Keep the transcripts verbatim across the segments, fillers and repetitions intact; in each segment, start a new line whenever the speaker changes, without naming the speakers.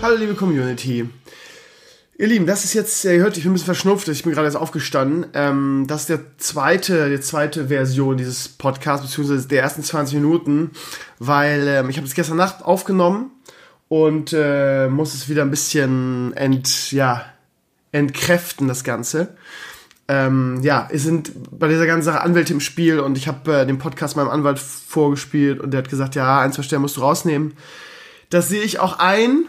Hallo liebe Community. Ihr Lieben, das ist jetzt, ihr hört, ich bin ein bisschen verschnupft, ich bin gerade erst aufgestanden. Ähm, das ist der zweite, die zweite Version dieses Podcasts, beziehungsweise der ersten zwanzig Minuten, weil ähm, ich habe es gestern Nacht aufgenommen und äh, muss es wieder ein bisschen ent, ja, entkräften, das Ganze. Ähm, ja, es sind bei dieser ganzen Sache Anwälte im Spiel und ich habe äh, den Podcast meinem Anwalt vorgespielt und der hat gesagt, ja, ein, zwei Stellen musst du rausnehmen. Das sehe ich auch ein.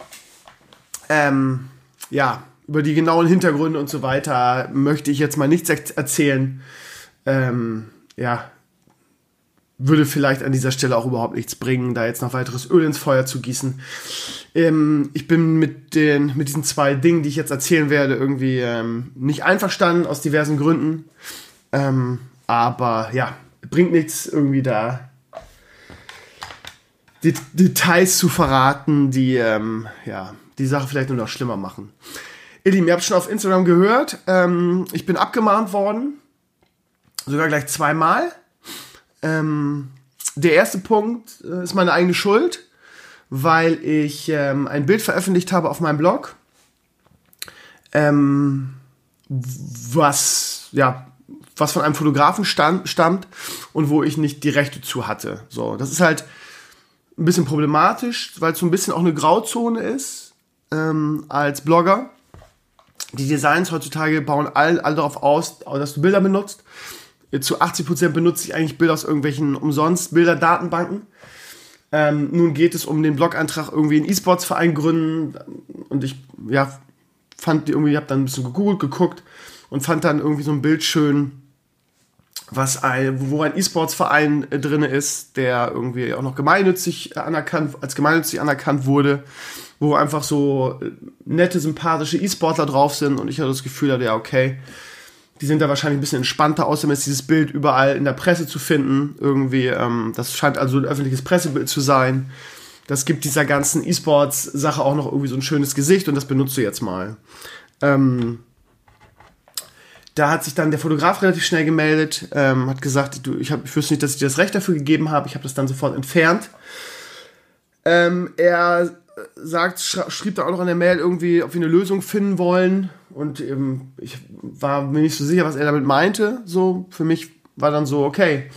Ähm, ja, über die genauen Hintergründe und so weiter möchte ich jetzt mal nichts er- erzählen. Ähm, ja, würde vielleicht an dieser Stelle auch überhaupt nichts bringen, da jetzt noch weiteres Öl ins Feuer zu gießen. Ähm, ich bin mit den, mit diesen zwei Dingen, die ich jetzt erzählen werde, irgendwie ähm, nicht einverstanden, aus diversen Gründen. Ähm, aber ja, bringt nichts irgendwie da die Details zu verraten, die ähm, ja, die Sache vielleicht nur noch schlimmer machen. Ihr Lieben, ihr habt schon auf Instagram gehört, ähm, ich bin abgemahnt worden, sogar gleich zweimal. Ähm, der erste Punkt äh, ist meine eigene Schuld, weil ich ähm, ein Bild veröffentlicht habe auf meinem Blog, ähm, was ja was von einem Fotografen stand, stammt und wo ich nicht die Rechte zu hatte. So, das ist halt ein bisschen problematisch, weil es so ein bisschen auch eine Grauzone ist ähm, als Blogger. Die Designs heutzutage bauen all, all darauf aus, dass du Bilder benutzt. Zu achtzig Prozent benutze ich eigentlich Bilder aus irgendwelchen umsonst Bilderdatenbanken. Ähm, nun geht es um den Blog-Eintrag irgendwie einen E-Sports-Verein gründen und ich ja fand die irgendwie, habe dann ein bisschen gegoogelt, geguckt und fand dann irgendwie so ein Bild schön, was ein, wo ein E-Sports-Verein äh, drin ist, der irgendwie auch noch gemeinnützig anerkannt, als gemeinnützig anerkannt wurde, wo einfach so nette, sympathische E-Sportler drauf sind und ich hatte das Gefühl, ja okay, die sind da wahrscheinlich ein bisschen entspannter, außerdem ist dieses Bild überall in der Presse zu finden, irgendwie, ähm, das scheint also ein öffentliches Pressebild zu sein. Das gibt dieser ganzen E-Sports-Sache auch noch irgendwie so ein schönes Gesicht und das benutzt du jetzt mal. Ähm, Da hat sich dann der Fotograf relativ schnell gemeldet, ähm, hat gesagt, du, ich, hab, ich wüsste nicht, dass ich dir das Recht dafür gegeben habe. Ich habe das dann sofort entfernt. Ähm, er sagt, sch- schrieb da auch noch in der Mail irgendwie, ob wir eine Lösung finden wollen. Und ähm, ich war mir nicht so sicher, was er damit meinte. So, für mich war dann so, okay.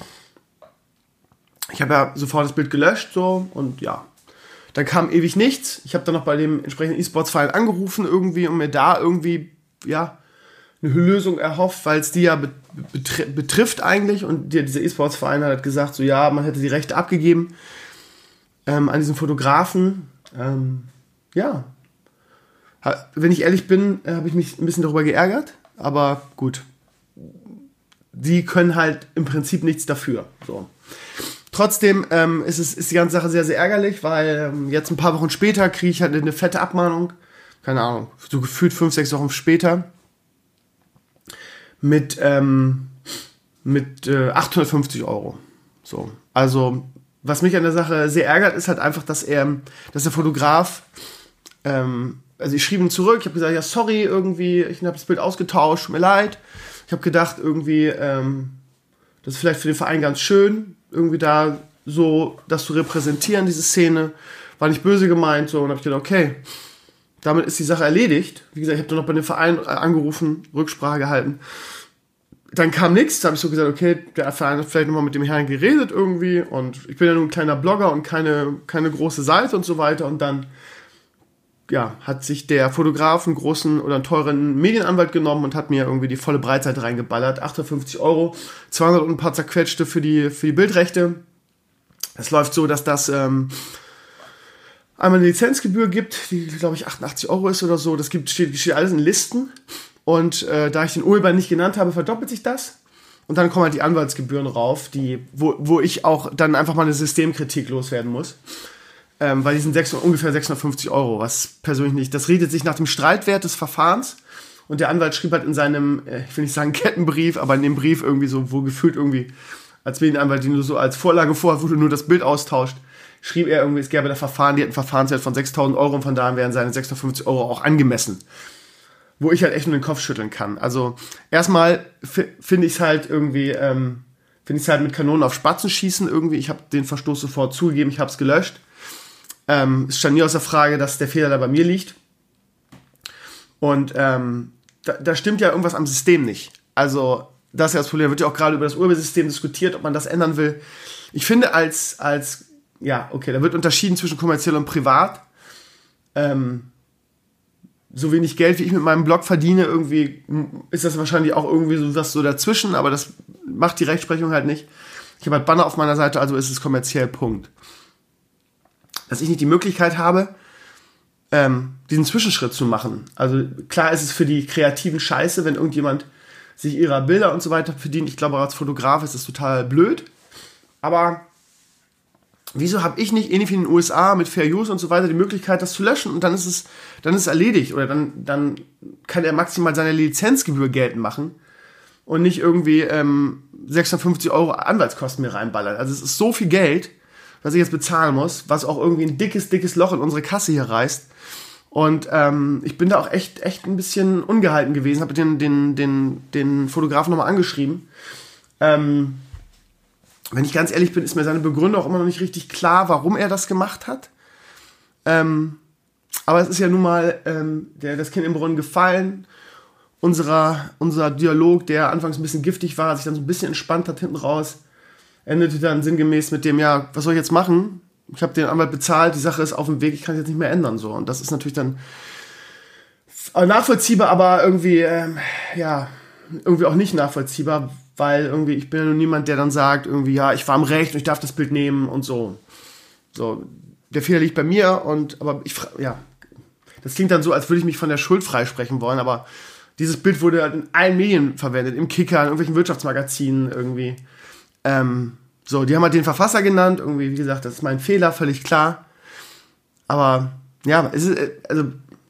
Ich habe ja sofort das Bild gelöscht, so, und ja. Dann kam ewig nichts. Ich habe dann noch bei dem entsprechenden E-Sports-Verein angerufen irgendwie und mir da irgendwie, ja, eine Lösung erhofft, weil es die ja betri- betrifft eigentlich und die, dieser E-Sports-Verein hat gesagt, so ja, man hätte die Rechte abgegeben ähm, an diesen Fotografen. Ähm, ja, ha, wenn ich ehrlich bin, äh, habe ich mich ein bisschen darüber geärgert, aber gut, die können halt im Prinzip nichts dafür. So. Trotzdem ähm, ist, es, ist die ganze Sache sehr, sehr ärgerlich, weil ähm, jetzt ein paar Wochen später kriege ich halt eine fette Abmahnung, keine Ahnung, so gefühlt fünf, sechs Wochen später, mit, ähm, mit äh, achthundertfünfzig Euro. So. Also, was mich an der Sache sehr ärgert, ist halt einfach, dass er, dass der Fotograf, ähm, also ich schrieb ihm zurück, ich habe gesagt, ja, sorry, irgendwie, ich habe das Bild ausgetauscht, tut mir leid. Ich habe gedacht, irgendwie, ähm, das ist vielleicht für den Verein ganz schön, irgendwie da so das zu repräsentieren, diese Szene. War nicht böse gemeint, so, und habe ich gedacht, okay, damit ist die Sache erledigt. Wie gesagt, ich habe dann noch bei dem Verein angerufen, Rücksprache gehalten. Dann kam nichts, da habe ich so gesagt, okay, der Verein hat vielleicht nochmal mit dem Herrn geredet irgendwie und ich bin ja nur ein kleiner Blogger und keine, keine große Seite und so weiter und dann ja, hat sich der Fotograf einen großen oder einen teuren Medienanwalt genommen und hat mir irgendwie die volle Breitseite reingeballert. achthundertfünfzig Euro, zweihundert und ein paar zerquetschte für die, für die Bildrechte. Es läuft so, dass das ähm, einmal eine Lizenzgebühr gibt, die, glaube ich, achtundachtzig Euro ist oder so. Das gibt, steht, steht alles in Listen. Und äh, da ich den Urheber nicht genannt habe, verdoppelt sich das. Und dann kommen halt die Anwaltsgebühren rauf, die, wo, wo ich auch dann einfach mal eine Systemkritik loswerden muss. Ähm, weil die sind sechshundert, ungefähr sechshundertfünfzig Euro, was persönlich nicht. Das redet sich nach dem Streitwert des Verfahrens. Und der Anwalt schrieb halt in seinem, äh, ich will nicht sagen Kettenbrief, aber in dem Brief irgendwie so, wo gefühlt irgendwie, als Medienanwalt, die nur so als Vorlage vorhat, wo du nur das Bild austauscht, schrieb er irgendwie, es gäbe da Verfahren, die hätten einen Verfahrenswert von sechstausend Euro und von daher wären seine sechshundertfünfzig Euro auch angemessen. Wo ich halt echt nur den Kopf schütteln kann. Also erstmal f- finde ich es halt irgendwie, ähm, finde ich es halt mit Kanonen auf Spatzen schießen irgendwie. Ich habe den Verstoß sofort zugegeben, ich habe es gelöscht. Ähm, es stand nie außer Frage, dass der Fehler da bei mir liegt. Und ähm, da, da stimmt ja irgendwas am System nicht. Also das ist ja das Problem. Da wird ja auch gerade über das Urhebersystem diskutiert, ob man das ändern will. Ich finde als, als ja, okay, da wird unterschieden zwischen kommerziell und privat. Ähm, so wenig Geld, wie ich mit meinem Blog verdiene, irgendwie ist das wahrscheinlich auch irgendwie so was so dazwischen, aber das macht die Rechtsprechung halt nicht. Ich habe halt Banner auf meiner Seite, also ist es kommerziell, Punkt. Dass ich nicht die Möglichkeit habe, ähm, diesen Zwischenschritt zu machen. Also klar ist es für die Kreativen scheiße, wenn irgendjemand sich ihrer Bilder und so weiter verdient. Ich glaube, als Fotograf ist das total blöd. Aber wieso habe ich nicht, ähnlich wie in den U S A mit Fair Use und so weiter, die Möglichkeit, das zu löschen und dann ist es, dann ist es erledigt oder dann, dann kann er maximal seine Lizenzgebühr geltend machen und nicht irgendwie ähm, sechshundertfünfzig Euro Anwaltskosten mir reinballern. Also es ist so viel Geld, was ich jetzt bezahlen muss, was auch irgendwie ein dickes, dickes Loch in unsere Kasse hier reißt. Und ähm, ich bin da auch echt, echt ein bisschen ungehalten gewesen, habe den, den, den, den Fotografen nochmal angeschrieben. Ähm, Wenn ich ganz ehrlich bin, ist mir seine Begründung auch immer noch nicht richtig klar, warum er das gemacht hat. Ähm, aber es ist ja nun mal ähm, der, das Kind im Brunnen gefallen. Unserer, unser Dialog, der anfangs ein bisschen giftig war, sich dann so ein bisschen entspannt hat hinten raus, endete dann sinngemäß mit dem, ja, was soll ich jetzt machen? Ich habe den Anwalt bezahlt, die Sache ist auf dem Weg, ich kann es jetzt nicht mehr ändern. So. Und das ist natürlich dann nachvollziehbar, aber irgendwie, ähm, ja, irgendwie auch nicht nachvollziehbar, weil irgendwie, ich bin ja nur niemand, der dann sagt, irgendwie, ja, ich war im Recht und ich darf das Bild nehmen und so. So, der Fehler liegt bei mir und, aber ich, ja, das klingt dann so, als würde ich mich von der Schuld freisprechen wollen, aber dieses Bild wurde halt in allen Medien verwendet, im Kicker, in irgendwelchen Wirtschaftsmagazinen irgendwie. Ähm, so, die haben halt den Verfasser genannt, irgendwie, wie gesagt, das ist mein Fehler, völlig klar. Aber, ja, es ist, also,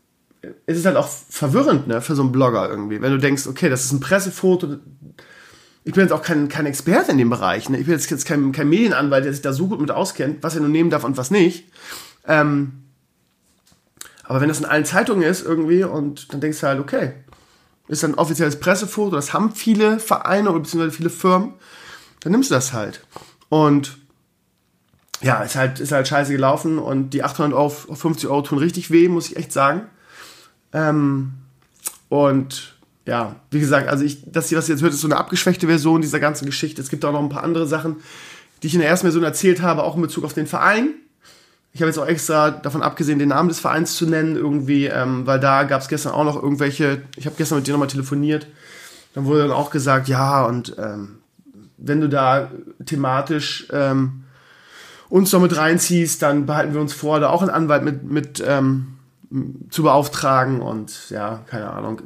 es ist halt auch verwirrend, ne, für so einen Blogger irgendwie, wenn du denkst, okay, das ist ein Pressefoto. Ich bin jetzt auch kein, kein Experte in dem Bereich. Ne? Ich bin jetzt, jetzt kein, kein Medienanwalt, der sich da so gut mit auskennt, was er nur nehmen darf und was nicht. Ähm, aber wenn das in allen Zeitungen ist irgendwie und dann denkst du halt, okay, ist ein offizielles Pressefoto, das haben viele Vereine oder beziehungsweise viele Firmen, dann nimmst du das halt. Und ja, ist halt, ist halt scheiße gelaufen und die achthundert Euro auf fünfzig Euro tun richtig weh, muss ich echt sagen. Ähm, und ja, wie gesagt, also ich, das hier, was ihr jetzt hört, ist so eine abgeschwächte Version dieser ganzen Geschichte. Es gibt auch noch ein paar andere Sachen, die ich in der ersten Version erzählt habe, auch in Bezug auf den Verein. Ich habe jetzt auch extra davon abgesehen, den Namen des Vereins zu nennen, irgendwie, ähm, weil da gab es gestern auch noch irgendwelche, ich habe gestern mit dir nochmal telefoniert, dann wurde dann auch gesagt, ja, und ähm, wenn du da thematisch ähm, uns noch mit reinziehst, dann behalten wir uns vor, da auch einen Anwalt mit, mit ähm, zu beauftragen und ja, keine Ahnung.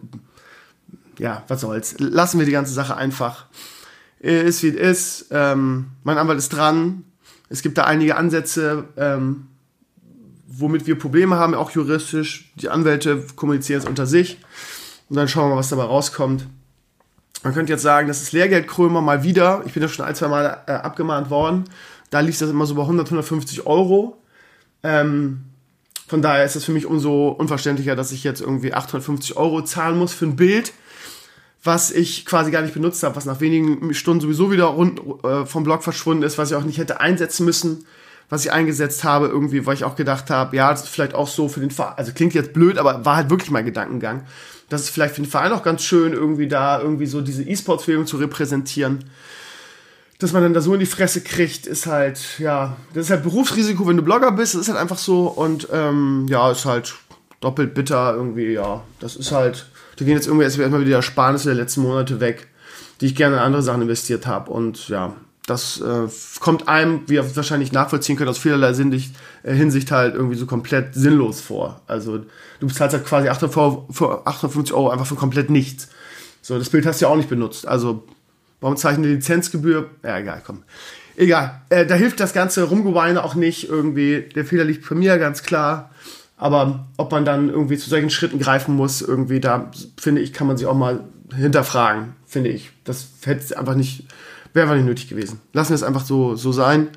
Ja, was soll's. Lassen wir die ganze Sache einfach. Ist wie es ist. Ähm, mein Anwalt ist dran. Es gibt da einige Ansätze, ähm, womit wir Probleme haben, auch juristisch. Die Anwälte kommunizieren es unter sich. Und dann schauen wir mal, was dabei rauskommt. Man könnte jetzt sagen, das ist Lehrgeldkrömer mal wieder. Ich bin ja schon ein, zwei Mal äh, abgemahnt worden. Da lief das immer so bei hundert, hundertfünfzig Euro. Ähm, von daher ist es für mich umso unverständlicher, dass ich jetzt irgendwie achthundertfünfzig Euro zahlen muss für ein Bild, was ich quasi gar nicht benutzt habe, was nach wenigen Stunden sowieso wieder rund, äh, vom Blog verschwunden ist, was ich auch nicht hätte einsetzen müssen, was ich eingesetzt habe irgendwie, weil ich auch gedacht habe, ja, das ist vielleicht auch so für den Verein, also klingt jetzt blöd, aber war halt wirklich mein Gedankengang, das ist vielleicht für den Verein auch ganz schön, irgendwie da irgendwie so diese E-Sports-Bewegung zu repräsentieren. Dass man dann da so in die Fresse kriegt, ist halt, ja, das ist halt Berufsrisiko, wenn du Blogger bist, das ist halt einfach so und ähm, ja, ist halt doppelt bitter irgendwie, ja, das ist halt, da gehen jetzt irgendwie erstmal wieder die Ersparnisse der letzten Monate weg, die ich gerne in andere Sachen investiert habe und ja, das äh, kommt einem, wie ihr wahrscheinlich nachvollziehen könnt, aus vielerlei Hinsicht, äh, Hinsicht halt irgendwie so komplett sinnlos vor. Also du bezahlst halt quasi achthundertfünfzig Euro einfach für komplett nichts. So, das Bild hast du ja auch nicht benutzt, also warum zahle ich eine Lizenzgebühr? Ja, egal, komm. Egal, äh, da hilft das ganze Rumgeweine auch nicht irgendwie. Der Fehler liegt bei mir, ganz klar. Aber ob man dann irgendwie zu solchen Schritten greifen muss, irgendwie, da finde ich, kann man sich auch mal hinterfragen, finde ich. Das hätte einfach nicht, wäre einfach nicht nötig gewesen. Lassen wir es einfach so, so sein.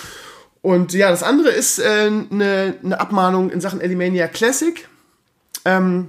Und ja, das andere ist äh, eine, eine Abmahnung in Sachen Elimania Classic. Ähm,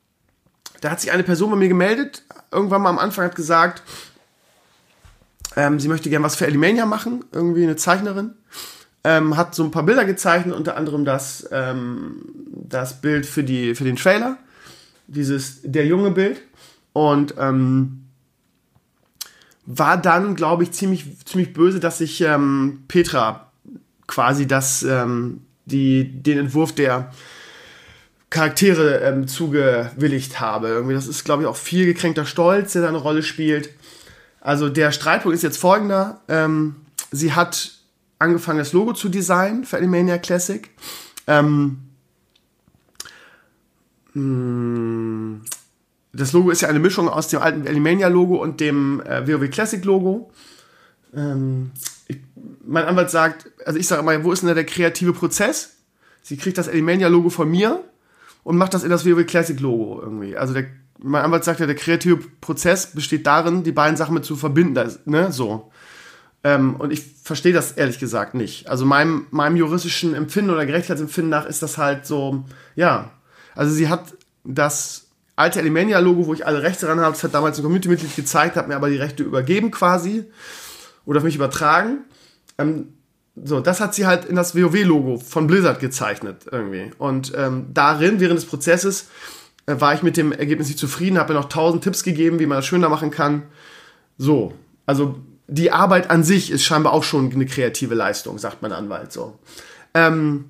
da hat sich eine Person bei mir gemeldet, irgendwann mal am Anfang hat gesagt, Ähm, sie möchte gerne was für Elimania machen, irgendwie eine Zeichnerin. ähm, hat so ein paar Bilder gezeichnet, unter anderem das, ähm, das Bild für, die, für den Trailer, dieses der junge Bild. Und ähm, war dann, glaube ich, ziemlich, ziemlich böse, dass ich ähm, Petra quasi das, ähm, die, den Entwurf der Charaktere ähm, zugewilligt habe. Irgendwie, das ist, glaube ich, auch viel gekränkter Stolz, der da eine Rolle spielt. Also der Streitpunkt ist jetzt folgender. Ähm, sie hat angefangen, das Logo zu designen für Alimania Classic. Ähm, mh, das Logo ist ja eine Mischung aus dem alten Alimania-Logo und dem äh, WoW Classic-Logo. Ähm, ich, mein Anwalt sagt, also ich sage immer, wo ist denn da der kreative Prozess? Sie kriegt das Alimania-Logo von mir und macht das in das WoW Classic-Logo irgendwie. Also der, mein Anwalt sagt ja, der kreative Prozess besteht darin, die beiden Sachen mit zu verbinden. Das, ne, so. Ähm, und ich verstehe das ehrlich gesagt nicht. Also meinem, meinem juristischen Empfinden oder Gerechtigkeitsempfinden nach ist das halt so, ja. Also sie hat das alte Alimania-Logo, wo ich alle Rechte dran habe, das hat damals ein Community-Mitglied gezeigt, hat mir aber die Rechte übergeben quasi oder auf mich übertragen. Ähm, so, das hat sie halt in das WoW-Logo von Blizzard gezeichnet irgendwie. Und ähm, darin, während des Prozesses, äh, war ich mit dem Ergebnis nicht zufrieden, habe mir noch tausend Tipps gegeben, wie man das schöner machen kann. So, also die Arbeit an sich ist scheinbar auch schon eine kreative Leistung, sagt mein Anwalt so. Ähm,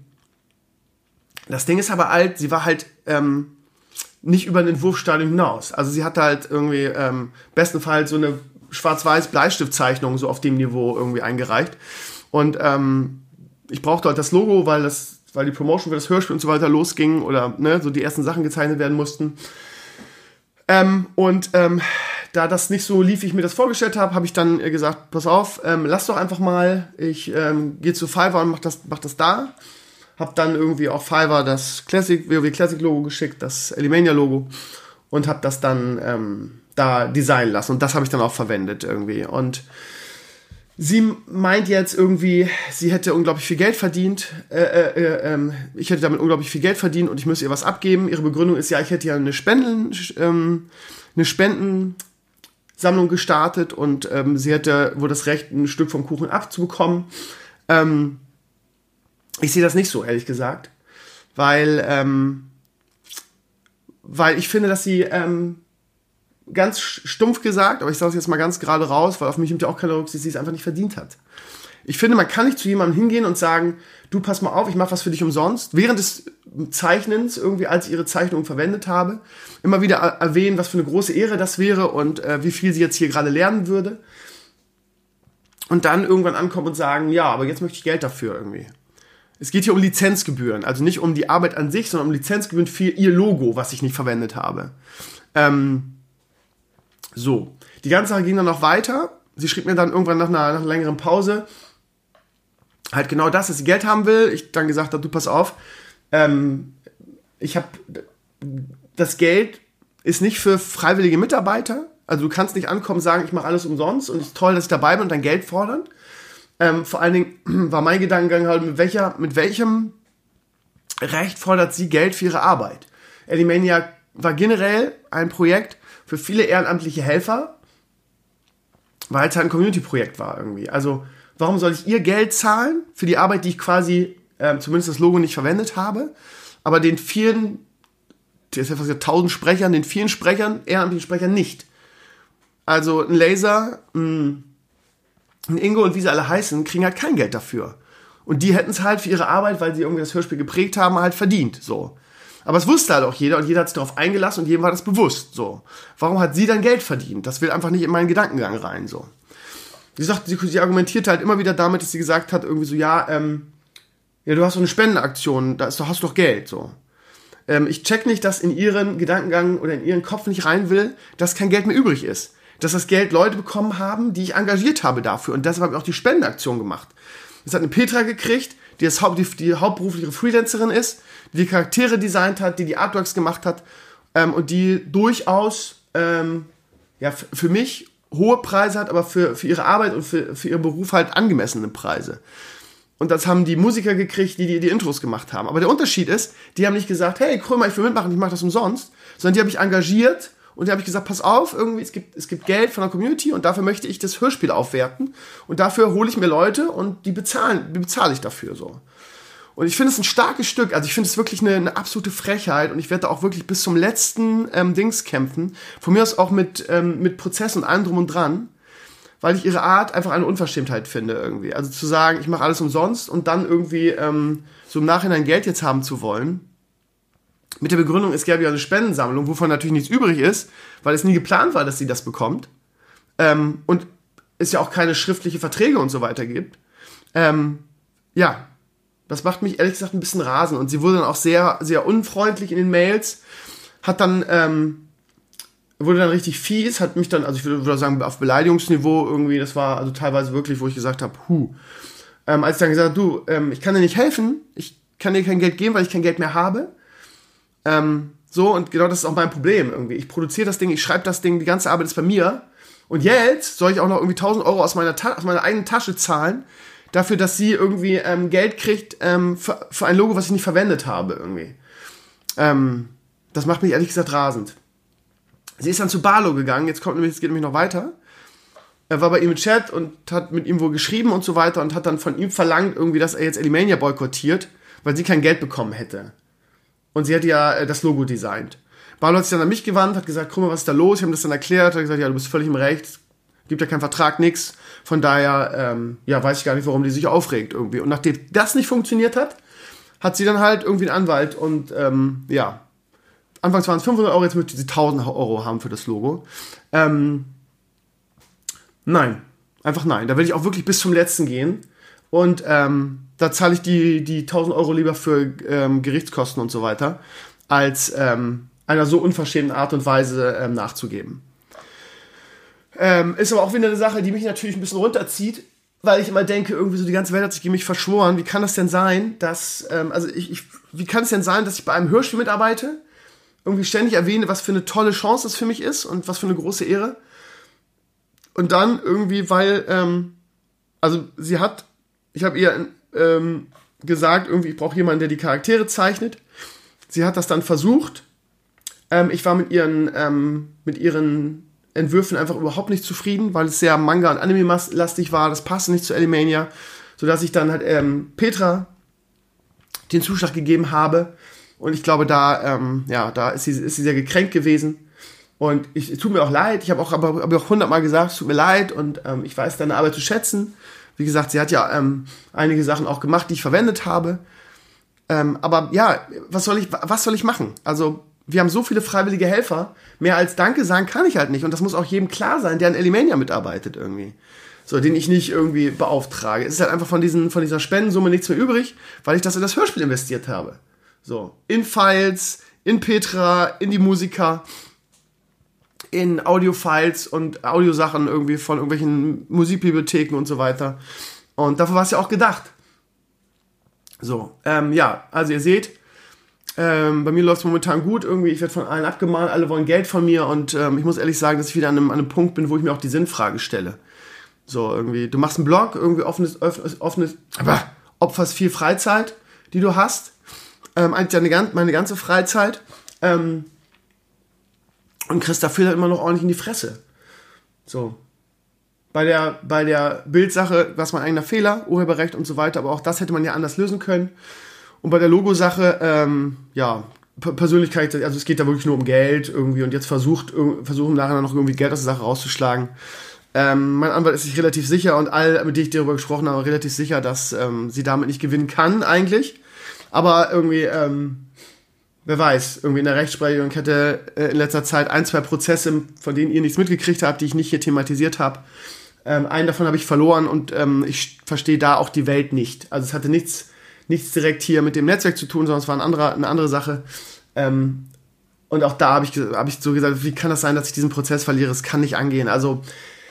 das Ding ist aber halt, sie war halt ähm, nicht über ein Entwurfsstadium hinaus. Also sie hatte halt irgendwie ähm, bestenfalls so eine schwarz-weiß Bleistiftzeichnung so auf dem Niveau irgendwie eingereicht. Und ähm, ich brauchte halt das Logo, weil das, weil die Promotion für das Hörspiel und so weiter losging oder ne, so die ersten Sachen gezeichnet werden mussten. Ähm, und ähm, da das nicht so lief, wie ich mir das vorgestellt habe, habe ich dann äh, gesagt, pass auf, ähm, lass doch einfach mal, ich ähm, gehe zu Fiverr und mach das, mach das da. Hab dann irgendwie auf Fiverr das Classic, WoW Classic Logo geschickt, das Alimania Logo und hab das dann ähm, da designen lassen und das habe ich dann auch verwendet irgendwie. Und sie meint jetzt irgendwie, sie hätte unglaublich viel Geld verdient, äh, äh, äh, ich hätte damit unglaublich viel Geld verdient und ich müsste ihr was abgeben. Ihre Begründung ist, ja, ich hätte ja eine Spenden, ähm, eine Spendensammlung gestartet und ähm, sie hätte wohl das Recht, ein Stück vom Kuchen abzubekommen. Ähm, Ich sehe das nicht so, ehrlich gesagt, weil, ähm, weil ich finde, dass sie ähm, ganz stumpf gesagt, aber ich sage es jetzt mal ganz gerade raus, weil auf mich nimmt ja auch keine Rücksicht, sie es einfach nicht verdient hat. Ich finde, man kann nicht zu jemandem hingehen und sagen, du, pass mal auf, ich mache was für dich umsonst, während des Zeichnens, irgendwie als ich ihre Zeichnung verwendet habe, immer wieder erwähnen, was für eine große Ehre das wäre und äh, wie viel sie jetzt hier gerade lernen würde. Und dann irgendwann ankommen und sagen, ja, aber jetzt möchte ich Geld dafür irgendwie. Es geht hier um Lizenzgebühren, also nicht um die Arbeit an sich, sondern um Lizenzgebühren für ihr Logo, was ich nicht verwendet habe. Ähm, so, die ganze Sache ging dann noch weiter. Sie schrieb mir dann irgendwann nach einer, nach einer längeren Pause halt genau das, dass sie Geld haben will. Ich dann gesagt habe, du pass auf, ähm, ich habe das Geld ist nicht für freiwillige Mitarbeiter. Also du kannst nicht ankommen und sagen, ich mache alles umsonst und es ist toll, dass ich dabei bin und dein Geld fordern. Ähm, vor allen Dingen war mein Gedankengang halt, mit, welcher, mit welchem Recht fordert sie Geld für ihre Arbeit? Alimania war generell ein Projekt für viele ehrenamtliche Helfer, weil es halt ein Community-Projekt war irgendwie. Also warum soll ich ihr Geld zahlen für die Arbeit, die ich quasi, ähm, zumindest das Logo nicht verwendet habe, aber den vielen, das ist ja fast tausend Sprechern, den vielen Sprechern, ehrenamtlichen Sprechern nicht. Also ein Laser, ein Und Ingo und wie sie alle heißen, kriegen halt kein Geld dafür. Und die hätten es halt für ihre Arbeit, weil sie irgendwie das Hörspiel geprägt haben, halt verdient. So. Aber es wusste halt auch jeder und jeder hat sich darauf eingelassen und jedem war das bewusst. So. Warum hat sie dann Geld verdient? Das will einfach nicht in meinen Gedankengang rein. So. Sie sagt, sie, sie argumentierte halt immer wieder damit, dass sie gesagt hat, irgendwie so, ja, ähm, ja, du hast so eine Spendenaktion, da ist doch, hast du doch Geld. So. Ähm, ich check nicht, dass in ihren Gedankengang oder in ihren Kopf nicht rein will, dass kein Geld mehr übrig ist. Dass das Geld Leute bekommen haben, die ich engagiert habe dafür. Und deshalb habe ich auch die Spendenaktion gemacht. Das hat eine Petra gekriegt, die, das Haupt, die, die hauptberufliche Freelancerin ist, die die Charaktere designt hat, die die Artworks gemacht hat ähm, und die durchaus ähm, ja, f- für mich hohe Preise hat, aber für, für ihre Arbeit und für, für ihren Beruf halt angemessene Preise. Und das haben die Musiker gekriegt, die, die die Intros gemacht haben. Aber der Unterschied ist, die haben nicht gesagt, hey Krömer, ich will mitmachen, ich mache das umsonst, sondern die habe ich engagiert Und da habe ich gesagt, pass auf, irgendwie, es gibt, es gibt Geld von der Community und dafür möchte ich das Hörspiel aufwerten. Und dafür hole ich mir Leute und die bezahlen, die bezahle ich dafür so. Und ich finde es ein starkes Stück, also ich finde es wirklich eine, eine absolute Frechheit und ich werde da auch wirklich bis zum letzten ähm, Dings kämpfen. Von mir aus auch mit, ähm, mit Prozess und allem drum und dran, weil ich ihre Art einfach eine Unverschämtheit finde irgendwie. Also zu sagen, ich mache alles umsonst und dann irgendwie ähm, so im Nachhinein Geld jetzt haben zu wollen. Mit der Begründung, es gäbe ja eine Spendensammlung, wovon natürlich nichts übrig ist, weil es nie geplant war, dass sie das bekommt. Ähm, und es ja auch keine schriftliche Verträge und so weiter gibt. Ähm, ja, das macht mich ehrlich gesagt ein bisschen rasend. Und sie wurde dann auch sehr, sehr unfreundlich in den Mails, hat dann, ähm, wurde dann richtig fies, hat mich dann, also ich würde, würde sagen, auf Beleidigungsniveau irgendwie, das war also teilweise wirklich, wo ich gesagt habe, hu. Ähm, als ich dann gesagt habe, du, ähm, ich kann dir nicht helfen, ich kann dir kein Geld geben, weil ich kein Geld mehr habe. Ähm, so, und genau das ist auch mein Problem irgendwie. Ich produziere das Ding, ich schreibe das Ding, die ganze Arbeit ist bei mir. Und jetzt soll ich auch noch irgendwie tausend Euro aus meiner, Ta- aus meiner eigenen Tasche zahlen, dafür, dass sie irgendwie ähm, Geld kriegt ähm, für, für ein Logo, was ich nicht verwendet habe irgendwie. Ähm, das macht mich ehrlich gesagt rasend. Sie ist dann zu Barlow gegangen, jetzt kommt nämlich, es geht nämlich noch weiter. Er war bei ihm im Chat und hat mit ihm wohl geschrieben und so weiter und hat dann von ihm verlangt, irgendwie, dass er jetzt Alimania boykottiert, weil sie kein Geld bekommen hätte. Und sie hätte ja äh, das Logo designt. Barlow hat sich dann an mich gewandt, hat gesagt, guck mal, was ist da los? Ich habe das dann erklärt, hat gesagt, ja, du bist völlig im Recht, gibt ja keinen Vertrag, nix. Von daher, ähm, ja, weiß ich gar nicht, warum die sich aufregt irgendwie. Und nachdem das nicht funktioniert hat, hat sie dann halt irgendwie einen Anwalt und, ähm, ja, anfangs waren es fünfhundert Euro, jetzt möchte sie tausend Euro haben für das Logo. Ähm, nein, einfach nein. Da will ich auch wirklich bis zum Letzten gehen. Und ähm, da zahle ich die, die tausend Euro lieber für ähm, Gerichtskosten und so weiter, als ähm, einer so unverschämten Art und Weise ähm, nachzugeben. Ähm, ist aber auch wieder eine Sache, die mich natürlich ein bisschen runterzieht, weil ich immer denke, irgendwie so die ganze Welt hat sich gegen mich verschworen. Wie kann das denn sein, dass, ähm, also ich, ich, wie kann es denn sein, dass ich bei einem Hörspiel mitarbeite, irgendwie ständig erwähne, was für eine tolle Chance das für mich ist und was für eine große Ehre. Und dann irgendwie, weil, ähm, also sie hat, ich habe ihr ähm, gesagt, irgendwie, ich brauche jemanden, der die Charaktere zeichnet. Sie hat das dann versucht. Ähm, ich war mit ihren, ähm, mit ihren Entwürfen einfach überhaupt nicht zufrieden, weil es sehr Manga- und Anime-lastig war. Das passte nicht zu Alimania, sodass ich dann halt ähm, Petra den Zuschlag gegeben habe. Und ich glaube, da, ähm, ja, da ist sie, ist sie sehr gekränkt gewesen. Und ich, es tut mir auch leid. Ich habe auch, aber, aber auch hundertmal gesagt, es tut mir leid. Und ähm, ich weiß deine Arbeit zu schätzen. Wie gesagt, sie hat ja ähm, einige Sachen auch gemacht, die ich verwendet habe. Ähm, aber ja, was soll ich, was soll ich machen? Also, wir haben so viele freiwillige Helfer. Mehr als Danke sagen kann ich halt nicht. Und das muss auch jedem klar sein, der an Alimania mitarbeitet irgendwie. So, den ich nicht irgendwie beauftrage. Es ist halt einfach von diesen, von dieser Spendensumme nichts mehr übrig, weil ich das in das Hörspiel investiert habe. So, in Files, in Petra, in die Musiker, in Audio-Files und Audiosachen irgendwie von irgendwelchen Musikbibliotheken und so weiter. Und dafür war es ja auch gedacht. So, ähm, ja, also ihr seht, ähm, bei mir läuft es momentan gut irgendwie, ich werde von allen abgemahnt, alle wollen Geld von mir und ähm, ich muss ehrlich sagen, dass ich wieder an einem, an einem Punkt bin, wo ich mir auch die Sinnfrage stelle. So, irgendwie, du machst einen Blog, irgendwie offenes, offenes, offenes aber opferst viel Freizeit, die du hast, ähm, eigentlich deine, meine ganze Freizeit, ähm, und kriegst dafür dann immer noch ordentlich in die Fresse. So. Bei der, bei der Bildsache war es mein eigener Fehler, Urheberrecht und so weiter, aber auch das hätte man ja anders lösen können. Und bei der Logosache, ähm, ja, P- Persönlichkeit, also es geht da wirklich nur um Geld irgendwie und jetzt versucht, versuchen nachher noch irgendwie Geld aus der Sache rauszuschlagen. Ähm, mein Anwalt ist sich relativ sicher und all, mit denen ich darüber gesprochen habe, relativ sicher, dass ähm, sie damit nicht gewinnen kann eigentlich. Aber irgendwie, ähm, wer weiß, irgendwie in der Rechtsprechung, ich hatte äh, in letzter Zeit ein, zwei Prozesse, von denen ihr nichts mitgekriegt habt, die ich nicht hier thematisiert habe. Ähm, einen davon habe ich verloren und ähm, ich verstehe da auch die Welt nicht. Also es hatte nichts, nichts direkt hier mit dem Netzwerk zu tun, sondern es war ein anderer, eine andere Sache. Ähm, und auch da habe ich, hab ich so gesagt, wie kann das sein, dass ich diesen Prozess verliere? Es kann nicht angehen. Also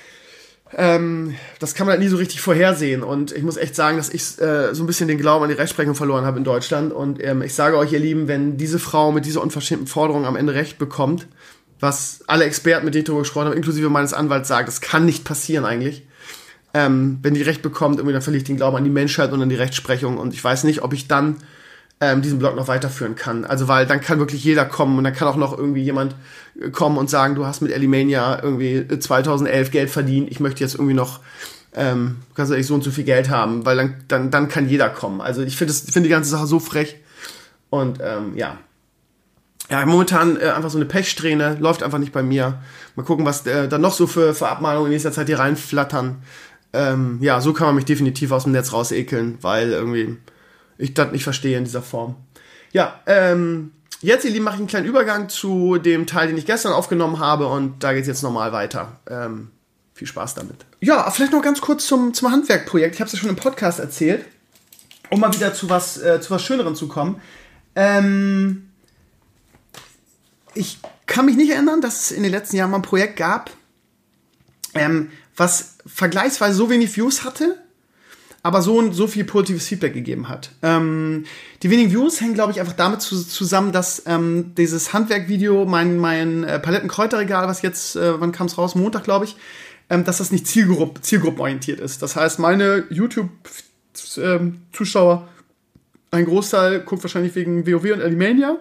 ähm, das kann man halt nie so richtig vorhersehen. Und ich muss echt sagen, dass ich äh, so ein bisschen den Glauben an die Rechtsprechung verloren habe in Deutschland. Und ähm, ich sage euch, ihr Lieben, wenn diese Frau mit dieser unverschämten Forderung am Ende Recht bekommt, was alle Experten, mit denen ich darüber gesprochen habe, inklusive meines Anwalts, sagen, das kann nicht passieren eigentlich. Ähm, wenn die Recht bekommt, irgendwie, dann verliere ich den Glauben an die Menschheit und an die Rechtsprechung. Und ich weiß nicht, ob ich dann ähm, diesen Blog noch weiterführen kann. Also weil dann kann wirklich jeder kommen und dann kann auch noch irgendwie jemand kommen und sagen, du hast mit Alimania irgendwie zweitausendelf Geld verdient, ich möchte jetzt irgendwie noch ähm, ganz ehrlich so und so viel Geld haben, weil dann, dann, dann kann jeder kommen. Also ich finde find die ganze Sache so frech und ähm, ja. Ja, momentan äh, einfach so eine Pechsträhne, läuft einfach nicht bei mir. Mal gucken, was äh, dann noch so für, für Abmahnungen in nächster Zeit hier reinflattern. Ähm, ja, so kann man mich definitiv aus dem Netz rausekeln, weil irgendwie ich das nicht verstehe in dieser Form. Ja, ähm, jetzt, ihr Lieben, mache ich einen kleinen Übergang zu dem Teil, den ich gestern aufgenommen habe und da geht es jetzt normal weiter. Ähm, viel Spaß damit. Ja, vielleicht noch ganz kurz zum, zum Handwerkprojekt. Ich habe es ja schon im Podcast erzählt, um mal wieder zu was, äh, zu was Schönerem zu kommen. Ähm... Ich kann mich nicht erinnern, dass es in den letzten Jahren mal ein Projekt gab, ähm, was vergleichsweise so wenig Views hatte, aber so, so viel positives Feedback gegeben hat. Ähm, die wenigen Views hängen, glaube ich, einfach damit zu, zusammen, dass ähm, dieses Handwerkvideo, mein, mein äh, Palettenkräuterregal, was jetzt, äh, wann kam es raus? Montag, glaube ich, ähm, dass das nicht Zielgrupp, zielgruppenorientiert ist. Das heißt, meine YouTube-Zuschauer, ähm, ein Großteil guckt wahrscheinlich wegen WoW und Alimania,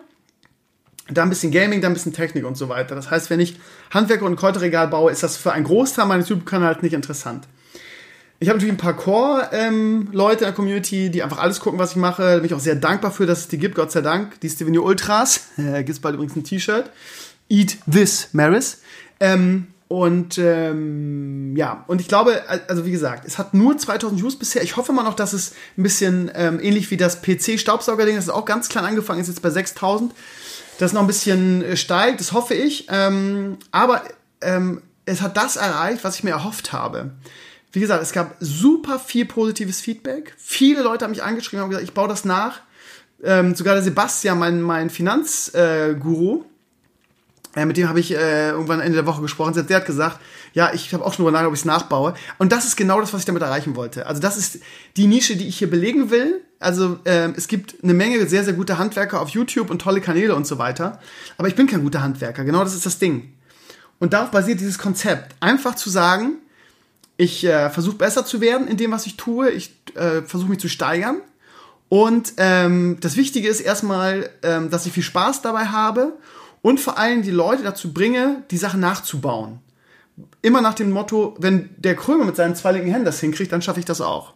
da ein bisschen Gaming, da ein bisschen Technik und so weiter. Das heißt, wenn ich Handwerker und Kräuterregal baue, ist das für einen Großteil meines YouTube-Kanals nicht interessant. Ich habe natürlich ein paar Core-Leute ähm, in der Community, die einfach alles gucken, was ich mache. Da bin ich auch sehr dankbar für, dass es die gibt, Gott sei Dank. Die Stevenio Ultras. Äh, gibt's bald übrigens ein T-Shirt. Eat this, Maris. Ähm, und ähm, ja, und ich glaube, also wie gesagt, es hat nur zweitausend Views bisher. Ich hoffe mal noch, dass es ein bisschen ähm, ähnlich wie das P C-Staubsauger-Ding, das ist auch ganz klein angefangen, ist jetzt bei sechstausend. Das noch ein bisschen steigt, das hoffe ich. Ähm, aber ähm, es hat das erreicht, was ich mir erhofft habe. Wie gesagt, es gab super viel positives Feedback. Viele Leute haben mich angeschrieben und haben gesagt, ich baue das nach. Ähm, sogar der Sebastian, mein, mein Finanzguru, äh, mit dem habe ich äh, irgendwann Ende der Woche gesprochen. Der hat gesagt, ja, ich habe auch schon darüber nachgedacht, ob ich es nachbaue. Und das ist genau das, was ich damit erreichen wollte. Also das ist die Nische, die ich hier belegen will. Also ähm, es gibt eine Menge sehr, sehr gute Handwerker auf YouTube und tolle Kanäle und so weiter. Aber ich bin kein guter Handwerker. Genau das ist das Ding. Und darauf basiert dieses Konzept. Einfach zu sagen, ich äh, versuche besser zu werden in dem, was ich tue. Ich äh, versuche mich zu steigern. Und ähm, das Wichtige ist erstmal, ähm, dass ich viel Spaß dabei habe und vor allem die Leute dazu bringe, die Sachen nachzubauen. Immer nach dem Motto, wenn der Krömer mit seinen zwei linken Händen das hinkriegt, dann schaffe ich das auch.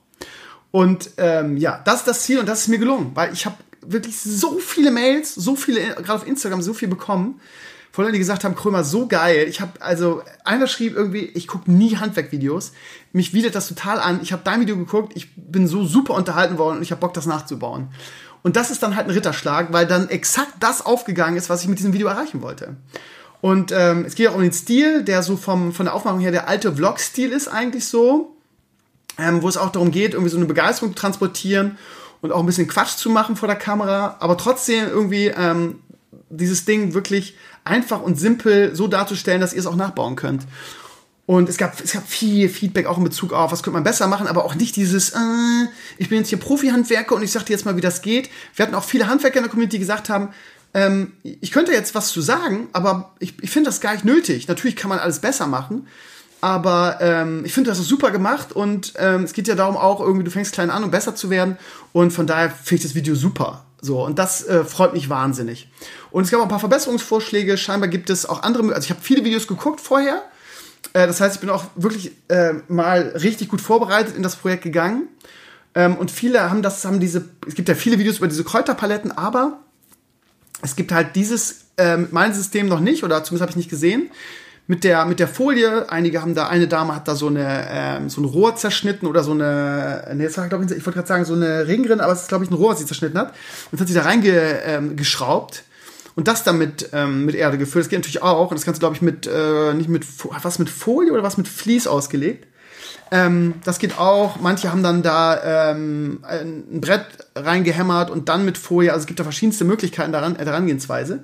Und ähm, ja, das ist das Ziel und das ist mir gelungen, weil ich habe wirklich so viele Mails, so viele, gerade auf Instagram, so viel bekommen, von Leuten, die gesagt haben, Krömer, so geil. Ich habe, also, einer schrieb irgendwie, ich gucke nie Handwerkvideos, mich widert das total an, ich habe dein Video geguckt, ich bin so super unterhalten worden und ich habe Bock, das nachzubauen. Und das ist dann halt ein Ritterschlag, weil dann exakt das aufgegangen ist, was ich mit diesem Video erreichen wollte. Und ähm, es geht auch um den Stil, der so vom von der Aufmachung her der alte Vlog-Stil ist eigentlich so, ähm, wo es auch darum geht, irgendwie so eine Begeisterung zu transportieren und auch ein bisschen Quatsch zu machen vor der Kamera, aber trotzdem irgendwie ähm, dieses Ding wirklich einfach und simpel so darzustellen, dass ihr es auch nachbauen könnt. Und es gab, es gab viel Feedback auch in Bezug auf, was könnte man besser machen, aber auch nicht dieses, äh, ich bin jetzt hier Profi-Handwerker und ich sag dir jetzt mal, wie das geht. Wir hatten auch viele Handwerker in der Community, die gesagt haben, ähm, ich könnte jetzt was zu sagen, aber ich, ich finde das gar nicht nötig. Natürlich kann man alles besser machen, aber ähm, ich finde, das ist super gemacht und ähm, es geht ja darum auch, irgendwie du fängst klein an, um besser zu werden und von daher finde ich das Video super. So, und das äh, freut mich wahnsinnig. Und es gab auch ein paar Verbesserungsvorschläge, scheinbar gibt es auch andere, also ich habe viele Videos geguckt vorher, äh, das heißt, ich bin auch wirklich äh, mal richtig gut vorbereitet in das Projekt gegangen ähm, und viele haben das, haben diese, es gibt ja viele Videos über diese Kräuterpaletten, aber es gibt halt dieses, äh, mit meinem System noch nicht, oder zumindest habe ich nicht gesehen, mit der, mit der Folie. Einige haben da, eine Dame hat da so eine, ähm, so ein Rohr zerschnitten oder so eine, ne, jetzt glaub ich, ich wollte gerade sagen, so eine Regenrinne, aber es ist, glaube ich, ein Rohr, was sie zerschnitten hat. Und das hat sie da reingeschraubt ähm, und das dann mit, ähm, mit Erde gefüllt. Das geht natürlich auch. Und das Ganze, glaube ich, mit, äh, nicht mit, was mit Folie oder was mit Vlies ausgelegt. Ähm, das geht auch. Manche haben dann da ähm, ein Brett reingehämmert und dann mit Folie. Also es gibt da verschiedenste Möglichkeiten daran, äh, Herangehensweise.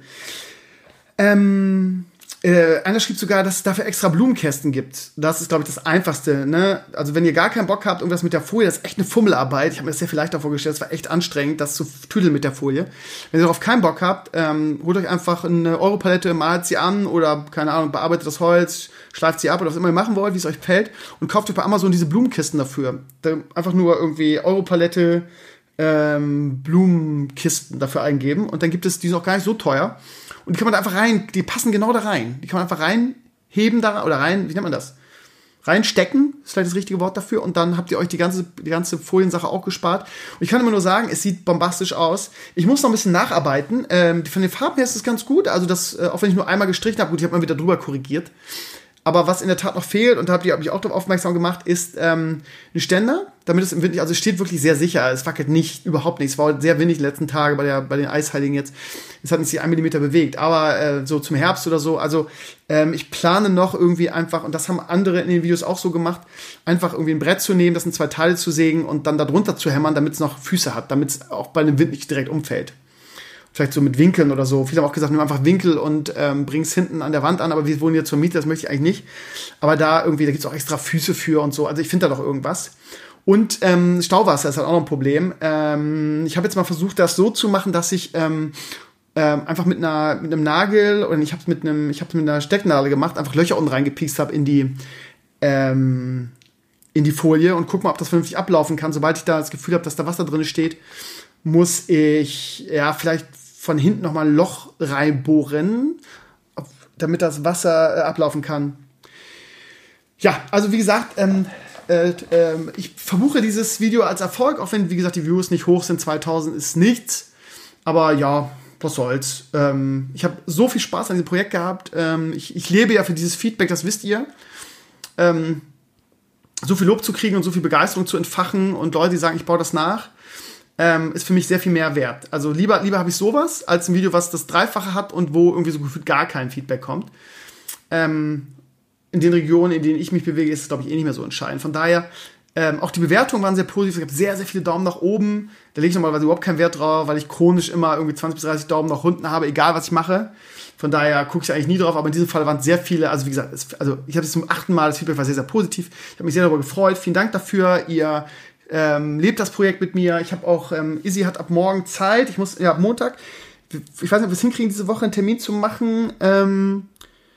Ähm, äh, einer schrieb sogar, dass es dafür extra Blumenkästen gibt. Das ist, glaube ich, das Einfachste. Ne? Also wenn ihr gar keinen Bock habt, irgendwas mit der Folie, das ist echt eine Fummelarbeit. Ich habe mir das sehr viel leichter vorgestellt. Es war echt anstrengend, das zu tüdeln mit der Folie. Wenn ihr darauf keinen Bock habt, ähm, holt euch einfach eine Europalette, malt sie an oder, keine Ahnung, bearbeitet das Holz, schleift sie ab oder was immer ihr machen wollt, wie es euch gefällt und kauft euch bei Amazon diese Blumenkisten dafür. Da einfach nur irgendwie Europalette, ähm, Blumenkisten dafür eingeben. Und dann gibt es, die sind auch gar nicht so teuer. Und die kann man da einfach rein, die passen genau da rein. Die kann man einfach reinheben da, oder rein, wie nennt man das? Reinstecken, ist vielleicht das richtige Wort dafür. Und dann habt ihr euch die ganze, die ganze Foliensache auch gespart. Und ich kann immer nur sagen, es sieht bombastisch aus. Ich muss noch ein bisschen nacharbeiten. Ähm, von den Farben her ist es ganz gut. Also das, äh, auch wenn ich nur einmal gestrichen habe, gut, ich habe mal wieder drüber korrigiert. Aber was in der Tat noch fehlt, und da habt ihr mich auch darauf aufmerksam gemacht, ist ähm, ein Ständer, damit es im Wind nicht, also es steht wirklich sehr sicher, es wackelt nicht, überhaupt nicht. Es war sehr windig die letzten Tage bei, der, bei den Eisheiligen jetzt. Es hat sich ein Millimeter bewegt, aber äh, so zum Herbst oder so, also ähm, ich plane noch irgendwie einfach, und das haben andere in den Videos auch so gemacht, einfach irgendwie ein Brett zu nehmen, das in zwei Teile zu sägen und dann da drunter zu hämmern, damit es noch Füße hat, damit es auch bei dem Wind nicht direkt umfällt. Vielleicht so mit Winkeln oder so. Viele haben auch gesagt, nimm einfach Winkel und ähm, bring's hinten an der Wand an, aber wir wohnen hier zur Miete, das möchte ich eigentlich nicht. Aber da irgendwie, da gibt's auch extra Füße für und so. Also ich finde da doch irgendwas. Und ähm, Stauwasser ist halt auch noch ein Problem. Ähm, ich habe jetzt mal versucht, das so zu machen, dass ich ähm, ähm, einfach mit einer mit einem Nagel, oder ich habe es mit einem, ich habe mit einer Stecknadel gemacht, einfach Löcher unten reingepiekst habe in die ähm, in die Folie und guck mal, ob das vernünftig ablaufen kann. Sobald ich da das Gefühl habe, dass da Wasser drin steht, muss ich ja vielleicht von hinten nochmal ein Loch reinbohren, damit das Wasser äh, ablaufen kann. Ja, also wie gesagt, ähm, äh, äh, ich verbuche dieses Video als Erfolg, auch wenn, wie gesagt, die Views nicht hoch sind. zweitausend ist nichts. Aber ja, was soll's. Ähm, ich habe so viel Spaß an diesem Projekt gehabt. Ähm, ich, ich lebe ja für dieses Feedback, das wisst ihr. Ähm, so viel Lob zu kriegen und so viel Begeisterung zu entfachen und Leute, die sagen, ich baue das nach, Ähm, ist für mich sehr viel mehr wert. Also lieber, lieber habe ich sowas, als ein Video, was das Dreifache hat und wo irgendwie so gefühlt gar kein Feedback kommt. Ähm, in den Regionen, in denen ich mich bewege, ist es, glaube ich, eh nicht mehr so entscheidend. Von daher, ähm, auch die Bewertungen waren sehr positiv. Ich habe sehr, sehr viele Daumen nach oben. Da lege ich normalerweise überhaupt keinen Wert drauf, weil ich chronisch immer irgendwie zwanzig bis dreißig Daumen nach unten habe, egal was ich mache. Von daher gucke ich eigentlich nie drauf, aber in diesem Fall waren es sehr viele. Also wie gesagt, es, also ich habe es zum achten Mal, das Feedback war sehr, sehr positiv. Ich habe mich sehr darüber gefreut. Vielen Dank dafür. Ihr Ähm, lebt das Projekt mit mir. Ich habe auch, ähm, Izzy hat ab morgen Zeit. Ich muss, ja, ab Montag, ich weiß nicht, ob wir es hinkriegen, diese Woche einen Termin zu machen, ähm,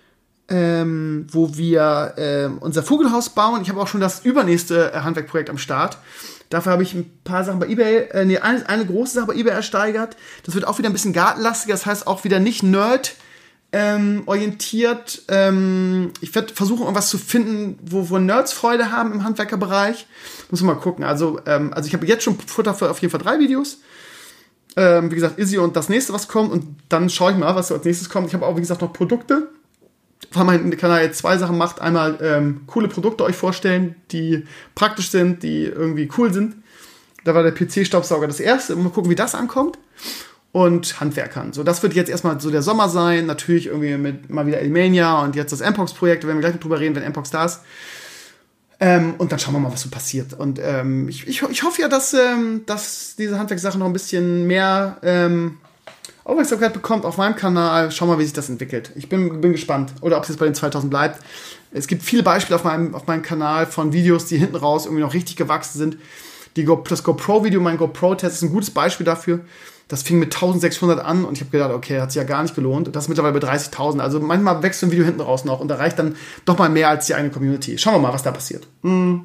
ähm, wo wir ähm, unser Vogelhaus bauen. Ich habe auch schon das übernächste äh, Handwerkprojekt am Start. Dafür habe ich ein paar Sachen bei eBay, äh, nee, eine, eine große Sache bei eBay ersteigert. Das wird auch wieder ein bisschen gartenlastiger, das heißt auch wieder nicht Nerd, Ähm, orientiert. Ähm, ich werde versuchen, irgendwas zu finden, wo, wo Nerds Freude haben im Handwerkerbereich. Muss man mal gucken. Also, ähm, also ich habe jetzt schon Futter für auf jeden Fall drei Videos. Ähm, wie gesagt, Izzy und das nächste, was kommt. Und dann schaue ich mal, was so als nächstes kommt. Ich habe auch, wie gesagt, noch Produkte. Weil mein Kanal jetzt zwei Sachen macht. Einmal ähm, coole Produkte euch vorstellen, die praktisch sind, die irgendwie cool sind. Da war der P C-Staubsauger das erste. Mal gucken, wie das ankommt. Und Handwerkern. So, das wird jetzt erstmal so der Sommer sein. Natürlich irgendwie mit mal wieder Elmania und jetzt das Mpox-Projekt. Da werden wir gleich noch drüber reden, wenn Mpox da ist. Ähm, und dann schauen wir mal, was so passiert. Und ähm, ich, ich, ich hoffe ja, dass, ähm, dass diese Handwerkssache noch ein bisschen mehr ähm, Aufmerksamkeit bekommt auf meinem Kanal. Schauen wir mal, wie sich das entwickelt. Ich bin, bin gespannt. Oder ob es jetzt bei den zweitausend bleibt. Es gibt viele Beispiele auf meinem, auf meinem Kanal von Videos, die hinten raus irgendwie noch richtig gewachsen sind. Die Go, das GoPro-Video, mein GoPro-Test ist ein gutes Beispiel dafür. Das fing mit eintausendsechshundert an und ich habe gedacht, okay, hat sich ja gar nicht gelohnt. Und das ist mittlerweile bei dreißigtausend. Also manchmal wächst so ein Video hinten raus noch und da reicht dann doch mal mehr als die eine Community. Schauen wir mal, was da passiert. Hm.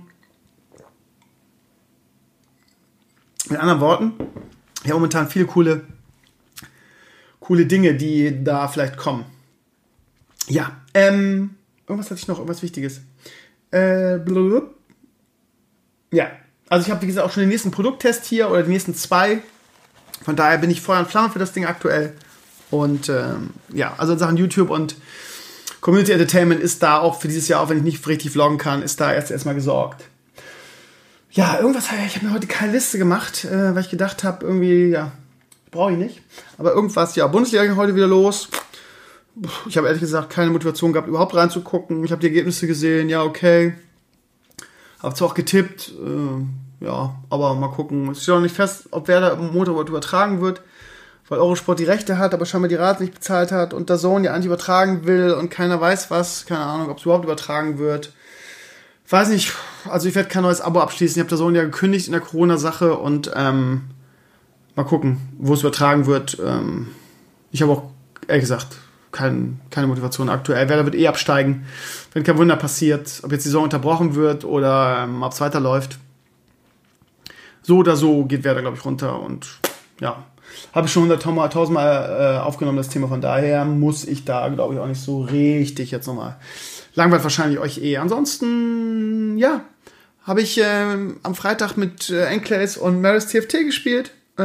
Mit anderen Worten, ja, momentan viele coole, coole Dinge, die da vielleicht kommen. Ja, ähm, irgendwas hatte ich noch, irgendwas Wichtiges. Äh, blablabla. Ja, also ich habe, wie gesagt, auch schon den nächsten Produkttest hier oder die nächsten zwei. Von daher bin ich Feuer und Flamme für das Ding aktuell. Und ähm, ja, also in Sachen YouTube und Community Entertainment ist da auch für dieses Jahr, auch wenn ich nicht richtig vloggen kann, ist da erst erstmal gesorgt. Ja, irgendwas, ich habe mir heute keine Liste gemacht, äh, weil ich gedacht habe, irgendwie, ja, brauche ich nicht. Aber irgendwas, ja, Bundesliga ging heute wieder los. Ich habe ehrlich gesagt keine Motivation gehabt, überhaupt reinzugucken. Ich habe die Ergebnisse gesehen, ja, okay. Habe zwar auch getippt, äh, ja, aber mal gucken. Es steht noch nicht fest, ob wer da am Montag übertragen wird, weil Eurosport die Rechte hat, aber scheinbar die Rate nicht bezahlt hat und der Zone ja eigentlich übertragen will und keiner weiß was. Keine Ahnung, ob es überhaupt übertragen wird. Weiß nicht, also ich werde kein neues Abo abschließen. Ich habe der Zone ja gekündigt in der Corona-Sache und ähm, mal gucken, wo es übertragen wird. Ähm, ich habe auch, ehrlich gesagt, kein, keine Motivation aktuell. Werder wird eh absteigen, wenn kein Wunder passiert, ob jetzt die Saison unterbrochen wird oder ähm, ob es weiterläuft. so oder so geht Werder, glaube ich, runter. Und ja, habe ich schon hunderttausendmal äh, aufgenommen, das Thema. Von daher muss ich da, glaube ich, auch nicht so richtig jetzt nochmal. Langweilt wahrscheinlich euch eh. Ansonsten, ja, habe ich äh, am Freitag mit äh, Enclaves und Maris T F T gespielt, äh,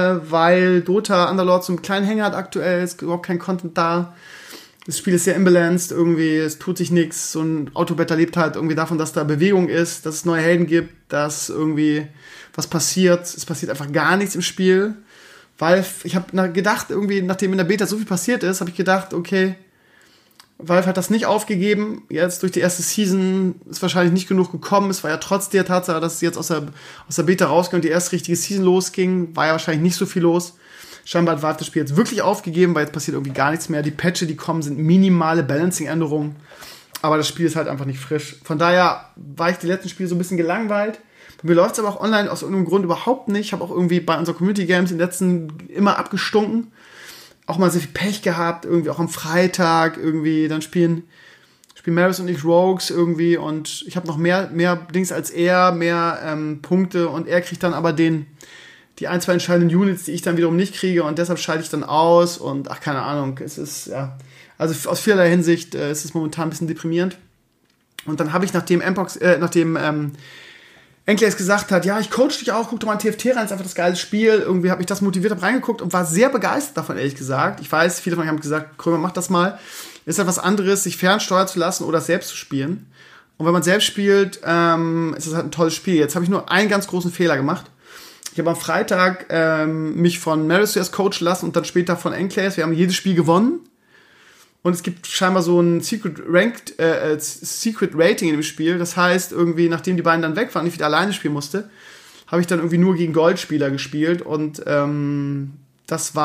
weil Dota Underlords so einen kleinen Hänger hat aktuell, ist überhaupt kein Content da. Das Spiel ist sehr imbalanced irgendwie, es tut sich nichts. So ein Autobeta lebt halt irgendwie davon, dass da Bewegung ist, dass es neue Helden gibt, dass irgendwie was passiert. Es passiert einfach gar nichts im Spiel, weil ich habe gedacht, irgendwie, nachdem in der Beta so viel passiert ist, habe ich gedacht, okay, Valve hat das nicht aufgegeben. Jetzt durch die erste Season ist wahrscheinlich nicht genug gekommen. Es war ja trotz der Tatsache, dass es jetzt aus der, aus der Beta rausging und die erste richtige Season losging, war ja wahrscheinlich nicht so viel los. Scheinbar hat Valve das Spiel jetzt wirklich aufgegeben, weil jetzt passiert irgendwie gar nichts mehr. Die Patches, die kommen, sind minimale Balancing-Änderungen. Aber das Spiel ist halt einfach nicht frisch. Von daher war ich die letzten Spiele so ein bisschen gelangweilt. Bei mir läuft es aber auch online aus irgendeinem Grund überhaupt nicht. Ich habe auch irgendwie bei unseren Community Games in den letzten immer abgestunken. Auch mal sehr viel Pech gehabt, irgendwie auch am Freitag irgendwie, dann spielen, spielen Maris und ich Rogues irgendwie und ich habe noch mehr, mehr Dings als er, mehr ähm, Punkte und er kriegt dann aber den, die ein, zwei entscheidenden Units, die ich dann wiederum nicht kriege und deshalb schalte ich dann aus und ach, keine Ahnung, es ist, ja, also aus vielerlei Hinsicht äh, ist es momentan ein bisschen deprimierend. Und dann habe ich nachdem Mpox, äh, nachdem, ähm, Enclaves gesagt hat, ja, ich coach dich auch, guck doch mal in T F T rein, ist einfach das geile Spiel. Irgendwie habe ich das motiviert, habe reingeguckt und war sehr begeistert davon, ehrlich gesagt. Ich weiß, viele von euch haben gesagt, Krömer, mach das mal. Ist halt was anderes, sich fernsteuern zu lassen oder selbst zu spielen. Und wenn man selbst spielt, ähm, ist das halt ein tolles Spiel. Jetzt habe ich nur einen ganz großen Fehler gemacht. Ich habe am Freitag ähm, mich von Maris zuerst coachen lassen und dann später von Enclaves. Wir haben jedes Spiel gewonnen. Und es gibt scheinbar so ein Secret Ranked, äh, Secret Rating in dem Spiel. Das heißt, irgendwie, nachdem die beiden dann weg waren und ich wieder alleine spielen musste, habe ich dann irgendwie nur gegen Goldspieler gespielt. Und ähm, das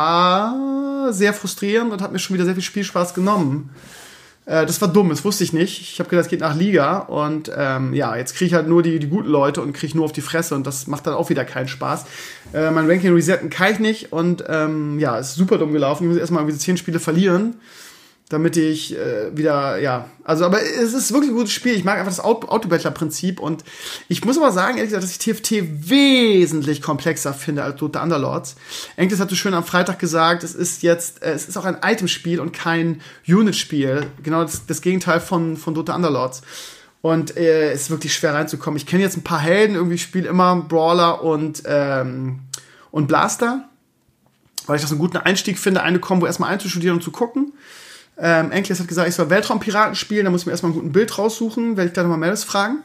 war sehr frustrierend und hat mir schon wieder sehr viel Spielspaß genommen. Äh, das war dumm, das wusste ich nicht. Ich habe gedacht, es geht nach Liga. Und ähm, ja, jetzt kriege ich halt nur die, die guten Leute und kriege nur auf die Fresse. Und das macht dann auch wieder keinen Spaß. Äh, mein Ranking resetten kann ich nicht. Und ähm, ja, ist super dumm gelaufen. Ich muss erstmal irgendwie zehn Spiele verlieren, damit ich äh, wieder, ja, also, aber es ist wirklich ein gutes Spiel. Ich mag einfach das Autobattler-Prinzip und ich muss aber sagen, ehrlich gesagt, dass ich T F T wesentlich komplexer finde als Dota Underlords. Enkles hatte schön am Freitag gesagt, es ist jetzt, äh, es ist auch ein Itemspiel und kein Unit-Spiel. Genau das, das Gegenteil von, von Dota Underlords. Und äh, es ist wirklich schwer reinzukommen. Ich kenne jetzt ein paar Helden, irgendwie spiele immer Brawler und, ähm, und Blaster, weil ich das einen guten Einstieg finde, eine Combo erstmal einzustudieren und zu gucken. Ähm, Enclaves hat gesagt, ich soll Weltraumpiraten spielen, da muss ich mir erstmal ein gutes Bild raussuchen, werde ich gleich nochmal Maris fragen.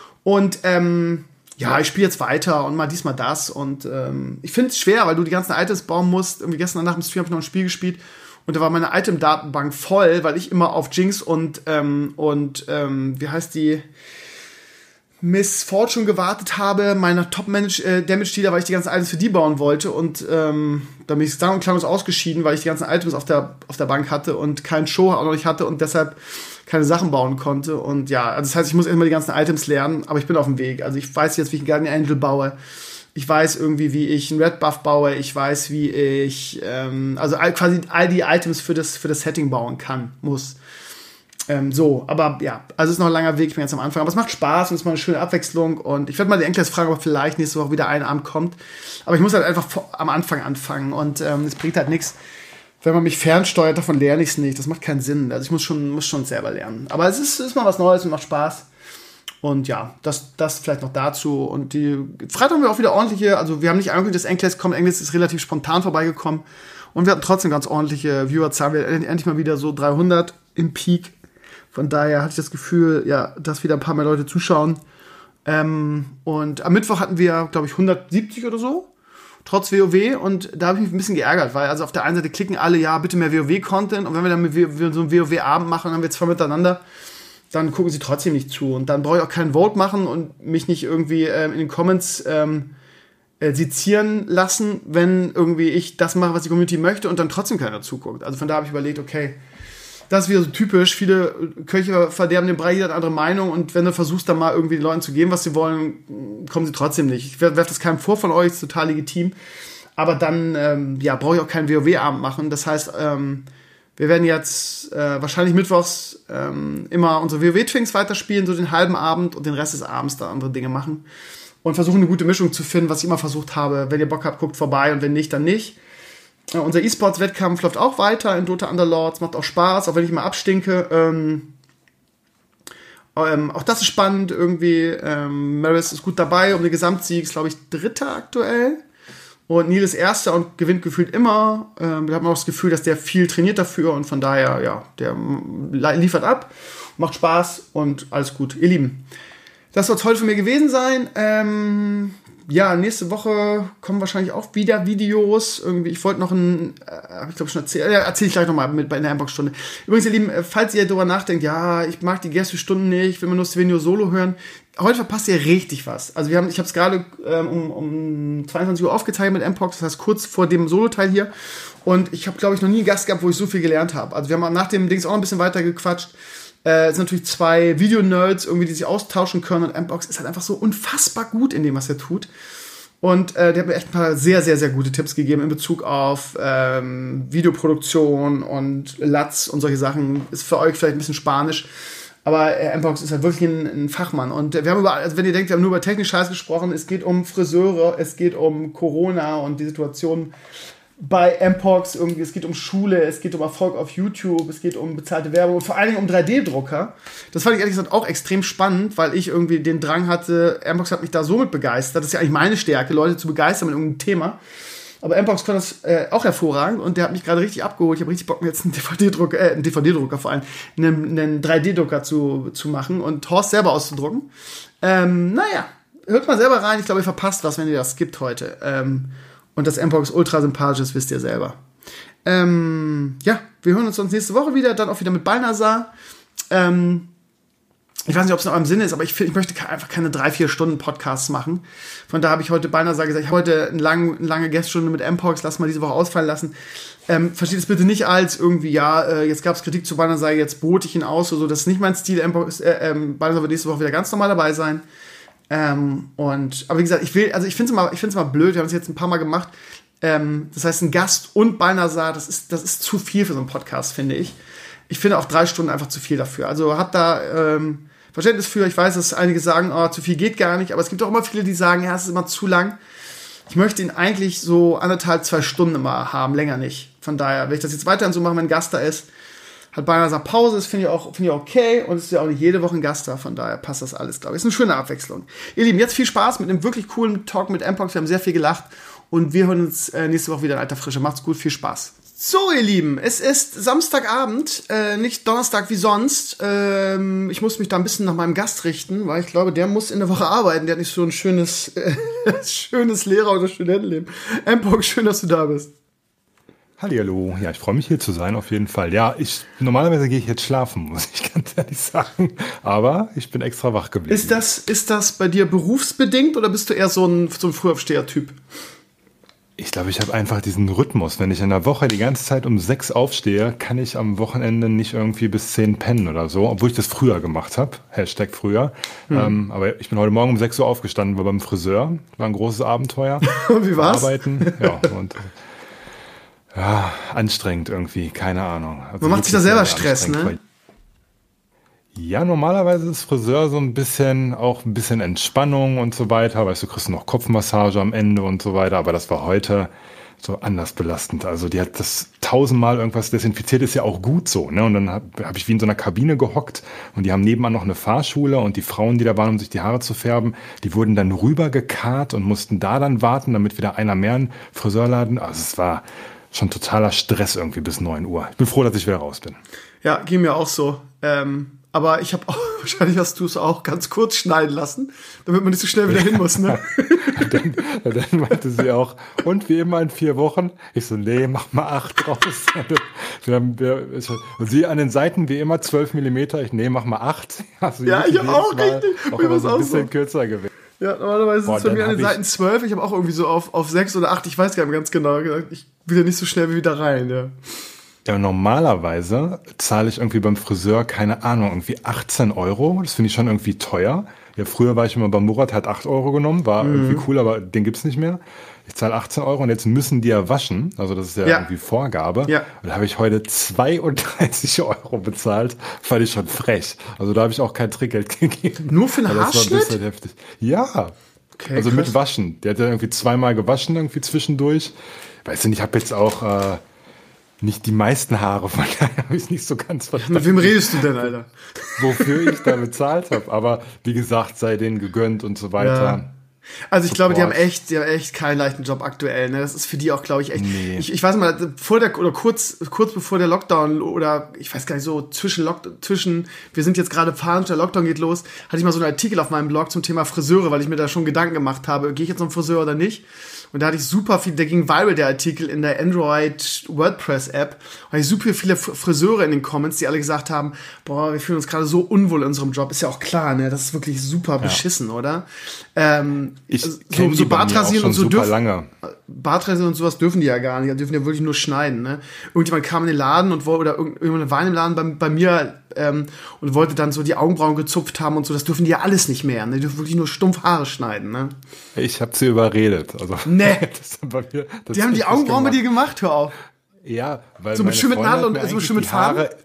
Und ähm, ja, ich spiele jetzt weiter und mal diesmal das. Und ähm, ich finde es schwer, weil du die ganzen Items bauen musst. Irgendwie gestern nach dem Stream habe ich noch ein Spiel gespielt und da war meine Item-Datenbank voll, weil ich immer auf Jinx und, ähm, und ähm, wie heißt die, Miss Fortune gewartet habe, meiner Top-Damage-Dealer, weil ich die ganzen Items für die bauen wollte und ähm, da bin ich sang- und klanglos ausgeschieden, weil ich die ganzen Items auf der, auf der Bank hatte und keinen Show auch noch nicht hatte und deshalb keine Sachen bauen konnte und ja, also das heißt, ich muss erstmal die ganzen Items lernen, aber ich bin auf dem Weg, also ich weiß jetzt, wie ich einen Guardian Angel baue, ich weiß irgendwie, wie ich einen Red Buff baue, ich weiß, wie ich ähm, also all, quasi all die Items für das, für das Setting bauen kann, muss. Ähm, so, aber ja, also es ist noch ein langer Weg, ich bin jetzt am Anfang, aber es macht Spaß und es ist mal eine schöne Abwechslung und ich werde mal die Enclaves fragen, ob vielleicht nächste Woche wieder ein Abend kommt, aber ich muss halt einfach vor, am Anfang anfangen und ähm, es bringt halt nichts, wenn man mich fernsteuert, davon lerne ich es nicht, das macht keinen Sinn, also ich muss schon, muss schon selber lernen, aber es ist, ist mal was Neues und macht Spaß und ja, das, das vielleicht noch dazu und die Freitag haben wir auch wieder ordentliche, also wir haben nicht angekündigt, dass Enclaves kommt, Enclaves ist relativ spontan vorbeigekommen und wir hatten trotzdem ganz ordentliche Viewerzahlen, wir hatten endlich mal wieder so dreihundert im Peak. Von daher hatte ich das Gefühl, ja, dass wieder ein paar mehr Leute zuschauen. Ähm, und am Mittwoch hatten wir, glaube ich, hundertsiebzig oder so, trotz WoW. Und da habe ich mich ein bisschen geärgert, weil also auf der einen Seite klicken alle, ja, bitte mehr WoW-Content. Und wenn wir dann mit w- so einen WoW-Abend machen, dann haben wir zwei miteinander, dann gucken sie trotzdem nicht zu. Und dann brauche ich auch keinen Vote machen und mich nicht irgendwie ähm, in den Comments ähm, äh, sezieren lassen, wenn irgendwie ich das mache, was die Community möchte und dann trotzdem keiner zuguckt. Also von da habe ich überlegt, okay, das ist wieder so typisch. Viele Köche verderben den Brei, jeder hat eine andere Meinung. Und wenn du versuchst, dann mal irgendwie den Leuten zu geben, was sie wollen, kommen sie trotzdem nicht. Ich werfe das keinem vor von euch, ist total legitim. Aber dann, ähm, ja, brauche ich auch keinen WoW-Abend machen. Das heißt, ähm, wir werden jetzt äh, wahrscheinlich mittwochs ähm, immer unsere WoW-Twinks weiterspielen, so den halben Abend und den Rest des Abends da andere Dinge machen. und versuchen eine gute Mischung zu finden, was ich immer versucht habe. Wenn ihr Bock habt, guckt vorbei und wenn nicht, dann nicht. Äh, unser E-Sports-Wettkampf läuft auch weiter in Dota Underlords, macht auch Spaß, auch wenn ich mal abstinke. Ähm, ähm, auch das ist spannend irgendwie. Ähm, Maris ist gut dabei um den Gesamtsieg, ist glaube ich Dritter aktuell. Und Neil ist Erster und gewinnt gefühlt immer. Ähm, wir haben auch das Gefühl, dass der viel trainiert dafür und von daher, ja, der liefert ab, macht Spaß und alles gut. Ihr Lieben, das soll es heute von mir gewesen sein. Ähm, ja, nächste Woche kommen wahrscheinlich auch wieder Videos. Irgendwie, ich wollte noch ein, äh, habe ich glaube schon erzählt, ja, erzähle ich gleich nochmal mit bei in der Inbox-Stunde. Übrigens, ihr Lieben, falls ihr darüber nachdenkt, ja, ich mag die Gästestunden nicht, will man nur Svenio Solo hören, heute verpasst ihr richtig was. Also wir haben, ich habe es gerade ähm, um, um zweiundzwanzig Uhr aufgeteilt mit M-Pox, das heißt kurz vor dem Solo-Teil hier. Und ich habe, glaube ich, noch nie einen Gast gehabt, wo ich so viel gelernt habe. Also wir haben nach dem Dings auch noch ein bisschen weiter gequatscht. Äh, es sind natürlich zwei Videonerds, irgendwie, die sich austauschen können. Und M-Pox ist halt einfach so unfassbar gut in dem, was er tut. Und äh, der hat mir echt ein paar sehr, sehr, sehr gute Tipps gegeben in Bezug auf ähm, Videoproduktion und L A Ts und solche Sachen. Ist für euch vielleicht ein bisschen Spanisch. Aber äh, M-Pox ist halt wirklich ein, ein Fachmann. Und wir haben über, also wenn ihr denkt, wir haben nur über technisch Scheiß gesprochen, es geht um Friseure, es geht um Corona und die Situation bei M-Pox, irgendwie, es geht um Schule, es geht um Erfolg auf YouTube, es geht um bezahlte Werbung und vor allen Dingen um drei D-Drucker. Das fand ich ehrlich gesagt auch extrem spannend, weil ich irgendwie den Drang hatte, M-Pox hat mich da so mit begeistert, das ist ja eigentlich meine Stärke, Leute zu begeistern mit irgendeinem Thema. Aber M-Pox kann das äh, auch hervorragend und der hat mich gerade richtig abgeholt. Ich habe richtig Bock, mir jetzt einen D V D-Drucker, äh, einen D V D-Drucker vor allem, einen, einen drei D-Drucker zu, zu machen und Horst selber auszudrucken. Ähm, naja, hört mal selber rein. Ich glaube, ihr verpasst was, wenn ihr das skippt heute. Ähm, und das M-Pox ultra sympathisch ist, wisst ihr selber. Ähm, ja, wir hören uns sonst nächste Woche wieder, dann auch wieder mit Balnasar. Ähm, Ich weiß nicht, ob es noch im Sinne ist, aber ich, find, ich möchte einfach keine drei, vier Stunden Podcasts machen. Von da habe ich heute beinahe gesagt, ich habe heute eine lange, eine lange Gaststunde mit M-Pox, lass mal diese Woche ausfallen lassen. Ähm, versteht es bitte nicht als irgendwie, ja, äh, jetzt gab es Kritik zu Balnasar, jetzt bote ich ihn aus oder so. Das ist nicht mein Stil. M-Pox, äh, ähm, Balnasar wird nächste Woche wieder ganz normal dabei sein. Ähm, und, aber wie gesagt, ich will, also ich finde es immer, ich finde es immer blöd, wir haben es jetzt ein paar Mal gemacht. Ähm, das heißt, ein Gast und Balnasar, das ist, das ist zu viel für so einen Podcast, finde ich. Ich finde auch drei Stunden einfach zu viel dafür. Also habt da, ähm, Verständnis für, ich weiß, dass einige sagen, oh, zu viel geht gar nicht, aber es gibt auch immer viele, die sagen, ja, es ist immer zu lang. Ich möchte ihn eigentlich so anderthalb, zwei Stunden immer haben, länger nicht. Von daher, wenn ich das jetzt weiterhin so mache, wenn ein Gast da ist, hat beinahe Pause, das finde ich auch, finde ich auch okay und es ist ja auch nicht jede Woche ein Gast da, von daher passt das alles, glaube ich. Ist eine schöne Abwechslung. Ihr Lieben, jetzt viel Spaß mit einem wirklich coolen Talk mit M-Pox, wir haben sehr viel gelacht und wir hören uns äh, nächste Woche wieder in alter Frische. Macht's gut, viel Spaß. So, ihr Lieben, es ist Samstagabend, äh, nicht Donnerstag wie sonst. Ähm, ich muss mich da ein bisschen nach meinem Gast richten, weil ich glaube, der muss in der Woche arbeiten. Der hat nicht so ein schönes, äh, schönes Lehrer- oder Studentenleben. M-Pox, schön, dass du da bist.
Hallihallo, ja, ich freue mich hier zu sein, auf jeden Fall. Ja, ich normalerweise gehe ich jetzt schlafen, muss ich ganz ehrlich sagen. Aber ich bin extra wach geblieben.
Ist das, ist das bei dir berufsbedingt oder bist du eher so ein, so ein Frühaufsteher-Typ?
Ich glaube, ich habe einfach diesen Rhythmus. Wenn ich in der Woche die ganze Zeit um sechs aufstehe, kann ich am Wochenende nicht irgendwie bis zehn pennen oder so, obwohl ich das früher gemacht habe. Hashtag früher. Hm. Ähm, aber ich bin heute Morgen um sechs Uhr aufgestanden, war beim Friseur. War ein großes Abenteuer.
Wie war's?
Arbeiten. Ja, und ja, anstrengend irgendwie, keine Ahnung. Also
man macht sich da selber Stress, ne?
Ja, normalerweise ist Friseur so ein bisschen, auch ein bisschen Entspannung und so weiter. Weißt du, kriegst noch Kopfmassage am Ende und so weiter. Aber das war heute so anders belastend. Also die hat das tausendmal irgendwas desinfiziert, ist ja auch gut so, ne? Und dann habe hab ich wie in so einer Kabine gehockt und die haben nebenan noch eine Fahrschule und die Frauen, die da waren, um sich die Haare zu färben, die wurden dann rübergekarrt und mussten da dann warten, damit wieder einer mehr einen Friseurladen. Also es war schon totaler Stress irgendwie bis neun Uhr. Ich bin froh, dass ich wieder raus bin.
Ja, ging mir auch so. Ähm Aber ich habe auch, wahrscheinlich hast du es auch ganz kurz schneiden lassen, damit man nicht so schnell wieder hin muss, ne?
dann, dann meinte sie auch, und wie immer in vier Wochen? Ich so, nee, mach mal acht draus. Wir haben, wir, und sie an den Seiten wie immer zwölf Millimeter. Ich, nee, mach mal acht. Also
ja, ich habe auch richtig.
Auch immer so ein bisschen so kürzer gewesen.
Ja, normalerweise ist es bei mir an den Seiten zwölf. Ich habe auch irgendwie so auf, auf sechs oder acht, ich weiß gar nicht ganz genau. Ich will ja nicht so schnell wieder rein, ja.
Ja, normalerweise zahle ich irgendwie beim Friseur, keine Ahnung, irgendwie achtzehn Euro. Das finde ich schon irgendwie teuer. Ja, früher war ich immer beim Murat, hat acht Euro genommen, war mhm. irgendwie cool, aber den gibt's nicht mehr. Ich zahle achtzehn Euro und jetzt müssen die ja waschen. Also das ist ja, ja. irgendwie Vorgabe. Ja. Und da habe ich heute zweiunddreißig Euro bezahlt. Fand ich schon frech. Also da habe ich auch kein Trickgeld gegeben.
Nur für einen
Haarschnitt?
Das war ein bisschen
heftig. Ja.
Okay,
also
krass.
mit Waschen. Der hat ja irgendwie zweimal gewaschen irgendwie zwischendurch. Weißt du, ich habe jetzt auch äh, nicht die meisten Haare, von daher habe ich es nicht so ganz verstanden.
Mit wem redest du denn, Alter?
Wofür ich da bezahlt habe. Aber wie gesagt, sei denen gegönnt und so weiter.
Ja. Also ich glaube, die haben
Support.
echt, die haben echt keinen leichten Job aktuell. Ne? Das ist für die auch, glaube ich, echt.
Nee.
Ich, ich weiß mal, vor der oder kurz kurz bevor der Lockdown oder ich weiß gar nicht so zwischen Lock, zwischen wir sind jetzt gerade fahren, der Lockdown geht los, hatte ich mal so einen Artikel auf meinem Blog zum Thema Friseure, weil ich mir da schon Gedanken gemacht habe, gehe ich jetzt zum Friseur oder nicht? Und da hatte ich super viel, der ging viral, der Artikel in der Android WordPress App. Und hatte ich super viele Friseure in den Comments, die alle gesagt haben, boah, wir fühlen uns gerade so unwohl in unserem Job. Ist ja auch klar, ne? Das ist wirklich super ja. beschissen, oder? Ähm,
ich
so
so
Bartrasieren und so
super
dürfen,
lange.
Bartrasieren und sowas dürfen die ja gar nicht. Die dürfen ja wirklich nur schneiden, ne? Irgendjemand kam in den Laden und wollte, oder irgendjemand war in dem Laden bei, bei mir ähm, und wollte dann so die Augenbrauen gezupft haben und so. Das dürfen die ja alles nicht mehr, ne? Die dürfen wirklich nur stumpf Haare schneiden, ne?
Ich habe sie überredet. Also,
nee.
das bei mir, das
die haben die Augenbrauen bei dir gemacht, hör auf.
Ja, weil
so mit schön mit Nadel und so schön mit Faden?
Haare,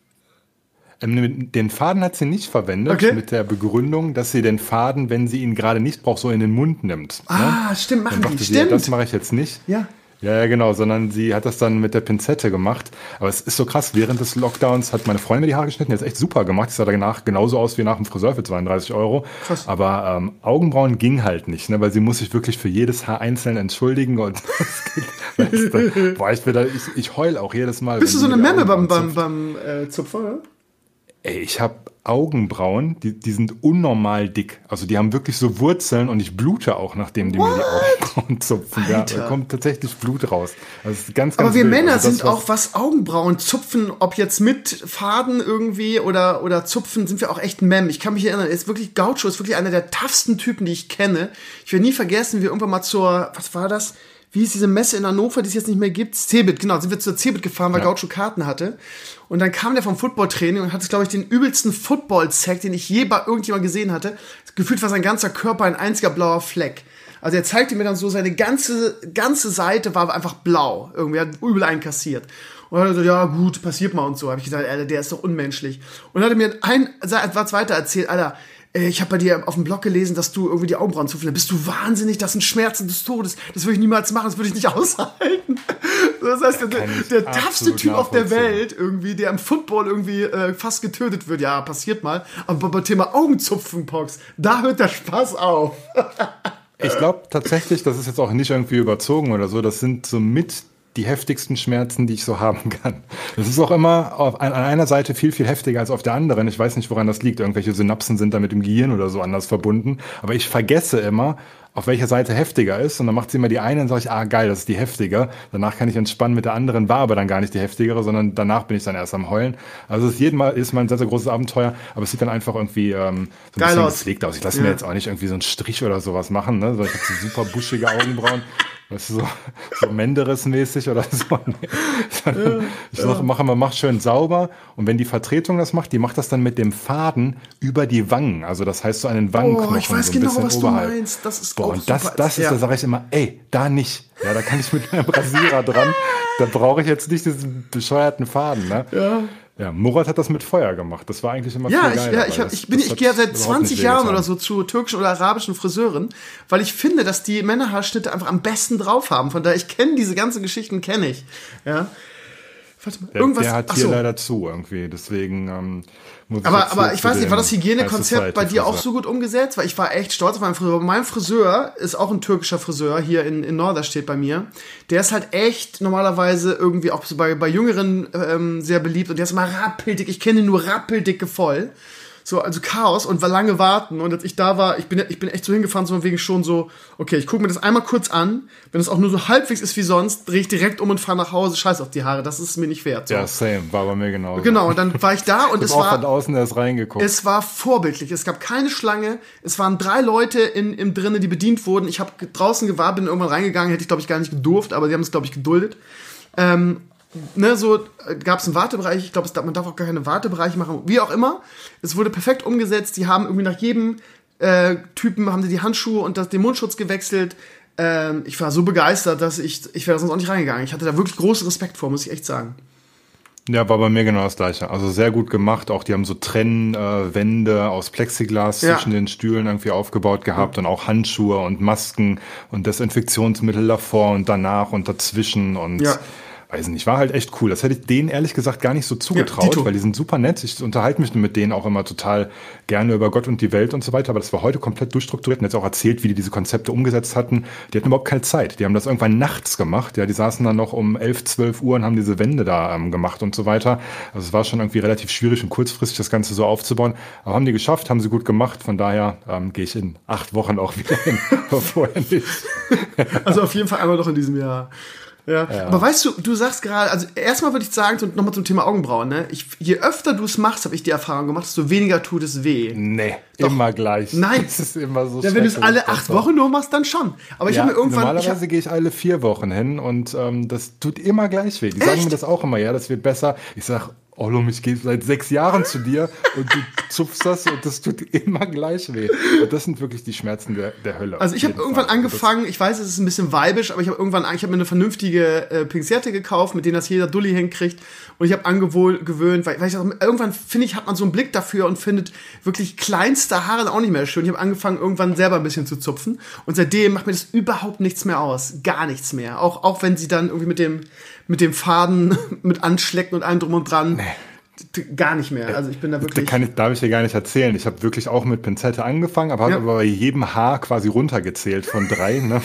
ähm, den Faden hat sie nicht verwendet,
okay.
mit der Begründung, dass sie den Faden, wenn sie ihn gerade nicht braucht, so in den Mund nimmt.
Ah,
ne?
stimmt, machen
dann
die,
sie,
stimmt.
Ja, das mache ich jetzt nicht.
Ja.
Ja, ja, genau, sondern sie hat das dann mit der Pinzette gemacht. Aber es ist so krass, während des Lockdowns hat meine Freundin mir die Haare geschnitten, die hat es echt super gemacht. Die sah danach genauso aus wie nach dem Friseur für zweiunddreißig Euro.
Krass.
Aber ähm, Augenbrauen ging halt nicht, ne, weil sie muss sich wirklich für jedes Haar einzeln entschuldigen. Und das geht, weißt du, boah, ich, wieder, ich, ich heul auch jedes Mal.
Bist du so eine Memme beim, beim, beim äh, Zupfer, oder?
Ey, ich habe Augenbrauen, die, die sind unnormal dick. Also die haben wirklich so Wurzeln und ich blute auch, nachdem die What? mir die Augenbrauen zupfen. Ja, da kommt tatsächlich Blut raus. Also das ist ganz, ganz
Aber wir
wild.
Männer
also das,
sind auch, was Augenbrauen zupfen, ob jetzt mit Faden irgendwie oder, oder zupfen, sind wir auch echt Mem. Ich kann mich erinnern, er ist wirklich, Gaucho ist wirklich einer der toughsten Typen, die ich kenne. Ich werde nie vergessen, wie wir irgendwann mal zur, was war das? Wie hieß diese Messe in Hannover, die es jetzt nicht mehr gibt? Cebit, genau, sind wir zur Cebit gefahren, weil ja. Gaucho Karten hatte. Und dann kam der vom Footballtraining und hatte, glaube ich, den übelsten Football-Sack, den ich je bei irgendjemand gesehen hatte. Gefühlt war sein ganzer Körper ein einziger blauer Fleck. Also er zeigte mir dann so, seine ganze, ganze Seite war einfach blau. Irgendwie hat übel einkassiert. Und dann hat er so, ja gut, passiert mal und so. Habe ich gesagt, Alter, der ist doch unmenschlich. Und dann hat er mir ein Satz weiter erzählt, Alter, ich habe bei dir auf dem Blog gelesen, dass du irgendwie die Augenbrauen zupfen. Bist du wahnsinnig? Das sind Schmerzen des Todes. Das würde ich niemals machen. Das würde ich nicht aushalten. Das heißt, der, der toughste Typ auf der Welt irgendwie, der im Football irgendwie äh, fast getötet wird. Ja, passiert mal. Aber beim Thema Augenzupfen, Pox, da hört der Spaß auf.
Ich glaube tatsächlich, das ist jetzt auch nicht irgendwie überzogen oder so. Das sind so mit die heftigsten Schmerzen, die ich so haben kann. Das ist auch immer auf, an einer Seite viel, viel heftiger als auf der anderen. Ich weiß nicht, woran das liegt. Irgendwelche Synapsen sind da mit dem Gehirn oder so anders verbunden. Aber ich vergesse immer, auf welcher Seite heftiger ist. Und dann macht sie immer die eine und sage ich, ah geil, das ist die heftiger. Danach kann ich entspannen mit der anderen, war aber dann gar nicht die heftigere, sondern danach bin ich dann erst am Heulen. Also es ist jedes Mal ist mal ein sehr, sehr großes Abenteuer, aber es sieht dann einfach irgendwie ähm, so ein
geil
bisschen
aus.
gepflegt aus. Ich lasse
ja.
mir jetzt auch nicht irgendwie so einen Strich oder sowas machen. Ne? So, ich habe so super buschige Augenbrauen. Weißt du, so, so Menderes-mäßig oder so. Nee. Ja, ich sag, ja. mach, mach schön sauber. Und wenn die Vertretung das macht, die macht das dann mit dem Faden über die Wangen. Also das heißt so an den Wangenknochen.
Oh, ich weiß
so ein
genau,
bisschen
was
oberhalb.
du meinst. Das ist
Boah,
auch
und das,
super.
das ist,
ja.
da sage ich immer, ey, da nicht. Ja, da kann ich mit meinem Rasierer dran. Da brauche ich jetzt nicht diesen bescheuerten Faden. Ne?
Ja.
Ja, Murat hat das mit Feuer gemacht. Das war eigentlich immer
ja,
viel
ich,
geiler.
Ja, ich, hab,
das,
ich, bin, ich gehe ja seit zwanzig Jahren oder so zu türkischen oder arabischen Friseuren, weil ich finde, dass die Männerhaarschnitte einfach am besten drauf haben. Von daher, ich kenne diese ganzen Geschichten, kenne ich. Ja. Warte mal,
der,
irgendwas,
der hat hier
achso.
leider zu irgendwie, deswegen ähm, muss ich
Aber,
jetzt
aber ich weiß nicht, war das Hygienekonzept bei dir
Friseur.
auch so gut umgesetzt? Weil ich war echt stolz auf meinen Friseur. Mein Friseur ist auch ein türkischer Friseur hier in, in Norderstedt bei mir. Der ist halt echt normalerweise irgendwie auch so bei, bei Jüngeren ähm, sehr beliebt und der ist immer rappeldick. Ich kenne ihn nur rappeldicke voll. So, also Chaos und war lange warten. Und als ich da war, ich bin, ich bin echt so hingefahren, so wegen schon so, okay, ich gucke mir das einmal kurz an. Wenn es auch nur so halbwegs ist wie sonst, drehe ich direkt um und fahre nach Hause. Scheiß auf die Haare, das ist mir nicht wert. So.
Ja, same, war bei mir genauso.
Genau, und dann war ich da und es
auch
war...
von außen erst reingeguckt.
Es war vorbildlich. Es gab keine Schlange. Es waren drei Leute in, im drinnen, die bedient wurden. Ich habe draußen gewartet, bin irgendwann reingegangen. Hätte ich, glaube ich, gar nicht gedurft, aber die haben es, glaube ich, geduldet. Ähm... Ne, so gab es einen Wartebereich, ich glaube, man darf auch gar keine Wartebereiche machen, wie auch immer. Es wurde perfekt umgesetzt, die haben irgendwie nach jedem äh, Typen haben die, die Handschuhe und das, den Mundschutz gewechselt. Ähm, ich war so begeistert, dass ich, ich wäre sonst auch nicht reingegangen. Ich hatte da wirklich großen Respekt vor, muss ich echt sagen.
Ja, war bei mir genau das Gleiche. Also sehr gut gemacht. Auch die haben so Trennwände äh, aus Plexiglas
Ja.
zwischen den Stühlen irgendwie aufgebaut gehabt und auch Handschuhe und Masken und Desinfektionsmittel davor und danach und dazwischen und
Ja.
weiß nicht, war halt echt cool. Das hätte ich denen ehrlich gesagt gar nicht so zugetraut,
Dito.
weil die sind super nett. Ich unterhalte mich mit denen auch immer total gerne über Gott und die Welt und so weiter. Aber das war heute komplett durchstrukturiert und jetzt auch erzählt, wie die diese Konzepte umgesetzt hatten. Die hatten überhaupt keine Zeit. Die haben das irgendwann nachts gemacht. Ja, die saßen dann noch um elf, zwölf Uhr und haben diese Wände da ähm, gemacht und so weiter. Also es war schon irgendwie relativ schwierig und kurzfristig das Ganze so aufzubauen. Aber haben die geschafft, haben sie gut gemacht. Von daher ähm, gehe ich in acht Wochen auch wieder hin. Vorher nicht.
Also auf jeden Fall einmal noch in diesem Jahr. Ja. ja. Aber weißt du, du sagst gerade, also erstmal würde ich sagen, nochmal zum Thema Augenbrauen, ne? Ich, je öfter du es machst, habe ich die Erfahrung gemacht, desto weniger tut es weh.
Nee,
Doch.
immer gleich.
Nein.
Das ist immer so
ja, wenn du es alle acht Wochen nur machst, dann schon. Aber ich
ja,
habe mir irgendwann...
Normalerweise
ich hab,
gehe ich alle vier Wochen hin und ähm, das tut immer gleich weh. Die sagen
Echt?
mir das auch immer, ja, das wird besser. Ich sag, Ollum, ich gehe seit sechs Jahren zu dir und du zupfst das und das tut immer gleich weh. Und das sind wirklich die Schmerzen der, der Hölle.
Also ich habe irgendwann
Fall.
angefangen, ich weiß, es ist ein bisschen weibisch, aber ich habe irgendwann, ich habe mir eine vernünftige äh, Pinzette gekauft, mit denen das jeder Dulli hinkriegt. Und ich habe angewöhnt, weil, weil ich auch, irgendwann finde ich, hat man so einen Blick dafür und findet wirklich kleinste Haare auch nicht mehr schön. Ich habe angefangen, irgendwann selber ein bisschen zu zupfen. Und seitdem macht mir das überhaupt nichts mehr aus. Gar nichts mehr. Auch, auch wenn sie dann irgendwie mit dem, mit dem Faden mit anschlecken und allem drum und dran. Nee. Gar nicht mehr. Also ich bin da wirklich...
Da kann ich, darf ich dir gar nicht erzählen. Ich habe wirklich auch mit Pinzette angefangen, aber habe
Ja.
aber bei jedem Haar quasi runtergezählt von drei. Ne?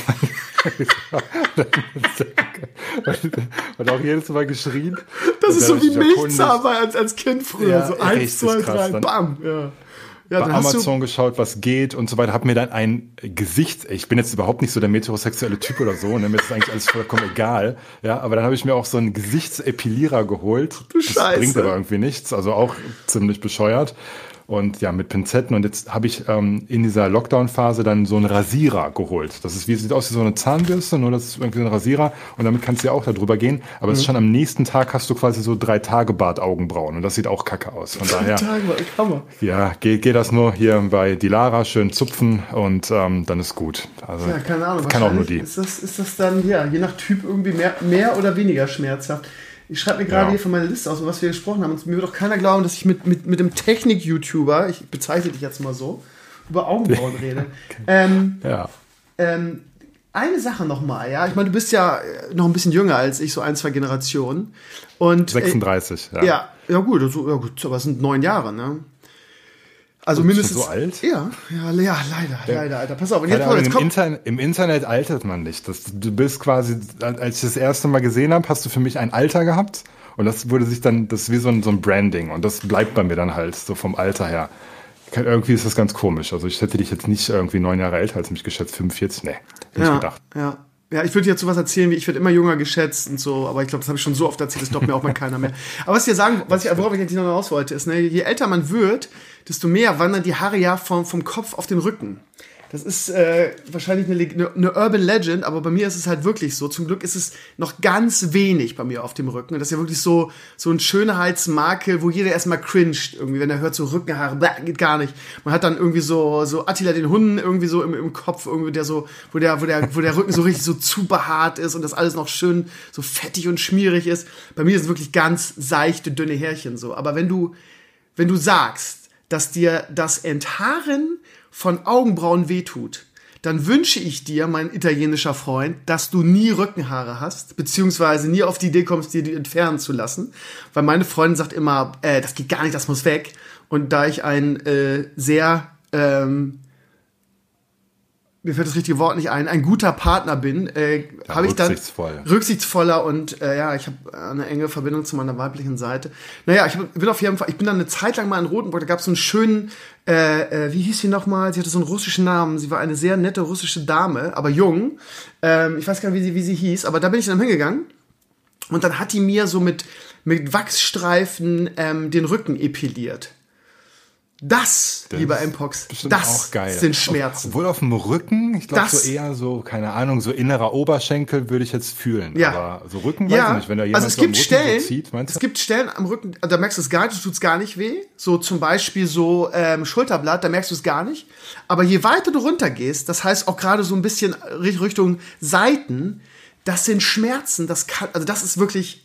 Und auch jedes Mal geschrien.
Das
Und
ist
dann
so wie
hab ich mich
Milchzauber als, als Kind früher.
Ja,
so eins,
richtig
zwei,
krass.
drei,
Dann-
bam. Ja. Ja,
bei
dann hast
Amazon
du,
geschaut, was geht und so weiter, hab mir dann ein Gesicht, ich bin jetzt überhaupt nicht so der metrosexuelle Typ oder so, ne, mir ist eigentlich alles vollkommen egal, ja, aber dann habe ich mir auch so einen Gesichtsepilierer geholt.
Du
das
Scheiße.
bringt aber irgendwie nichts, also auch ziemlich bescheuert. Und ja, mit Pinzetten. Und jetzt habe ich ähm, in dieser Lockdown-Phase dann so einen Rasierer geholt. Das ist wie, sieht aus wie so eine Zahnbürste, nur das ist irgendwie so ein Rasierer. Und damit kannst du ja auch da drüber gehen. Aber es ist schon am nächsten Tag hast du quasi so drei Tage Bart-Augenbrauen. Und das sieht auch kacke aus. Von daher,
Hammer.
ja, geh, geh das nur hier bei Dilara schön zupfen und ähm, dann ist gut. Also,
Ja, keine Ahnung.
kann auch nur
wahrscheinlich
die.
Ist das, ist das dann, ja, je nach Typ irgendwie mehr, mehr oder weniger schmerzhaft. Ich schreibe mir gerade
Ja.
hier von meiner Liste aus, über was wir gesprochen haben. Und mir wird auch keiner glauben, dass ich mit, mit, mit dem Technik-YouTuber, ich bezeichne dich jetzt mal so, über Augenbrauen rede. Ähm,
Ja.
ähm, eine Sache nochmal, ja. Ich meine, du bist ja äh, noch ein bisschen jünger als ich, so ein, zwei Generationen. Und,
sechsunddreißig,
äh,
ja.
ja. Ja, gut, also, ja gut, aber es sind neun Jahre, ne? Also
Und
mindestens.
so alt?
Ja, ja, ja, leider, leider, Alter. Pass auf, und
Keine
jetzt,
Ahnung,
jetzt
im,
kommt.
Internet, Im Internet altert man nicht. Das, du bist quasi, als ich das erste Mal gesehen habe, hast du für mich ein Alter gehabt. Und das wurde sich dann, das ist wie so ein, so ein Branding. Und das bleibt bei mir dann halt, so vom Alter her. Irgendwie ist das ganz komisch. Also ich hätte dich jetzt nicht irgendwie neun Jahre älter als mich geschätzt, fünfundvierzig, nee, hätte ich
Ja,
gedacht.
ja. Ja, ich würde jetzt sowas erzählen, wie ich werde immer jünger geschätzt und so, aber ich glaube, das habe ich schon so oft erzählt, das glaubt mir auch mal keiner mehr. Aber was ich dir sagen, was ich, worauf ich jetzt noch hinaus wollte, ist, ne, je älter man wird, desto mehr wandern die Haare ja vom, vom Kopf auf den Rücken. Das ist äh, wahrscheinlich eine, eine, eine Urban Legend, aber bei mir ist es halt wirklich so. Zum Glück ist es noch ganz wenig bei mir auf dem Rücken. Und das ist ja wirklich so, so ein Schönheitsmakel, wo jeder erstmal cringed, irgendwie, wenn er hört so Rückenhaare, bläh, geht gar nicht. Man hat dann irgendwie so, so Attila den Hunden irgendwie so im, im Kopf, irgendwie, der so, wo der, wo der, wo der Rücken so richtig so zu behaart ist und das alles noch schön so fettig und schmierig ist. Bei mir sind wirklich ganz seichte, dünne Härchen so. Aber wenn du, wenn du sagst, dass dir das Enthaaren von Augenbrauen wehtut, dann wünsche ich dir, mein italienischer Freund, dass du nie Rückenhaare hast, beziehungsweise nie auf die Idee kommst, dir die entfernen zu lassen. Weil meine Freundin sagt immer, äh, das geht gar nicht, das muss weg. Und da ich ein äh, sehr, ähm, mir fällt das richtige Wort nicht ein, ein guter Partner bin, äh,
Ja,
habe ich dann
rücksichtsvoll.
rücksichtsvoller und äh, ja, ich habe eine enge Verbindung zu meiner weiblichen Seite. Naja, ich bin auf jeden Fall, ich bin dann eine Zeit lang mal in Rotenburg, da gab es so einen schönen, äh, äh, wie hieß sie nochmal? Sie hatte so einen russischen Namen, sie war eine sehr nette russische Dame, aber jung. Ähm, ich weiß gar nicht, wie sie, wie sie hieß, aber da bin ich dann hingegangen und dann hat die mir so mit, mit Wachsstreifen ähm, den Rücken epiliert. Das,
Das
lieber
ist
Mpox,
bestimmt
das
auch geil.
sind Schmerzen.
Obwohl auf dem Rücken, ich glaube
Das-
so eher so, keine Ahnung, so innerer Oberschenkel würde ich jetzt fühlen.
Ja.
Aber so Rücken, weiß
Ja,
ich nicht, wenn da jemand
also es
so am
gibt
Rücken
Stellen,
so zieht, meinst
es
du?
gibt Stellen am Rücken, da merkst du es gar nicht, tut es gar nicht weh. So zum Beispiel so ähm, Schulterblatt, da merkst du es gar nicht. Aber je weiter du runtergehst, das heißt auch gerade so ein bisschen Richtung Seiten, das sind Schmerzen, das kann, also das ist wirklich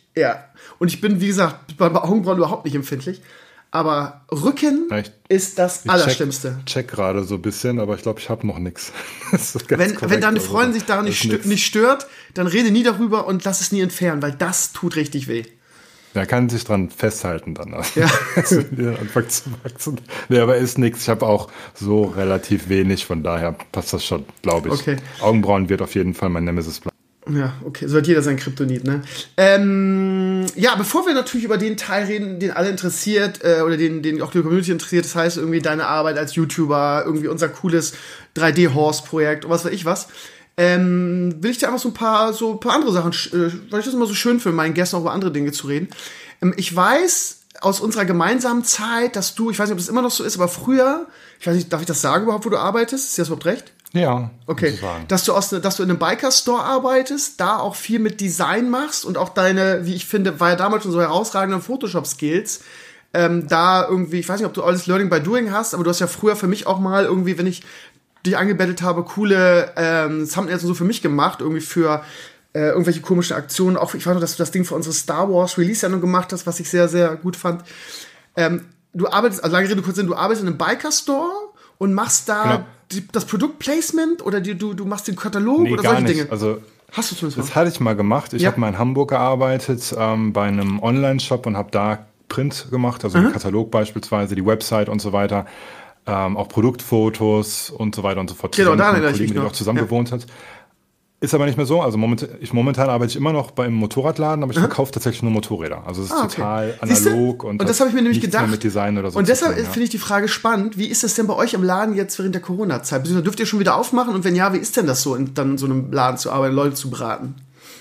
Ja. Und ich bin, wie gesagt, bei Augenbrauen überhaupt nicht empfindlich. Aber Rücken
Ja, ich,
ist das
ich
Allerschlimmste.
Check, check gerade so ein bisschen, aber ich glaube, ich habe noch nichts.
Wenn, wenn deine Freundin sich daran nicht, stö- nicht stört, dann rede nie darüber und lass es nie entfernen, weil das tut richtig weh.
Er kann sich dran festhalten dann.
Ja.
Also, anfangen zu wachsen. Nee, aber ist nichts. Ich habe auch so relativ wenig, von daher passt das schon, glaube ich.
Okay.
Augenbrauen wird auf jeden Fall mein Nemesis bleiben.
Ja, okay, so hat jeder sein Kryptonit, ne? Ähm, ja, bevor wir natürlich über den Teil reden, den alle interessiert, äh, oder den, den auch die Community interessiert, das heißt irgendwie deine Arbeit als YouTuber, irgendwie unser cooles drei D-Horse-Projekt und was weiß ich was, ähm, will ich dir einfach so ein paar, so ein paar andere Sachen, äh, weil ich das immer so schön finde, meinen Gästen auch über andere Dinge zu reden. Ähm, ich weiß aus unserer gemeinsamen Zeit, dass du, ich weiß nicht, ob das immer noch so ist, aber früher, ich weiß nicht, darf ich das sagen überhaupt, wo du arbeitest? Ist dir das überhaupt recht?
Ja.
Okay, dass du, aus, dass du in einem Biker-Store arbeitest, da auch viel mit Design machst und auch deine, wie ich finde, war ja damals schon so herausragende Photoshop-Skills, ähm, da irgendwie, ich weiß nicht, ob du alles Learning by Doing hast, aber du hast ja früher für mich auch mal irgendwie, wenn ich dich angebettelt habe, coole ähm, Thumbnails und so für mich gemacht, irgendwie für äh, irgendwelche komischen Aktionen, auch ich weiß noch, dass du das Ding für unsere Star Wars Release-Sendung gemacht hast, was ich sehr, sehr gut fand. Ähm, du arbeitest, also lange Rede, kurz Sinn, du arbeitest in einem Biker-Store und machst da genau. die, das Produktplacement oder die, du, du machst den Katalog
nee,
oder
gar
solche
nicht.
Dinge?
Also,
hast du zumindest
das
mal?
hatte ich mal gemacht. Ich
ja.
habe mal in Hamburg gearbeitet ähm, bei einem Online-Shop und habe da Print gemacht, also den Katalog beispielsweise, die Website und so weiter. Ähm, auch Produktfotos und so weiter und so fort.
Genau, da
mit
erinnere
einem
ich mich
Kollegen, der
noch.
auch zusammen
Ja.
gewohnt hat. Ist aber nicht mehr so. Also momentan, ich, momentan arbeite ich immer noch beim Motorradladen, aber ich verkaufe tatsächlich nur Motorräder. Also es ist
Ah, okay.
total
Siehste?
analog und,
und das habe ich mir nämlich
nichts
gedacht.
mehr mit Design oder so.
Und deshalb
tun, ja.
finde ich die Frage spannend. Wie ist es denn bei euch im Laden jetzt während der Corona-Zeit? Beziehungsweise dürft ihr schon wieder aufmachen? Und wenn ja, wie ist denn das so, in dann in so einem Laden zu arbeiten, Leute zu beraten?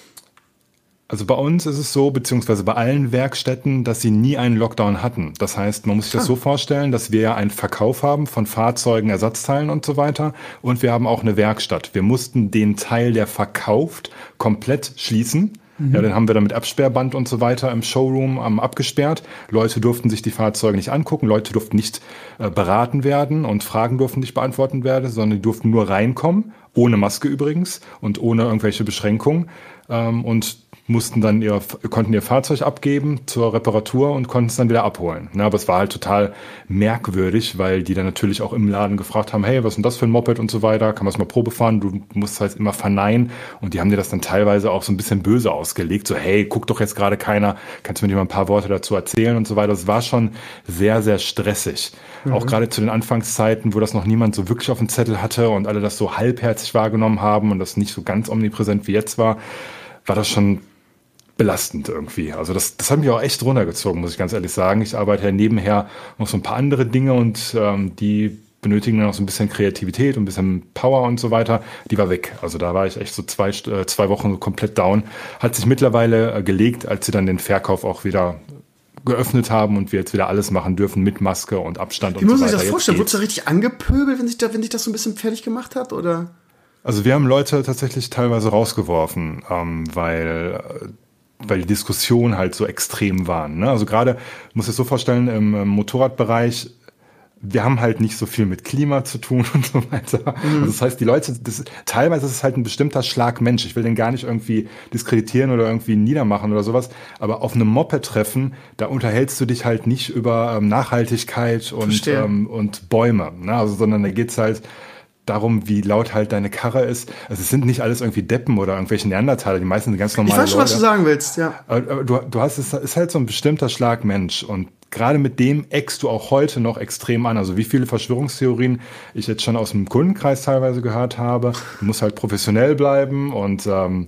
Also bei uns ist es so, beziehungsweise bei allen Werkstätten, dass sie nie einen Lockdown hatten. Das heißt, man muss sich das
Ah.
so vorstellen, dass wir ja einen Verkauf haben von Fahrzeugen, Ersatzteilen und so weiter. Und wir haben auch eine Werkstatt. Wir mussten den Teil, der verkauft, komplett schließen. Mhm. Ja, den haben wir dann mit Absperrband und so weiter im Showroom ähm, abgesperrt. Leute durften sich die Fahrzeuge nicht angucken, Leute durften nicht äh, beraten werden und Fragen durften nicht beantwortet werden, sondern die durften nur reinkommen, ohne Maske übrigens und ohne irgendwelche Beschränkungen. Ähm, und mussten dann ihr, konnten ihr Fahrzeug abgeben zur Reparatur und konnten es dann wieder abholen. Ja, aber es war halt total merkwürdig, weil die dann natürlich auch im Laden gefragt haben, hey, was ist denn das für ein Moped und so weiter, kann man es mal Probe fahren, du musst halt immer verneinen und die haben dir das dann teilweise auch so ein bisschen böse ausgelegt, so hey, guck doch jetzt gerade keiner, kannst du mir nicht mal ein paar Worte dazu erzählen und so weiter. Das war schon sehr, sehr stressig. Mhm. Auch gerade zu den Anfangszeiten, wo das noch niemand so wirklich auf dem Zettel hatte und alle das so halbherzig wahrgenommen haben und das nicht so ganz omnipräsent wie jetzt war, war das schon belastend irgendwie. Also das, das hat mich auch echt runtergezogen, muss ich ganz ehrlich sagen. Ich arbeite ja nebenher noch so ein paar andere Dinge und ähm, die benötigen dann auch so ein bisschen Kreativität und ein bisschen Power und so weiter. Die war weg. Also da war ich echt so zwei, äh, zwei Wochen so komplett down. Hat sich mittlerweile äh, gelegt, als sie dann den Verkauf auch wieder geöffnet haben und wir jetzt wieder alles machen dürfen mit Maske und Abstand und so weiter.
Wie muss man sich das vorstellen? Wurdest du richtig angepöbelt, wenn sich, da, wenn sich das so ein bisschen fertig gemacht hat? Oder?
Also wir haben Leute tatsächlich teilweise rausgeworfen, ähm, weil... Äh, weil die Diskussionen halt so extrem waren. Ne? Also gerade, muss ich es so vorstellen, im, im Motorradbereich, wir haben halt nicht so viel mit Klima zu tun und so weiter. Mhm. Also das heißt, die Leute, das, teilweise ist es halt ein bestimmter Schlag Mensch. Ich will den gar nicht irgendwie diskreditieren oder irgendwie niedermachen oder sowas. Aber auf einem Moped-Treffen, da unterhältst du dich halt nicht über ähm, Nachhaltigkeit und, ähm, und Bäume. Ne? Also, sondern da geht's halt darum, wie laut halt deine Karre ist. Also es sind nicht alles irgendwie Deppen oder irgendwelche Neandertaler, die meisten sind ganz normale Leute.
Ich weiß schon, was du sagen willst, ja.
Aber du, du hast, es ist halt so ein bestimmter Schlag Mensch und gerade mit dem eckst du auch heute noch extrem an. Also wie viele Verschwörungstheorien ich jetzt schon aus dem Kundenkreis teilweise gehört habe. Du musst halt professionell bleiben und ähm,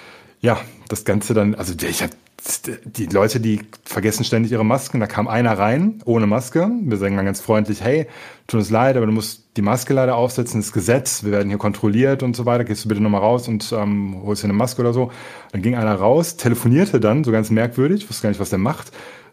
ja, das Ganze dann, also ich habe die Leute, die vergessen ständig ihre Masken. Da kam einer rein, ohne Maske. Wir sagen dann ganz freundlich, hey, tut uns leid, aber du musst die Maske leider aufsetzen, das ist Gesetz, wir werden hier kontrolliert und so weiter. Gehst du bitte nochmal raus und ähm, holst dir eine Maske oder so. Dann ging einer raus, telefonierte dann, so ganz merkwürdig, ich wusste gar nicht, was der macht.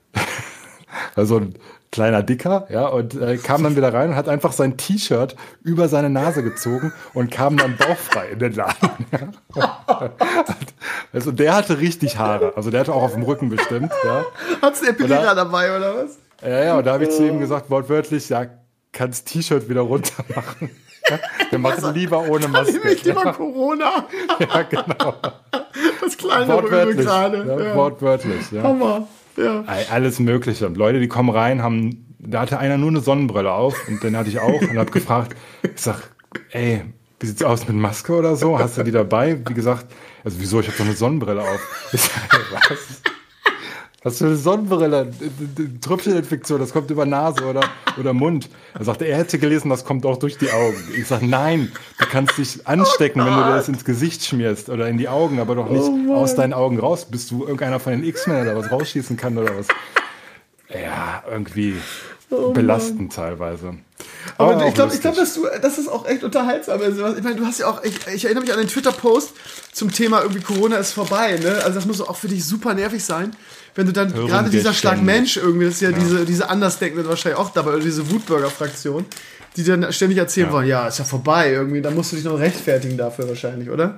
Also ein kleiner Dicker, ja, und äh, kam dann wieder rein und hat einfach sein T-Shirt über seine Nase gezogen und kam dann bauchfrei in den Laden. Ja. Also der hatte richtig Haare, also der hatte auch auf dem Rücken bestimmt. Ja.
Hat's einen Epilierer dabei, oder was?
Ja, ja, und da habe ich zu ihm gesagt, wortwörtlich, ja, kannst T-Shirt wieder runter machen. Ja, wir machen
Also,
lieber ohne Maske.
Ich lieber Corona.
Ja, genau.
Das kleine
wortwörtlich,
gerade.
Ja,
Ja.
Wortwörtlich, ja.
Hammer. Ja.
Alles Mögliche. Und Leute, die kommen rein, haben, da hatte einer nur eine Sonnenbrille auf und den hatte ich auch und habe gefragt, ich sag, ey, wie sieht's aus mit Maske oder so? Hast du die dabei? Wie gesagt, also wieso, ich habe doch eine Sonnenbrille auf. Ich sag, was? Was für eine Sonnenbrille? Tröpfcheninfektion, das kommt über Nase oder, oder Mund. Er sagte, er hätte gelesen, das kommt auch durch die Augen. Ich sage, nein, du kannst dich anstecken, oh wenn du dir das ins Gesicht schmierst oder in die Augen, aber doch nicht oh aus deinen Augen raus, bis du irgendeiner von den X-Men oder was rausschießen kann oder was. Ja, irgendwie oh belastend teilweise.
Aber, aber ich glaube, ich glaube, dass du, das ist auch echt unterhaltsam. Also, ich meine, du hast ja auch, ich, ich erinnere mich an den Twitter-Post zum Thema irgendwie Corona ist vorbei, ne? Also das muss auch für dich super nervig sein, wenn du dann Hören gerade dieser Schlag Mensch irgendwie, das ist ja, ja. diese, diese Andersdenkenden wahrscheinlich auch dabei, oder diese Wutbürger-Fraktion, die dann ständig erzählen ja. wollen, ja, ist ja vorbei irgendwie, dann musst du dich noch rechtfertigen dafür wahrscheinlich, oder?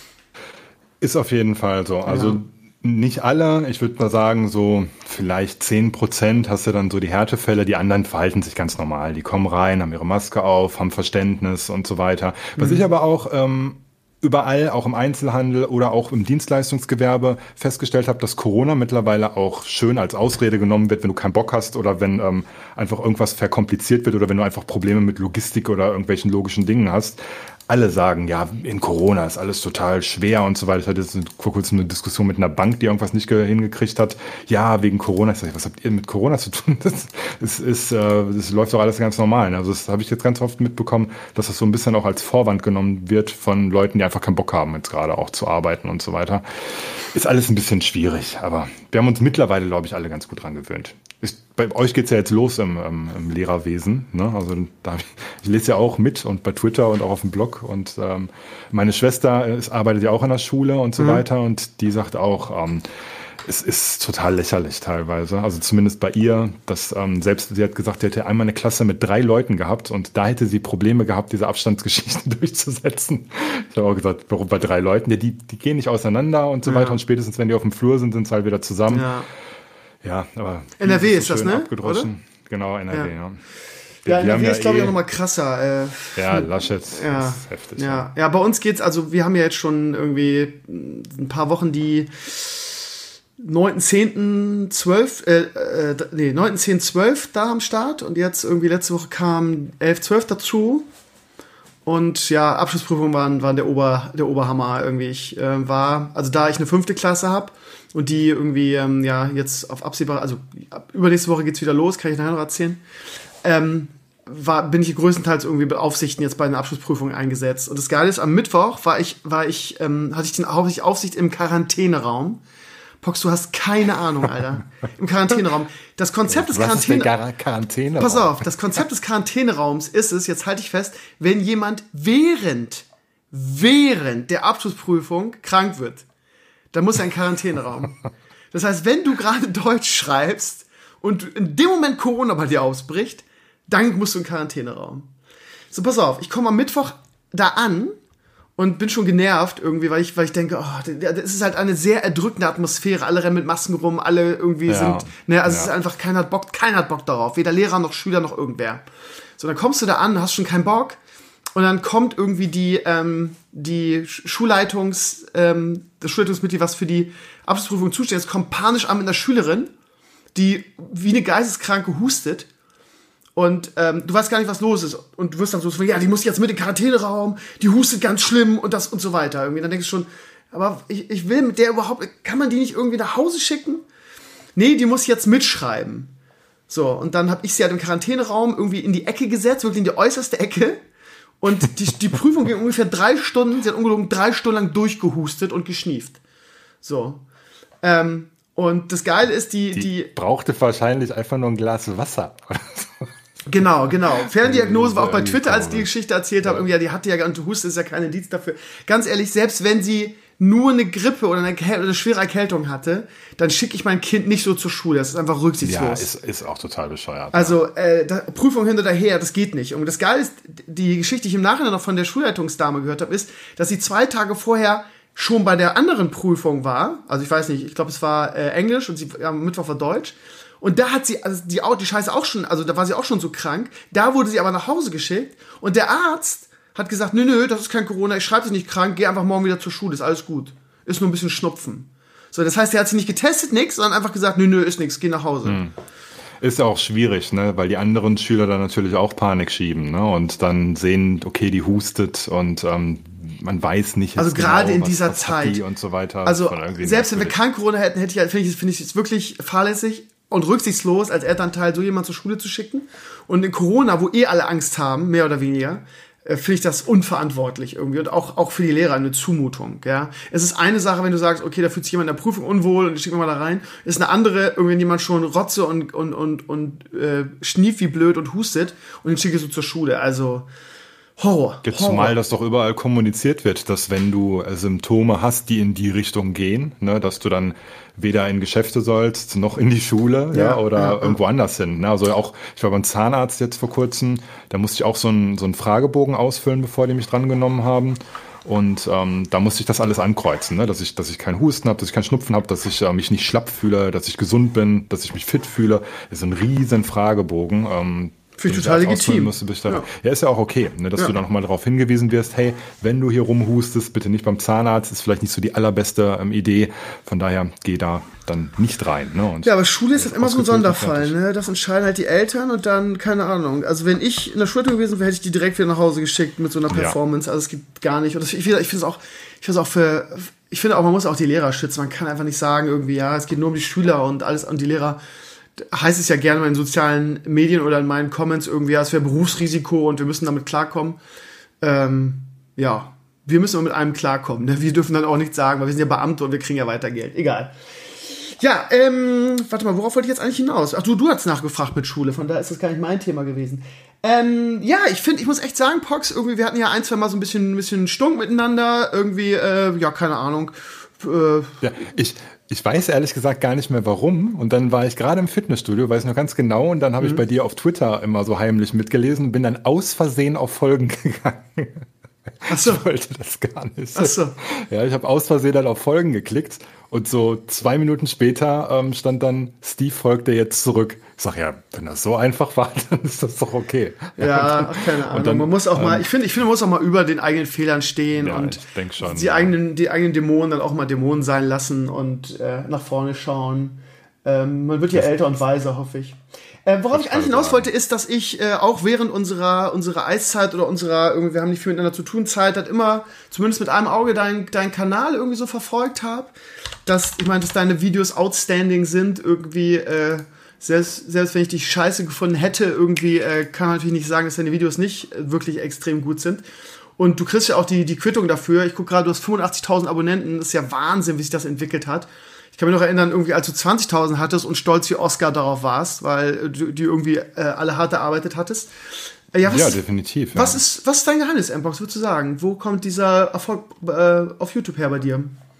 Ist auf jeden Fall so. Also ja. nicht alle, ich würde mal sagen, so vielleicht zehn Prozent hast du dann so die Härtefälle, die anderen verhalten sich ganz normal. Die kommen rein, haben ihre Maske auf, haben Verständnis und so weiter. Was mhm. ich aber auch ähm, überall, auch im Einzelhandel oder auch im Dienstleistungsgewerbe festgestellt habe, dass Corona mittlerweile auch schön als Ausrede genommen wird, wenn du keinen Bock hast oder wenn ähm, einfach irgendwas verkompliziert wird oder wenn du einfach Probleme mit Logistik oder irgendwelchen logischen Dingen hast. Alle sagen, ja, in Corona ist alles total schwer und so weiter. Ich hatte jetzt vor kurzem eine Diskussion mit einer Bank, die irgendwas nicht hingekriegt hat. Ja, wegen Corona. Ich sage, was habt ihr mit Corona zu tun? Das, ist, ist, das läuft doch alles ganz normal. Also das habe ich jetzt ganz oft mitbekommen, dass das so ein bisschen auch als Vorwand genommen wird von Leuten, die einfach keinen Bock haben, jetzt gerade auch zu arbeiten und so weiter. Ist alles ein bisschen schwierig, aber wir haben uns mittlerweile, glaube ich, alle ganz gut dran gewöhnt. Ist, bei euch geht's ja jetzt los im, im, im Lehrerwesen, ne? Also da, ich, ich lese ja auch mit und bei Twitter und auch auf dem Blog und ähm, meine Schwester ist, arbeitet ja auch an der Schule und so mhm. weiter und die sagt auch, ähm, es ist total lächerlich teilweise, also zumindest bei ihr, dass ähm, selbst sie hat gesagt, sie hätte einmal eine Klasse mit drei Leuten gehabt und da hätte sie Probleme gehabt, diese Abstandsgeschichten durchzusetzen. Ich habe auch gesagt, warum bei drei Leuten? Ja, die, die gehen nicht auseinander und so ja. weiter und spätestens, wenn die auf dem Flur sind, sind sie halt wieder zusammen. Ja. Ja, aber
N R W ist, ist das, ne?
Abgedroschen. Oder? Genau, N R W, ja.
Ja, ja N R W ist, glaube ich, auch nochmal krasser. Äh,
ja, Laschet
ja,
ist heftig.
Ja. Ja. ja, bei uns geht's, also wir haben ja jetzt schon irgendwie ein paar Wochen die neunten zehnten zwölf, äh, äh, nee, neunten zehnten zwölf da am Start und jetzt irgendwie letzte Woche kam elf zwölf dazu. Und ja, Abschlussprüfungen waren, waren der, Ober, der Oberhammer irgendwie. Ich äh, war, also da ich eine fünfte Klasse habe und die irgendwie ähm, ja jetzt auf absehbare, also ab, übernächste Woche geht's wieder los, kann ich nachher noch erzählen, ähm, war, bin ich größtenteils irgendwie Beaufsichten jetzt bei den Abschlussprüfungen eingesetzt. Und das Geile ist, am Mittwoch war ich, war ich, ähm, hatte ich den hauptsächlich Aufsicht im Quarantäneraum. Pox, du hast keine Ahnung, Alter. Im Quarantäneraum. Das Konzept des Quarantäne-
Quarantäneraum.
Pass auf, das Konzept des Quarantäneraums ist es, jetzt halte ich fest, wenn jemand während, während der Abschlussprüfung krank wird, dann muss er in den Quarantäneraum. Das heißt, wenn du gerade Deutsch schreibst und in dem Moment Corona bei dir ausbricht, dann musst du in den Quarantäneraum. So, pass auf, ich komme am Mittwoch da an und bin schon genervt irgendwie, weil ich, weil ich denke, oh, das ist halt eine sehr erdrückende Atmosphäre. Alle rennen mit Masken rum, alle irgendwie ja, sind, ne, also ja. es ist einfach, keiner hat Bock, keiner hat Bock darauf. Weder Lehrer noch Schüler noch irgendwer. So, dann kommst du da an, hast schon keinen Bock. Und dann kommt irgendwie die, ähm, die Schulleitungs, ähm, das Schulleitungsmitglied, was für die Abschlussprüfung zuständig ist, kommt panisch an mit einer Schülerin, die wie eine Geisteskranke hustet. Und ähm, du weißt gar nicht, was los ist. Und du wirst dann so, ja, die muss jetzt mit in den Quarantäneraum, die hustet ganz schlimm und das und so weiter. Irgendwie, dann denkst du schon, aber ich, ich will mit der überhaupt, kann man die nicht irgendwie nach Hause schicken? Nee, die muss jetzt mitschreiben. So, und dann habe ich sie halt im Quarantäneraum irgendwie in die Ecke gesetzt, wirklich in die äußerste Ecke. Und die, die Prüfung ging ungefähr drei Stunden, sie hat ungelogen drei Stunden lang durchgehustet und geschnieft. So. Ähm, und das Geile ist, die, die...
Die brauchte wahrscheinlich einfach nur ein Glas Wasser.
Genau, genau. Ferndiagnose war auch bei Twitter, als ich die Geschichte erzählt habe, irgendwie, ja, die hatte ja, und Husten ist ja kein Indiz dafür. Ganz ehrlich, selbst wenn sie nur eine Grippe oder eine, oder eine schwere Erkältung hatte, dann schicke ich mein Kind nicht so zur Schule. Das ist einfach rücksichtslos.
Ja, ist, ist auch total bescheuert.
Also, äh, da, Prüfung hinter daher, das geht nicht. Und das Geile ist, die Geschichte, die ich im Nachhinein noch von der Schulleitungsdame gehört habe, ist, dass sie zwei Tage vorher schon bei der anderen Prüfung war. Also ich weiß nicht, ich glaube, es war äh, Englisch und sie, ja, am Mittwoch war Deutsch. Und da hat sie, also die, die Scheiße auch schon, also da war sie auch schon so krank. Da wurde sie aber nach Hause geschickt. Und der Arzt hat gesagt, nö, nö, das ist kein Corona, ich schreibe dich nicht krank, geh einfach morgen wieder zur Schule, ist alles gut. ist nur ein bisschen Schnupfen. So, das heißt, er hat sich nicht getestet, nix, sondern einfach gesagt, nö, nö, ist nix, geh nach Hause. Hm.
Ist ja auch schwierig, ne, weil die anderen Schüler dann natürlich auch Panik schieben, ne, und dann sehen, okay, die hustet und ähm, man weiß nicht.
Also gerade
genau,
in
was,
dieser
was
Zeit.
Die und so weiter.
Also selbst wenn wir kein Corona hätten, hätte ich, finde ich, finde ich es wirklich fahrlässig und rücksichtslos, als Elternteil so jemanden zur Schule zu schicken. Und in Corona, wo eh alle Angst haben, mehr oder weniger, finde ich das unverantwortlich irgendwie und auch, auch für die Lehrer eine Zumutung, ja. Es ist eine Sache, wenn du sagst, okay, da fühlt sich jemand in der Prüfung unwohl und ich schicke mal da rein. Ist eine andere, irgendwie, wenn jemand schon Rotze und, und, und, und äh, schnieft wie blöd und hustet und den schickst du zur Schule. Also Horror.
Jetzt
Horror.
zumal das doch überall kommuniziert wird, dass wenn du äh, Symptome hast, die in die Richtung gehen, ne, dass du dann weder in Geschäfte sollst, noch in die Schule, ja, ja oder ja, irgendwo ja. anders hin. Ne? Also auch, ich war beim Zahnarzt jetzt vor kurzem, da musste ich auch so einen, so einen Fragebogen ausfüllen, bevor die mich dran genommen haben. Und ähm, da musste ich das alles ankreuzen, ne? dass ich, dass ich keinen Husten habe, dass ich keinen Schnupfen habe, dass ich äh, mich nicht schlapp fühle, dass ich gesund bin, dass ich mich fit fühle. Das ist ein riesen Fragebogen. Ähm,
Finde ich total legitim.
Musste, bis dann, ja. ja, ist ja auch okay, ne, dass ja. du dann nochmal darauf hingewiesen wirst, hey, wenn du hier rumhustest, bitte nicht beim Zahnarzt, ist vielleicht nicht so die allerbeste ähm, Idee. Von daher geh da dann nicht rein. Ne, und
ja, aber Schule ist halt immer so ein Sonderfall. Ne? Das entscheiden halt die Eltern und dann, keine Ahnung. Also wenn ich in der Schule gewesen wäre, hätte ich die direkt wieder nach Hause geschickt mit so einer Performance. Ja. Also es gibt gar nicht. Und das, ich, ich finde es auch, ich finde es auch für, ich finde auch, man muss auch die Lehrer schützen. Man kann einfach nicht sagen, irgendwie, ja, es geht nur um die Schüler und alles und die Lehrer. Heißt es ja gerne in den sozialen Medien oder in meinen Comments irgendwie, ja, es wäre Berufsrisiko und wir müssen damit klarkommen. Ähm, ja, wir müssen mit einem klarkommen. Ne? Wir dürfen dann auch nichts sagen, weil wir sind ja Beamte und wir kriegen ja weiter Geld. Egal. Ja, ähm, warte mal, worauf wollte ich jetzt eigentlich hinaus? Ach du, du hast nachgefragt mit Schule, von daher ist das gar nicht mein Thema gewesen. Ähm, ja, ich finde, ich muss echt sagen, Pox, irgendwie, wir hatten ja ein, zwei Mal so ein bisschen, ein bisschen Stunk miteinander, irgendwie, äh, ja, keine Ahnung. Äh,
ja, ich... Ich weiß ehrlich gesagt gar nicht mehr warum. Und dann war ich gerade im Fitnessstudio, weiß ich noch ganz genau. Und dann habe mhm. ich bei dir auf Twitter immer so heimlich mitgelesen und bin dann aus Versehen auf Folgen gegangen.
Ach so.
Ich wollte das gar nicht.
Ach so.
Ja, ich habe aus Versehen dann auf Folgen geklickt. Und so zwei Minuten später ähm, stand dann, Steve folgt dir jetzt zurück. Ich sag, ja, wenn das so einfach war, dann ist das doch okay.
Ja, ach, keine Ahnung. Dann, man muss auch ähm, mal, ich finde, ich finde, man muss auch mal über den eigenen Fehlern stehen
ja,
und
ich denk schon,
die,
ja.
eigenen, die eigenen Dämonen dann auch mal Dämonen sein lassen und äh, nach vorne schauen. Ähm, man wird ja das älter und weiser, hoffe ich. Äh, worauf ich eigentlich hinaus wollte, ist, dass ich äh, auch während unserer unserer Eiszeit oder unserer, irgendwie, wir haben nicht viel miteinander zu tun, Zeit, hat immer zumindest mit einem Auge deinen dein Kanal irgendwie so verfolgt habe. Dass, ich meine, dass deine Videos outstanding sind, irgendwie, äh, selbst, selbst wenn ich dich scheiße gefunden hätte, irgendwie äh, kann man natürlich nicht sagen, dass deine Videos nicht äh, wirklich extrem gut sind. Und du kriegst ja auch die, die Quittung dafür. Ich gucke gerade, du hast fünfundachtzigtausend Abonnenten. Das ist ja Wahnsinn, wie sich das entwickelt hat. Ich kann mich noch erinnern, irgendwie als du zwanzigtausend hattest und stolz wie Oscar darauf warst, weil du die irgendwie äh, alle hart erarbeitet hattest. Äh, ja, was,
ja, definitiv. Ja.
Was, ist, was ist dein Geheimnis, M-Box, würdest du sagen? Wo kommt dieser Erfolg äh, auf YouTube her bei dir?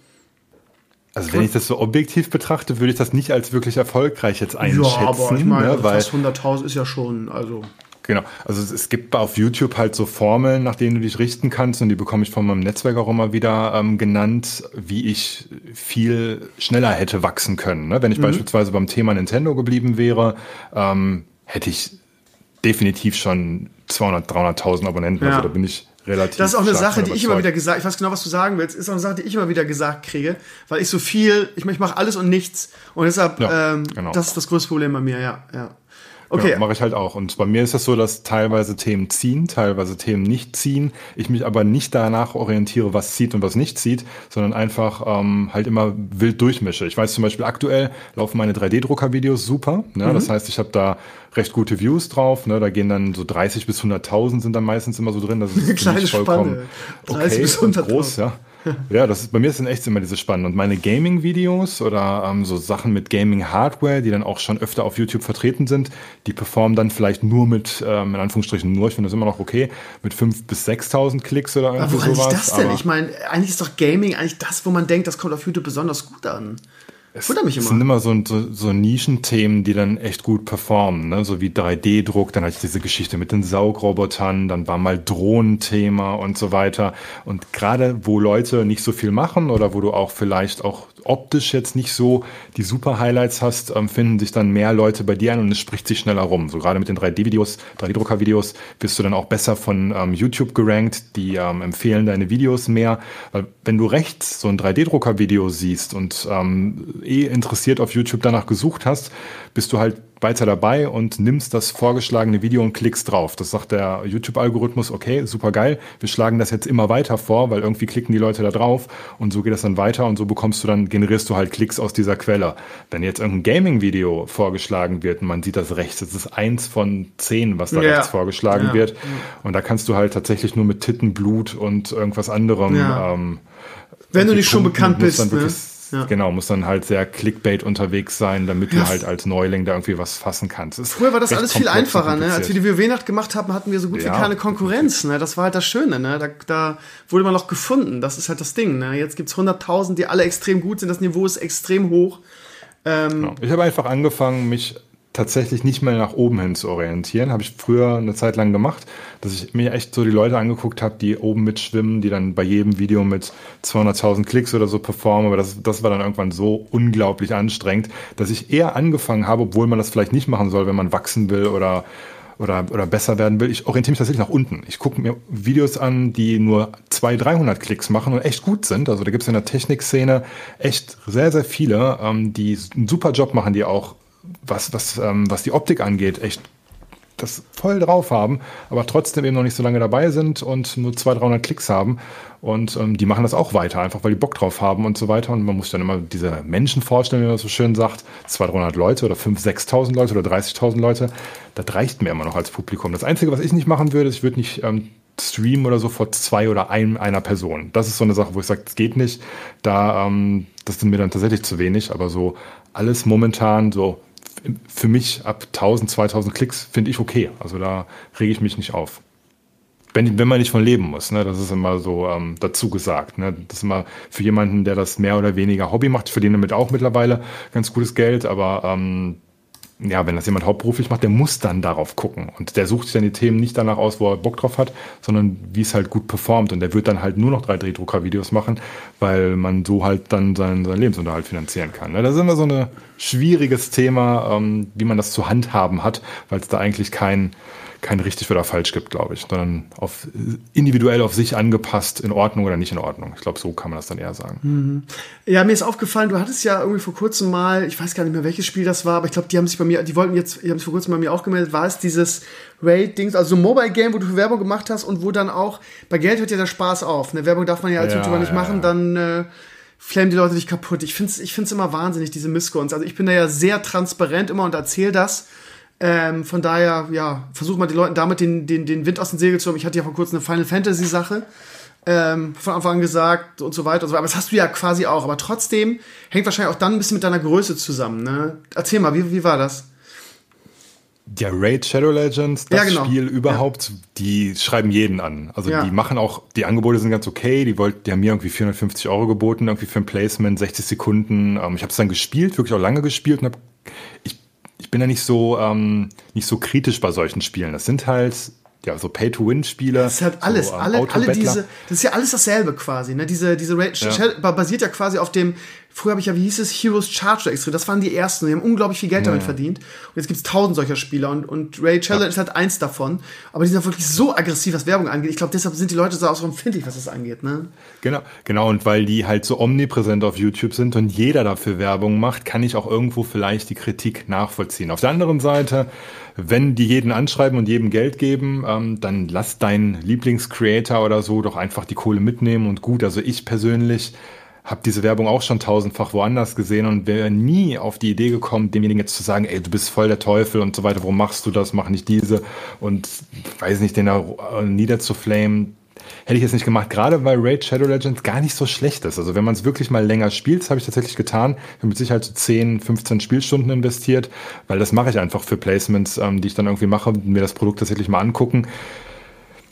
Also wenn ich das so objektiv betrachte, würde ich das nicht als wirklich erfolgreich jetzt einschätzen.
Ja, aber ich meine,
ne, weil
fast hunderttausend ist ja schon, also...
Genau, also es, es gibt auf YouTube halt so Formeln, nach denen du dich richten kannst und die bekomme ich von meinem Netzwerk auch immer wieder ähm, genannt, wie ich viel schneller hätte wachsen können. Ne? Wenn ich mhm. beispielsweise beim Thema Nintendo geblieben wäre, ähm, hätte ich definitiv schon zweihundert, dreihunderttausend Abonnenten,
ja.
also da bin ich relativ.
Das ist auch eine Sache, die ich immer wieder gesagt, ich weiß genau, was du sagen willst, ist auch eine Sache, die ich immer wieder gesagt kriege, weil ich so viel, ich, ich mache alles und nichts und deshalb, ja, ähm, genau. das ist das größte Problem bei mir, ja, ja. Okay.
Ja, mache ich halt auch. Und bei mir ist das so, dass teilweise Themen ziehen, teilweise Themen nicht ziehen. Ich mich aber nicht danach orientiere, was zieht und was nicht zieht, sondern einfach ähm, halt immer wild durchmische. Ich weiß zum Beispiel, aktuell laufen meine drei D-Drucker-Videos super. Ne? Mhm. Das heißt, ich habe da recht gute Views drauf. Ne? Da gehen dann so dreißig bis hunderttausend sind dann meistens immer so drin. Das ist
für mich vollkommen
okay bis und groß, ja. Ja, das ist, bei mir sind echt immer diese spannend. Und meine Gaming-Videos oder ähm, so Sachen mit Gaming-Hardware, die dann auch schon öfter auf YouTube vertreten sind, die performen dann vielleicht nur mit, ähm, in Anführungsstrichen nur, ich finde das immer noch okay, mit fünftausend bis sechstausend Klicks oder irgendwie
sowas. Aber woran
sowas.
ist das denn? Ich meine, eigentlich ist doch Gaming eigentlich das, wo man denkt, das kommt auf YouTube besonders gut an.
Es sind immer so, so, so Nischenthemen, die dann echt gut performen, ne? So wie drei D Druck, dann hatte ich diese Geschichte mit den Saugrobotern, dann war mal Drohnenthema und so weiter. Und gerade wo Leute nicht so viel machen oder wo du auch vielleicht auch optisch jetzt nicht so die super Highlights hast, ähm, finden sich dann mehr Leute bei dir an und es spricht sich schneller rum. So gerade mit den drei D-Videos, drei D-Drucker-Videos wirst du dann auch besser von ähm, YouTube gerankt. Die ähm, empfehlen deine Videos mehr. Weil wenn du rechts so ein drei D-Drucker-Video siehst und ähm, eh interessiert auf YouTube danach gesucht hast, bist du halt weiter dabei und nimmst das vorgeschlagene Video und klickst drauf. Das sagt der YouTube-Algorithmus, okay, super geil, wir schlagen das jetzt immer weiter vor, weil irgendwie klicken die Leute da drauf und so geht das dann weiter und so bekommst du dann, generierst du halt Klicks aus dieser Quelle. Wenn jetzt irgendein Gaming-Video vorgeschlagen wird und man sieht das rechts, das ist eins von zehn, was da ja. rechts vorgeschlagen ja. wird und da kannst du halt tatsächlich nur mit Titten, Blut und irgendwas anderem
ja.
ähm,
wenn du nicht schon bekannt bist, ne?
Ja. Genau, muss dann halt sehr Clickbait unterwegs sein, damit ja. du halt als Neuling da irgendwie was fassen kannst.
Früher war das alles viel einfacher, ne? Als wir die WoW-Nacht gemacht haben, hatten wir so gut ja. wie keine Konkurrenz, ne? Das war halt das Schöne, ne? Da, da wurde man noch gefunden, das ist halt das Ding, ne? Jetzt gibt's hunderttausend, die alle extrem gut sind, das Niveau ist extrem hoch. Ähm,
genau. Ich habe einfach angefangen, mich tatsächlich nicht mehr nach oben hin zu orientieren. Habe ich früher eine Zeit lang gemacht, dass ich mir echt so die Leute angeguckt habe, die oben mitschwimmen, die dann bei jedem Video mit zweihunderttausend Klicks oder so performen. Aber das, das war dann irgendwann so unglaublich anstrengend, dass ich eher angefangen habe, obwohl man das vielleicht nicht machen soll, wenn man wachsen will oder oder oder besser werden will. Ich orientiere mich tatsächlich nach unten. Ich gucke mir Videos an, die nur zweihundert, dreihundert Klicks machen und echt gut sind. Also da gibt es in der Technikszene echt sehr, sehr viele, ähm, die einen super Job machen, die auch was, was, ähm, was die Optik angeht, echt das voll drauf haben, aber trotzdem eben noch nicht so lange dabei sind und nur zweihundert, dreihundert Klicks haben. Und ähm, die machen das auch weiter, einfach weil die Bock drauf haben und so weiter. Und man muss dann immer diese Menschen vorstellen, wie man das so schön sagt, zweihundert, dreihundert Leute oder fünftausend, sechstausend Leute oder dreißigtausend Leute. Das reicht mir immer noch als Publikum. Das Einzige, was ich nicht machen würde, ist, ich würde nicht ähm, streamen oder so vor zwei oder ein, einer Person. Das ist so eine Sache, wo ich sage, das geht nicht. Da, ähm, das sind mir dann tatsächlich zu wenig. Aber so alles momentan so für mich ab tausend, zweitausend Klicks finde ich okay. Also da rege ich mich nicht auf. Wenn, wenn man nicht von leben muss, ne? Das ist immer so ähm, dazu gesagt. Ne? Das ist immer für jemanden, der das mehr oder weniger Hobby macht. Ich verdiene damit auch mittlerweile ganz gutes Geld, aber ähm, ja, wenn das jemand hauptberuflich macht, der muss dann darauf gucken. Und der sucht sich dann die Themen nicht danach aus, wo er Bock drauf hat, sondern wie es halt gut performt. Und der wird dann halt nur noch drei D-Drucker-Videos machen, weil man so halt dann seinen, seinen Lebensunterhalt finanzieren kann. Das ist immer so ein schwieriges Thema, ähm, wie man das zu handhaben hat, weil es da eigentlich kein, kein richtig oder falsch gibt, glaube ich, sondern auf, individuell auf sich angepasst, in Ordnung oder nicht in Ordnung. Ich glaube, so kann man das dann eher sagen.
Mhm. Ja, mir ist aufgefallen, du hattest ja irgendwie vor kurzem mal, ich weiß gar nicht mehr, welches Spiel das war, aber ich glaube, die haben sich bei mir, die wollten jetzt, die haben sich vor kurzem bei mir auch gemeldet, war es dieses Raid-Dings, also so ein Mobile-Game, wo du Werbung gemacht hast und wo dann auch, bei Geld hört ja der Spaß auf. Eine Werbung darf man ja als ja, YouTuber nicht ja, machen, ja. dann äh, flammen die Leute dich kaputt. Ich finde es ich find's immer wahnsinnig, diese Missgunst. Also ich bin da ja sehr transparent immer und erzähle das. Ähm, von daher, ja, versucht man den Leuten damit den, den, den Wind aus den Segeln zu haben. Ich hatte ja vor kurzem eine Final Fantasy Sache ähm, von Anfang an gesagt und so weiter und so weiter. Aber das hast du ja quasi auch. Aber trotzdem hängt wahrscheinlich auch dann ein bisschen mit deiner Größe zusammen. Ne? Erzähl mal, wie, wie war das?
Ja, Raid Shadow Legends, das
ja, genau.
Spiel überhaupt, ja. Die schreiben jeden an. Also
ja.
die machen auch, die Angebote sind ganz okay. Die wollten, die haben mir irgendwie vierhundertfünfzig Euro geboten, irgendwie für ein Placement, sechzig Sekunden. Ähm, ich habe es dann gespielt, wirklich auch lange gespielt und hab, ich Ich bin ja nicht so ähm, nicht so kritisch bei solchen Spielen. Das sind halt ja so Pay-to-Win-Spiele.
Das ist halt alles,
so, ähm,
alle, alle diese, das ist ja alles dasselbe quasi. Ne? Diese, diese Raid ja. basiert ja quasi auf dem. Früher habe ich ja, wie hieß es, Heroes Charge Extra. Das waren die ersten. Die haben unglaublich viel Geld damit ja. verdient. Und jetzt gibt es tausend solcher Spieler. Und, und Raid Challenge ja. ist halt eins davon. Aber die sind wirklich so aggressiv, was Werbung angeht. Ich glaube, deshalb sind die Leute so auch so empfindlich, was das angeht. Ne?
Genau, genau. Und weil die halt so omnipräsent auf YouTube sind und jeder dafür Werbung macht, kann ich auch irgendwo vielleicht die Kritik nachvollziehen. Auf der anderen Seite, wenn die jeden anschreiben und jedem Geld geben, ähm, dann lass deinen Lieblingscreator oder so doch einfach die Kohle mitnehmen und gut. Also ich persönlich habe diese Werbung auch schon tausendfach woanders gesehen und wäre nie auf die Idee gekommen, demjenigen jetzt zu sagen, ey, du bist voll der Teufel und so weiter, warum machst du das, mach nicht diese und weiß nicht, den da niederzuflamen, hätte ich jetzt nicht gemacht, gerade weil Raid Shadow Legends gar nicht so schlecht ist. Also wenn man es wirklich mal länger spielt, das habe ich tatsächlich getan, ich habe mit Sicherheit so zehn, fünfzehn Spielstunden investiert, weil das mache ich einfach für Placements, ähm, die ich dann irgendwie mache, mir das Produkt tatsächlich mal angucken.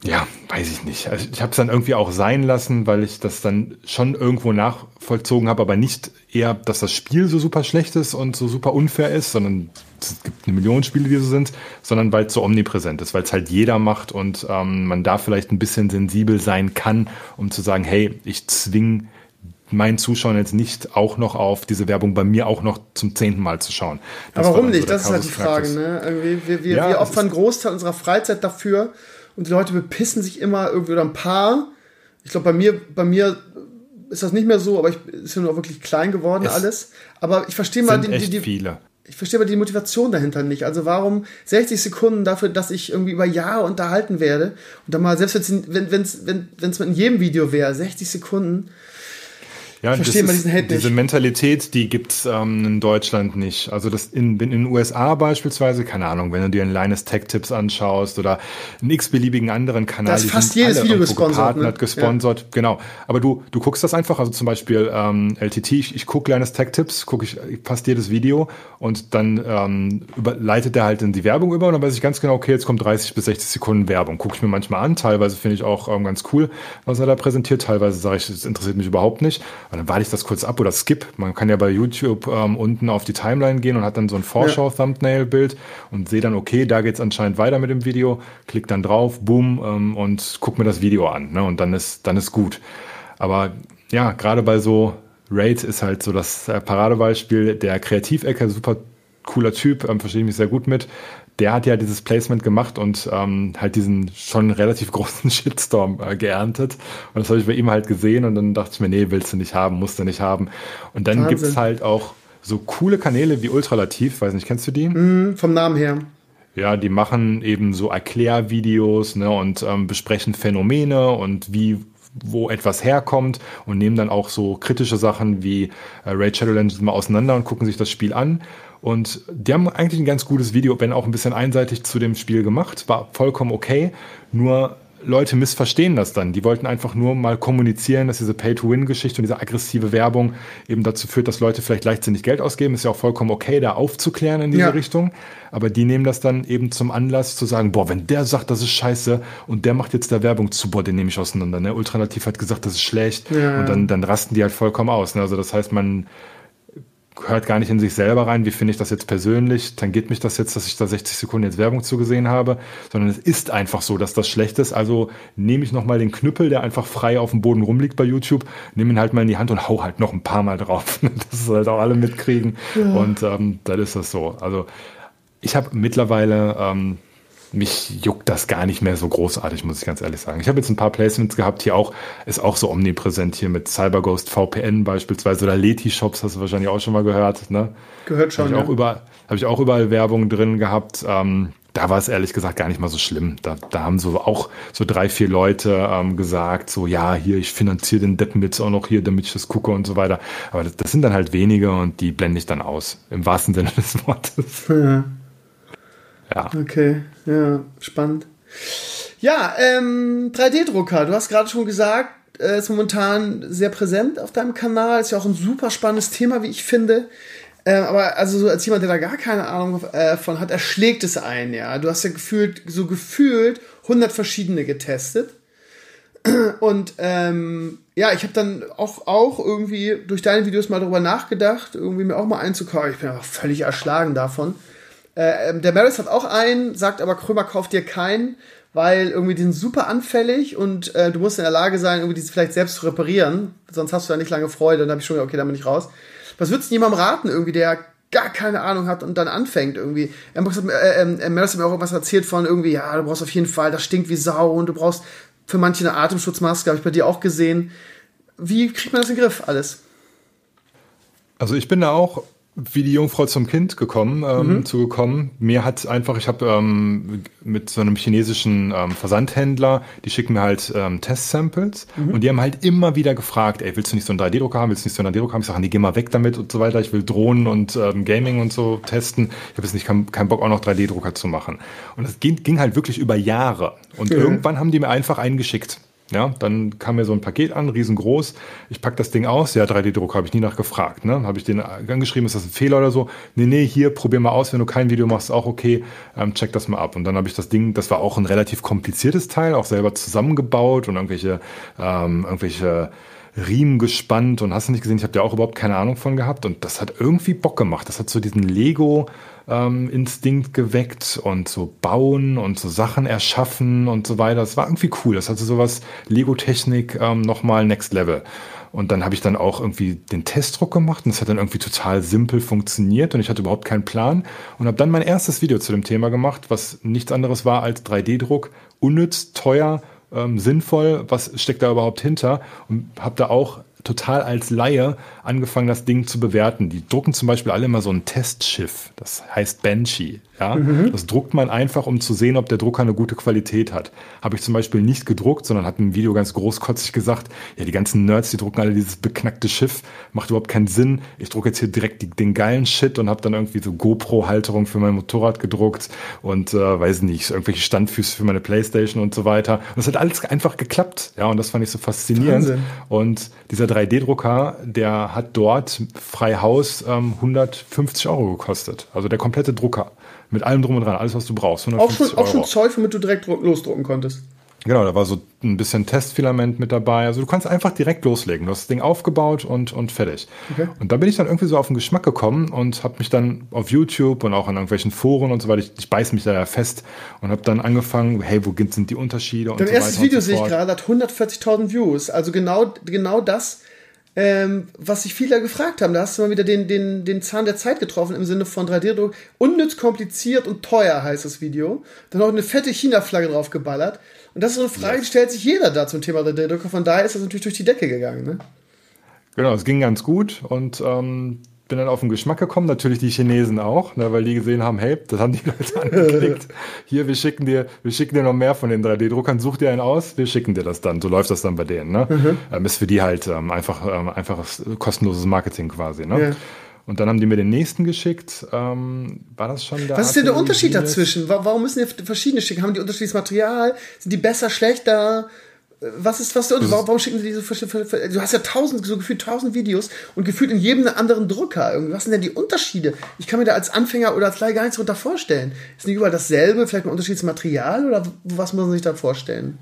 Ja, weiß ich nicht. Also ich habe es dann irgendwie auch sein lassen, weil ich das dann schon irgendwo nachvollzogen habe, aber nicht eher, dass das Spiel so super schlecht ist und so super unfair ist, sondern es gibt eine Million Spiele, die so sind, sondern weil es so omnipräsent ist, weil es halt jeder macht und ähm, man da vielleicht ein bisschen sensibel sein kann, um zu sagen, hey, ich zwinge meinen Zuschauern jetzt nicht auch noch auf, diese Werbung bei mir auch noch zum zehnten Mal zu schauen.
Das aber warum nicht? So das ist halt die Frage. Ne? Irgendwie, wir wir, ja, wir opfern einen Großteil unserer Freizeit dafür und die Leute bepissen sich immer irgendwie oder ein paar. Ich glaube, bei mir, bei mir ist das nicht mehr so, aber ich ist ja nur wirklich klein geworden es alles. Aber ich verstehe mal die, die, die viele. Ich verstehe mal die Motivation dahinter nicht. Also warum sechzig Sekunden dafür, dass ich irgendwie über Jahre unterhalten werde und dann mal, selbst wenn es wenn, wenn's in jedem Video wäre, sechzig Sekunden.
Ja, verstehen wir diesen Hate diese nicht. Mentalität, die gibt's ähm, in Deutschland nicht. Also das in, in den U S A beispielsweise, keine Ahnung, wenn du dir einen Linus Tech Tips anschaust oder einen x-beliebigen anderen Kanal,
das ist fast jedes Video gesponsert,
ne? gesponsert, ja. Genau. Aber du du guckst das einfach, also zum Beispiel ähm, L T T, ich, ich gucke Linus Tech Tips, gucke ich fast jedes Video und dann ähm, über, leitet der halt in die Werbung über und dann weiß ich ganz genau, okay, jetzt kommt dreißig bis sechzig Sekunden Werbung. Gucke ich mir manchmal an, teilweise finde ich auch ähm, ganz cool, was er da präsentiert, teilweise sage ich, das interessiert mich überhaupt nicht. Und dann warte ich das kurz ab oder skip. Man kann ja bei YouTube ähm, unten auf die Timeline gehen und hat dann so ein Vorschau-Thumbnail-Bild und sehe dann, okay, da geht's anscheinend weiter mit dem Video. Klick dann drauf, boom, ähm, und guck mir das Video an. Ne? Und dann ist, dann ist gut. Aber ja, gerade bei so Raid ist halt so das Paradebeispiel. Der Kreativecke, super cooler Typ, ähm, verstehe ich mich sehr gut mit. Der hat ja dieses Placement gemacht und ähm, halt diesen schon relativ großen Shitstorm äh, geerntet. Und das habe ich bei ihm halt gesehen und dann dachte ich mir, nee, willst du nicht haben, musst du nicht haben. Und dann gibt es halt auch so coole Kanäle wie Ultralativ, weiß nicht, kennst du die?
Mm, vom Namen her.
Ja, die machen eben so Erklärvideos, ne, und ähm, besprechen Phänomene und wie wo etwas herkommt und nehmen dann auch so kritische Sachen wie äh, Raid Shadow Legends mal auseinander und gucken sich das Spiel an. Und die haben eigentlich ein ganz gutes Video, wenn auch ein bisschen einseitig zu dem Spiel gemacht. War vollkommen okay. Nur Leute missverstehen das dann. Die wollten einfach nur mal kommunizieren, dass diese Pay-to-Win-Geschichte und diese aggressive Werbung eben dazu führt, dass Leute vielleicht leichtsinnig Geld ausgeben. Ist ja auch vollkommen okay, da aufzuklären in diese ja. Richtung. Aber die nehmen das dann eben zum Anlass zu sagen, boah, wenn der sagt, das ist scheiße und der macht jetzt da Werbung zu, boah, den nehme ich auseinander. Ne? Ultranativ hat gesagt, das ist schlecht. Ja. Und dann, dann rasten die halt vollkommen aus. Ne? Also das heißt, man hört gar nicht in sich selber rein, wie finde ich das jetzt persönlich, tangiert mich das jetzt, dass ich da sechzig Sekunden jetzt Werbung zugesehen habe, sondern es ist einfach so, dass das schlecht ist, also nehme ich nochmal den Knüppel, der einfach frei auf dem Boden rumliegt bei YouTube, nehme ihn halt mal in die Hand und hau halt noch ein paar Mal drauf, dass es halt auch alle mitkriegen ja. und ähm, dann ist das so. Also ich habe mittlerweile ähm, mich juckt das gar nicht mehr so großartig, muss ich ganz ehrlich sagen. Ich habe jetzt ein paar Placements gehabt, hier auch, ist auch so omnipräsent hier mit CyberGhost V P N beispielsweise oder Leti-Shops, hast du wahrscheinlich auch schon mal gehört, ne?
Gehört schon,
Habe ich,
ja.
auch überall, hab ich auch überall Werbung drin gehabt. Ähm, da war es ehrlich gesagt gar nicht mal so schlimm. Da, da haben so auch so drei, vier Leute ähm, gesagt, so ja, hier, ich finanziere den Deppen jetzt auch noch hier, damit ich das gucke und so weiter. Aber das, das sind dann halt wenige und die blende ich dann aus, im wahrsten Sinne des Wortes.
Ja.
Ja.
Okay, ja, spannend. Ja, ähm, drei D-Drucker, du hast gerade schon gesagt, äh, ist momentan sehr präsent auf deinem Kanal, ist ja auch ein super spannendes Thema, wie ich finde. Äh, aber also so als jemand, der da gar keine Ahnung äh, von hat, erschlägt es einen, ja. Du hast ja gefühlt, so gefühlt hundert verschiedene getestet. Und ähm, ja, ich habe dann auch, auch irgendwie durch deine Videos mal darüber nachgedacht, irgendwie mir auch mal einzukaufen. Ich bin einfach völlig erschlagen davon. Äh, der Maris hat auch einen, sagt aber, Krömer, kauft dir keinen, weil irgendwie die sind super anfällig und äh, du musst in der Lage sein, irgendwie diese vielleicht selbst zu reparieren, sonst hast du da nicht lange Freude. Dann habe ich schon gesagt, okay, da bin ich raus. Was würdest du jemandem raten, irgendwie, der gar keine Ahnung hat und dann anfängt irgendwie? Er äh, äh, Maris hat mir auch irgendwas erzählt von irgendwie, ja, du brauchst auf jeden Fall, das stinkt wie Sau und du brauchst für manche eine Atemschutzmaske, habe ich bei dir auch gesehen. Wie kriegt man das in den Griff, alles?
Also ich bin da auch wie die Jungfrau zum Kind gekommen, ähm, mhm. zugekommen. Mir hat einfach, ich habe ähm, mit so einem chinesischen ähm, Versandhändler, die schicken mir halt ähm, Test-Samples mhm. und die haben halt immer wieder gefragt, ey, willst du nicht so einen drei D-Drucker haben, willst du nicht so einen drei D-Drucker haben? Ich sage, nee, geh mal weg damit und so weiter. Ich will Drohnen und ähm, Gaming und so testen. Ich habe jetzt nicht keinen kein Bock, auch noch drei D-Drucker zu machen. Und das ging, ging halt wirklich über Jahre. Und mhm. irgendwann haben die mir einfach einen geschickt. Ja, dann kam mir so ein Paket an, riesengroß. Ich pack das Ding aus. Ja, drei D-Druck, habe ich nie nachgefragt. Ne? Habe ich den angeschrieben, ist das ein Fehler oder so? Nee, nee, hier, probier mal aus. Wenn du kein Video machst, auch okay. Ähm, check das mal ab. Und dann habe ich das Ding, das war auch ein relativ kompliziertes Teil, auch selber zusammengebaut und irgendwelche, ähm, irgendwelche Riemen gespannt und hast du nicht gesehen, ich habe da auch überhaupt keine Ahnung von gehabt. Und das hat irgendwie Bock gemacht. Das hat so diesen Lego ähm, Instinkt geweckt und so bauen und so Sachen erschaffen und so weiter. Das war irgendwie cool. Das hatte sowas Lego-Technik ähm, nochmal Next Level. Und dann habe ich dann auch irgendwie den Testdruck gemacht und es hat dann irgendwie total simpel funktioniert und ich hatte überhaupt keinen Plan und habe dann mein erstes Video zu dem Thema gemacht, was nichts anderes war als drei D-Druck, unnütz, teuer, ähm, sinnvoll, was steckt da überhaupt hinter und habe da auch total als Laie angefangen, das Ding zu bewerten. Die drucken zum Beispiel alle immer so ein Testschiff, das heißt Banshee. Ja? Mhm. Das druckt man einfach, um zu sehen, ob der Drucker eine gute Qualität hat. Habe ich zum Beispiel nicht gedruckt, sondern habe im Video ganz großkotzig gesagt, ja, die ganzen Nerds, die drucken alle dieses beknackte Schiff, macht überhaupt keinen Sinn. Ich drucke jetzt hier direkt die, den geilen Shit und habe dann irgendwie so GoPro-Halterung für mein Motorrad gedruckt und äh, weiß nicht, irgendwelche Standfüße für meine Playstation und so weiter. Und das hat alles einfach geklappt. Ja, und das fand ich so faszinierend. Wahnsinn. Und dieser drei D-Drucker, der hat dort frei Haus ähm, hundertfünfzig Euro gekostet. Also der komplette Drucker. Mit allem drum und dran, alles was du brauchst.
Auch schon, auch schon Zeug, womit du direkt losdrucken konntest.
Genau, da war so ein bisschen Testfilament mit dabei. Also du kannst einfach direkt loslegen. Du hast das Ding aufgebaut und, und fertig. Okay. Und da bin ich dann irgendwie so auf den Geschmack gekommen und habe mich dann auf YouTube und auch in irgendwelchen Foren und so weiter, ich, ich beiß mich da ja fest und habe dann angefangen, hey, wo sind die Unterschiede und
Dein
so weiter. Dein
erstes Video, sehe ich gerade, hat hundertvierzigtausend Views. Also genau, genau das, ähm, was sich viele gefragt haben. Da hast du mal wieder den, den, den Zahn der Zeit getroffen im Sinne von drei D-Druck. Unnütz, kompliziert und teuer heißt das Video. Dann noch eine fette China-Flagge drauf geballert. Und das ist so eine Frage, die stellt sich jeder da zum Thema drei D-Drucker. Von daher ist das natürlich durch die Decke gegangen. Ne?
Genau, es ging ganz gut und ähm, bin dann auf den Geschmack gekommen. Natürlich die Chinesen auch, ne, weil die gesehen haben, hey, das haben die Leute angeklickt. Hier, wir schicken dir, wir schicken dir noch mehr von den drei D-Druckern. Such dir einen aus, wir schicken dir das dann. So läuft das dann bei denen. Ne? Mhm. Ähm, ist für die halt ähm, einfach ähm, einfaches kostenloses Marketing quasi. Ne? Ja. Und dann haben die mir den nächsten geschickt. Ähm, war das schon der
Was ist denn der Unterschied dazwischen? Warum müssen die verschiedene schicken? Haben die unterschiedliches Material? Sind die besser, schlechter? Was ist, was, und warum, warum schicken sie diese verschiedenen, du hast ja tausend, so gefühlt tausend Videos und gefühlt in jedem einen anderen Drucker. Was sind denn die Unterschiede? Ich kann mir da als Anfänger oder als Laie gar nichts darunter vorstellen. Ist nicht überall dasselbe, vielleicht ein unterschiedliches Material oder was muss man sich da vorstellen?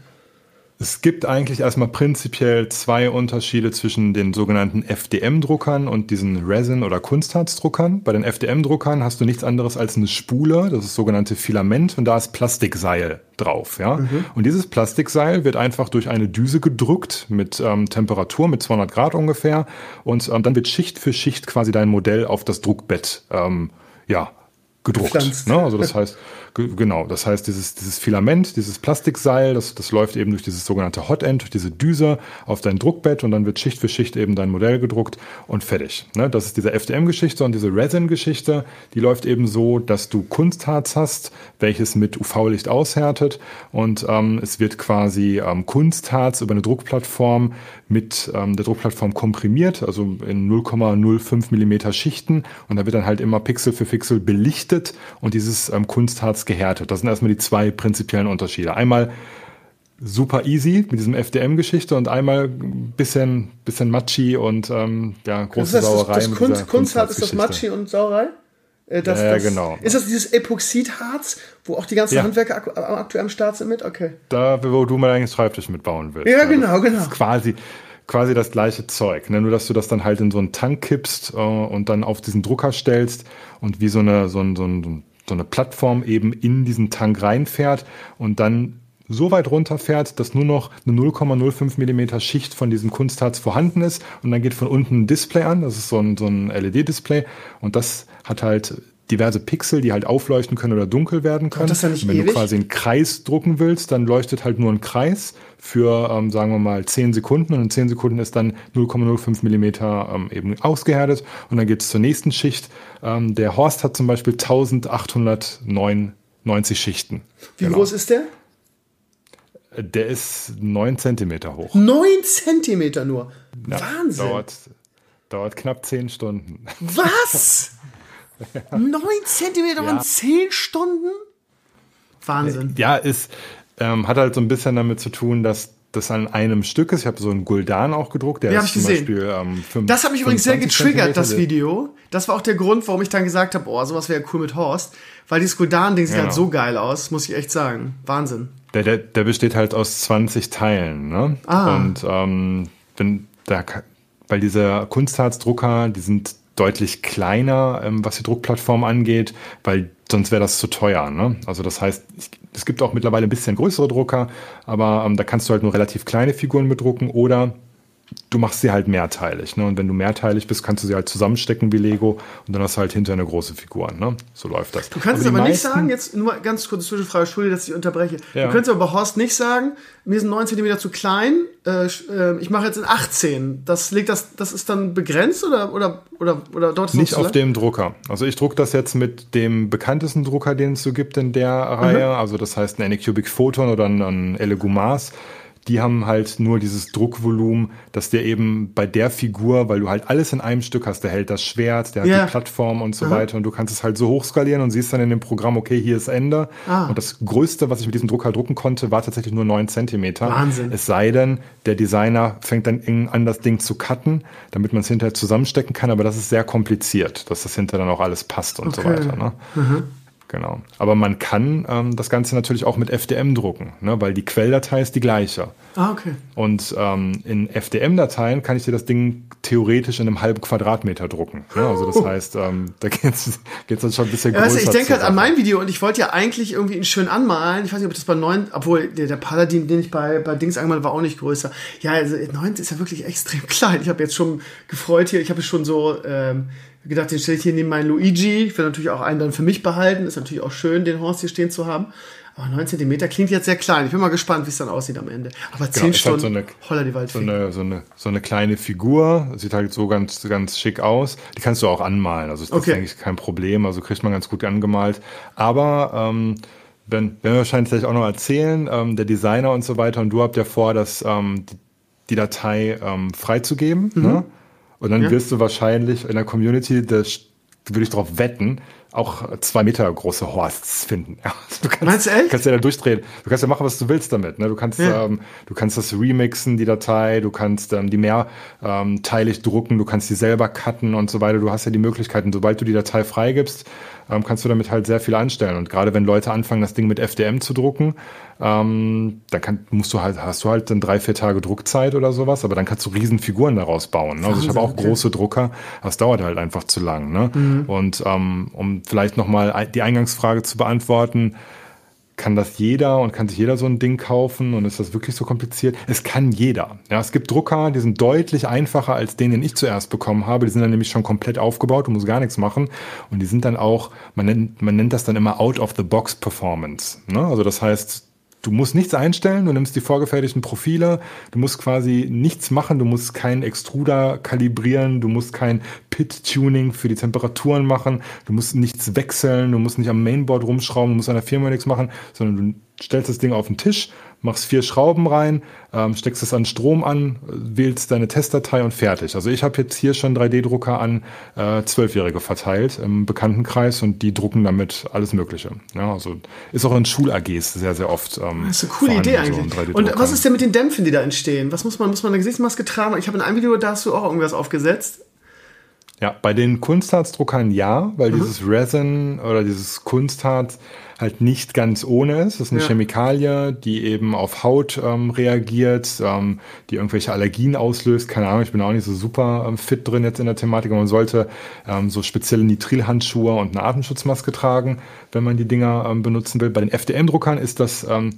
Es gibt eigentlich erstmal prinzipiell zwei Unterschiede zwischen den sogenannten F D M-Druckern und diesen Resin- oder Kunstharzdruckern. Bei den F D M-Druckern hast du nichts anderes als eine Spule, das ist sogenannte Filament und da ist Plastikseil drauf. Ja? Mhm. Und dieses Plastikseil wird einfach durch eine Düse gedrückt mit ähm, Temperatur, mit zweihundert Grad ungefähr und ähm, dann wird Schicht für Schicht quasi dein Modell auf das Druckbett ähm, ja, gedruckt. Ne? Also das heißt, g- genau, das heißt, dieses, dieses Filament, dieses Plastikseil, das, das läuft eben durch dieses sogenannte Hotend, durch diese Düse auf dein Druckbett und dann wird Schicht für Schicht eben dein Modell gedruckt und fertig. Ne? Das ist diese F D M-Geschichte und diese Resin-Geschichte, die läuft eben so, dass du Kunstharz hast, welches mit U V-Licht aushärtet und ähm, es wird quasi ähm, Kunstharz über eine Druckplattform mit ähm, der Druckplattform komprimiert, also in null Komma null fünf Millimeter Schichten und da wird dann halt immer Pixel für Pixel belichtet und dieses ähm, Kunstharz gehärtet. Das sind erstmal die zwei prinzipiellen Unterschiede. Einmal super easy mit diesem F D M-Geschichte und einmal ein bisschen, bisschen Matschi und ähm, ja, große
das heißt,
Sauerei.
Das, das Kunst, Kunstharz ist das Matschi und Sauerei? Äh, das,
ja,
das,
genau.
Ist das dieses Epoxidharz, wo auch die ganzen ja. Handwerker ak- aktuell am Start sind mit? Okay.
Da, wo du mal deinen Schreibtisch mitbauen willst.
Ja, genau,
das
genau.
Ist quasi quasi das gleiche Zeug, ne? Nur dass du das dann halt in so einen Tank kippst äh, und dann auf diesen Drucker stellst und wie so eine, so, ein, so, ein, so eine Plattform eben in diesen Tank reinfährt und dann so weit runterfährt, dass nur noch eine null Komma null fünf Millimeter Schicht von diesem Kunstharz vorhanden ist und dann geht von unten ein Display an, das ist so ein, so ein L E D-Display und das hat halt diverse Pixel, die halt aufleuchten können oder dunkel werden können.
Das ist ja nicht
und wenn
ewig?
du quasi einen Kreis drucken willst, dann leuchtet halt nur ein Kreis für, ähm, sagen wir mal, zehn Sekunden. Und in zehn Sekunden ist dann null Komma null fünf Millimeter ähm, eben ausgehärtet. Und dann geht es zur nächsten Schicht. Ähm, der Horst hat zum Beispiel eintausendachthundertneunundneunzig Schichten.
Wie genau. groß ist der?
Der ist neun Zentimeter hoch.
neun Zentimeter nur?
Ja,
Wahnsinn.
Dauert, dauert knapp zehn Stunden.
Was? neun Zentimeter
Ja.
und zehn Stunden? Wahnsinn.
Ja, ist, ähm, hat halt so ein bisschen damit zu tun, dass das an einem Stück ist. Ich habe so einen Guldan auch gedruckt, der
ja,
ist
zum
gesehen.
Beispiel
ähm, fünf,
Das hat mich übrigens sehr getriggert, das Video. Das war auch der Grund, warum ich dann gesagt habe, oh, sowas wäre cool mit Horst. Weil dieses Guldan-Ding sieht
genau.
halt so geil aus, muss ich echt sagen. Wahnsinn.
Der, der, der besteht halt aus zwanzig Teilen. Ne?
Ah.
Und ähm, wenn da, weil diese Kunstharzdrucker, die sind deutlich kleiner, ähm, was die Druckplattform angeht, weil sonst wäre das zu teuer. Ne? Also das heißt, ich, es gibt auch mittlerweile ein bisschen größere Drucker, aber ähm, da kannst du halt nur relativ kleine Figuren bedrucken oder du machst sie halt mehrteilig. Ne? Und wenn du mehrteilig bist, kannst du sie halt zusammenstecken wie Lego und dann hast du halt hinterher eine große Figur. Ne? So läuft das.
Du kannst aber, aber nicht sagen, jetzt nur mal ganz kurze Zwischenfrage, Entschuldigung, dass ich unterbreche. Ja. Du könntest aber bei Horst nicht sagen, mir sind neun Zentimeter zu klein, äh, ich mache jetzt in achtzehn. Das liegt das, das ist dann begrenzt oder oder oder oder dort ist
nicht auf dem Drucker. Also ich drucke das jetzt mit dem bekanntesten Drucker, den es so gibt in der Reihe. Mhm. Also das heißt ein Anycubic Photon oder ein Elegoo-Mars. Die haben halt nur dieses Druckvolumen, dass der eben bei der Figur, weil du halt alles in einem Stück hast, der hält das Schwert, der hat ja. die Plattform und so Aha. weiter und du kannst es halt so hochskalieren und siehst dann in dem Programm, okay, hier ist Ende. Ah. Und das Größte, was ich mit diesem Drucker drucken konnte, war tatsächlich nur neun Zentimeter.
Wahnsinn.
Es sei denn, der Designer fängt dann an, das Ding zu cutten, damit man es hinterher zusammenstecken kann, aber das ist sehr kompliziert, dass das hinterher dann auch alles passt und okay. so weiter. Ne? Mhm. Genau. Aber man kann ähm, das Ganze natürlich auch mit F D M drucken, ne? Weil die Quelldatei ist die gleiche.
Ah, okay.
Und ähm, in F D M-Dateien kann ich dir das Ding theoretisch in einem halben Quadratmeter drucken. Ne? Also das oh. heißt, ähm, da geht es dann schon ein bisschen
ja,
größer.
Weißt du, ich denke halt an mein Video und ich wollte ja eigentlich irgendwie ihn schön anmalen. Ich weiß nicht, ob ich das bei neun, obwohl der, der Paladin, den ich bei, bei Dings angemalt war, auch nicht größer. Ja, also neun ist ja wirklich extrem klein. Ich habe jetzt schon gefreut hier, ich habe schon so... Ähm, gedacht, den stelle ich hier neben meinen Luigi. Ich will natürlich auch einen dann für mich behalten. Ist natürlich auch schön, den Horst hier stehen zu haben. Aber neun Zentimeter klingt jetzt sehr klein. Ich bin mal gespannt, wie es dann aussieht am Ende. Aber zehn genau, Stunden,
halt so
holla die Waldfee.
So eine, so, eine, so eine kleine Figur. Sieht halt so ganz, ganz schick aus. Die kannst du auch anmalen. Also das okay. ist eigentlich kein Problem. Also kriegt man ganz gut angemalt. Aber ähm, wenn, wenn wir wahrscheinlich gleich auch noch erzählen, ähm, der Designer und so weiter, und du habt ja vor, das, ähm, die, die Datei ähm, freizugeben, mhm. ne? Und dann ja. wirst du wahrscheinlich in der Community, das würde ich darauf wetten, auch zwei Meter große Horsts finden. Du kannst,
Meinst du echt?
kannst ja da durchdrehen. Du kannst ja machen, was du willst damit. Ne? Du kannst, ja. ähm, du kannst das remixen, die Datei. Du kannst ähm, die mehrteilig ähm, drucken. Du kannst die selber cutten und so weiter. Du hast ja die Möglichkeiten. Sobald du die Datei freigibst, ähm, kannst du damit halt sehr viel anstellen. Und gerade wenn Leute anfangen, das Ding mit F D M zu drucken, ähm, dann kann, musst du halt, hast du halt dann drei, vier Tage Druckzeit oder sowas. Aber dann kannst du riesen Figuren daraus bauen. Ne? Also ich habe auch große Drucker. Das dauert halt einfach zu lang. Ne? Mhm. Und ähm, um vielleicht nochmal die Eingangsfrage zu beantworten, kann das jeder und kann sich jeder so ein Ding kaufen und ist das wirklich so kompliziert? Es kann jeder. Ja, es gibt Drucker, die sind deutlich einfacher als den, den ich zuerst bekommen habe. Die sind dann nämlich schon komplett aufgebaut, du musst gar nichts machen und die sind dann auch, man nennt, man nennt das dann immer Out-of-the-Box-Performance. Ne? Also das heißt, du musst nichts einstellen, du nimmst die vorgefertigten Profile, du musst quasi nichts machen, du musst keinen Extruder kalibrieren, du musst kein Pit-Tuning für die Temperaturen machen, du musst nichts wechseln, du musst nicht am Mainboard rumschrauben, du musst an der Firma nichts machen, sondern du stellst das Ding auf den Tisch, machst vier Schrauben rein, ähm, steckst es an Strom an, wählst deine Testdatei und fertig. Also ich habe jetzt hier schon drei D Drucker an äh, Zwölfjährige verteilt im Bekanntenkreis und die drucken damit alles Mögliche. Ja, also ist auch in Schul-A Gs sehr, sehr oft. Ähm,
das ist eine coole Idee eigentlich. So und was ist denn mit den Dämpfen, die da entstehen? Was muss man, muss man eine Gesichtsmaske tragen? Ich habe in einem Video, da hast du auch irgendwas aufgesetzt.
Ja, bei den Kunstharzdruckern ja, weil mhm. dieses Resin oder dieses Kunstharz halt nicht ganz ohne ist. Das ist eine ja. Chemikalie, die eben auf Haut ähm, reagiert, ähm, die irgendwelche Allergien auslöst. Keine Ahnung, ich bin auch nicht so super ähm, fit drin jetzt in der Thematik. Aber man sollte ähm, so spezielle Nitrilhandschuhe und eine Atemschutzmaske tragen, wenn man die Dinger ähm, benutzen will. Bei den F D M-Druckern ist das ähm,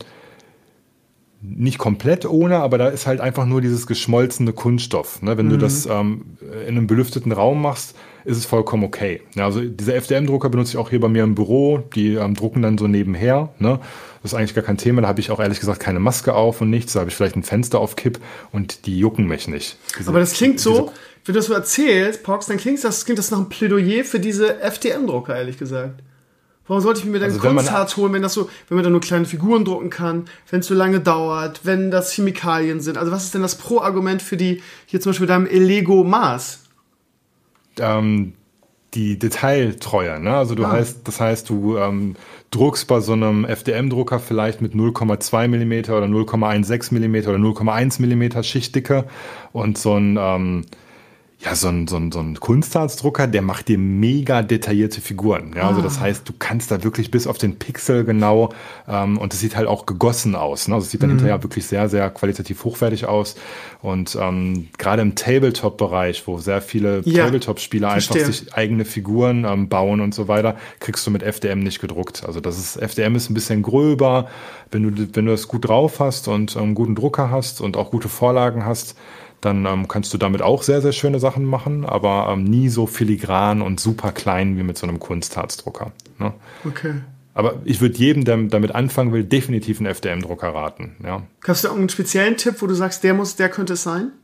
nicht komplett ohne, aber da ist halt einfach nur dieses geschmolzene Kunststoff. Ne? Wenn mhm. du das ähm, in einem belüfteten Raum machst, ist es vollkommen okay. Ja, also diese F D M-Drucker benutze ich auch hier bei mir im Büro. Die ähm, drucken dann so nebenher. Ne? Das ist eigentlich gar kein Thema. Da habe ich auch ehrlich gesagt keine Maske auf und nichts. Da habe ich vielleicht ein Fenster auf Kipp und die jucken mich nicht. Diese,
aber das klingt so, wenn du das so erzählst, Pox, dann klingt das, klingt das nach einem Plädoyer für diese F D M-Drucker, ehrlich gesagt. Warum sollte ich mir dann also Kunstharz holen, wenn das so, wenn man da nur kleine Figuren drucken kann, wenn es so lange dauert, wenn das Chemikalien sind? Also was ist denn das Pro-Argument für die, hier zum Beispiel deinem Elegoo-Mars?
Ähm, die Detailtreue. Ne? Also du
Ah.
heißt, das heißt, du ähm, druckst bei so einem F D M-Drucker vielleicht mit null Komma zwei Millimeter oder null Komma sechzehn Millimeter oder null Komma eins Millimeter Schichtdicke und so ein ähm, Ja, so ein, so ein, so ein Kunstharzdrucker, der macht dir mega detaillierte Figuren. Ja, also das heißt, du kannst da wirklich bis auf den Pixel genau, ähm, und es sieht halt auch gegossen aus. Ne? Also es sieht dann mhm. hinterher wirklich sehr, sehr qualitativ hochwertig aus. Und ähm, gerade im Tabletop-Bereich, wo sehr viele
ja,
Tabletop-Spieler einfach sich eigene Figuren ähm, bauen und so weiter, kriegst du mit F D M nicht gedruckt. Also das ist, F D M ist ein bisschen gröber. Wenn du, wenn du das gut drauf hast und einen ähm, guten Drucker hast und auch gute Vorlagen hast, dann ähm, kannst du damit auch sehr, sehr schöne Sachen machen, aber ähm, nie so filigran und super klein wie mit so einem Kunstharzdrucker. Ne?
Okay.
Aber ich würde jedem, der damit anfangen will, definitiv einen F D M-Drucker raten. Ja.
Hast du irgendeinen speziellen Tipp, wo du sagst, der muss, der könnte es sein?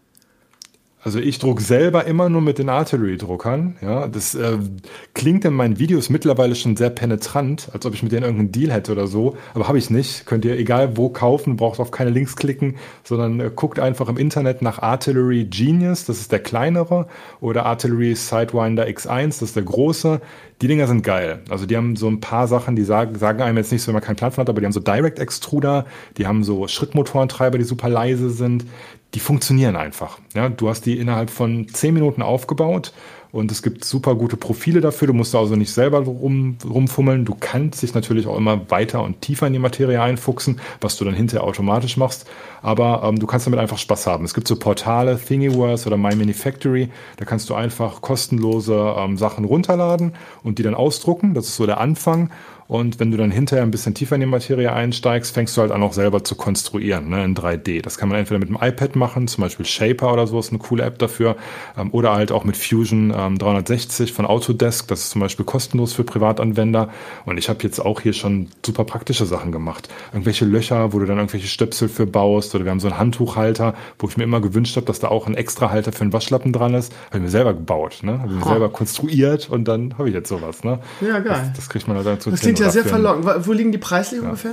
Also ich druck selber immer nur mit den Artillery-Druckern. Ja, das äh, klingt in meinen Videos mittlerweile schon sehr penetrant, als ob ich mit denen irgendeinen Deal hätte oder so. Aber habe ich nicht. Könnt ihr egal wo kaufen, braucht auf keine Links klicken, sondern äh, guckt einfach im Internet nach Artillery Genius, das ist der kleinere, oder Artillery Sidewinder X eins, das ist der große. Die Dinger sind geil. Also die haben so ein paar Sachen, die sagen, sagen einem jetzt nicht so, wenn man keinen Plan von hat, aber die haben so Direct Extruder, die haben so Schrittmotorentreiber, die super leise sind. Die funktionieren einfach. Ja, du hast die innerhalb von zehn Minuten aufgebaut und es gibt super gute Profile dafür. Du musst also nicht selber rum, rumfummeln. Du kannst dich natürlich auch immer weiter und tiefer in die Materie einfuchsen, was du dann hinterher automatisch machst. Aber ähm, du kannst damit einfach Spaß haben. Es gibt so Portale, Thingiverse oder My Manufactory. Da kannst du einfach kostenlose ähm, Sachen runterladen und die dann ausdrucken. Das ist so der Anfang. Und wenn du dann hinterher ein bisschen tiefer in die Materie einsteigst, fängst du halt an, auch selber zu konstruieren, ne, in drei D. Das kann man entweder mit dem iPad machen, zum Beispiel Shaper oder so ist eine coole App dafür, ähm, oder halt auch mit Fusion ähm, dreihundertsechzig von Autodesk. Das ist zum Beispiel kostenlos für Privatanwender. Und ich habe jetzt auch hier schon super praktische Sachen gemacht. Irgendwelche Löcher, wo du dann irgendwelche Stöpsel für baust. Oder wir haben so einen Handtuchhalter, wo ich mir immer gewünscht habe, dass da auch ein extra Halter für einen Waschlappen dran ist. Habe ich mir selber gebaut, ne? Habe ich mir oh. selber konstruiert und dann habe ich jetzt sowas, ne?
Ja, geil.
Das, das kriegt man dann zu.
Das klingt ja sehr verlockend. Wo liegen die preislich ja. ungefähr?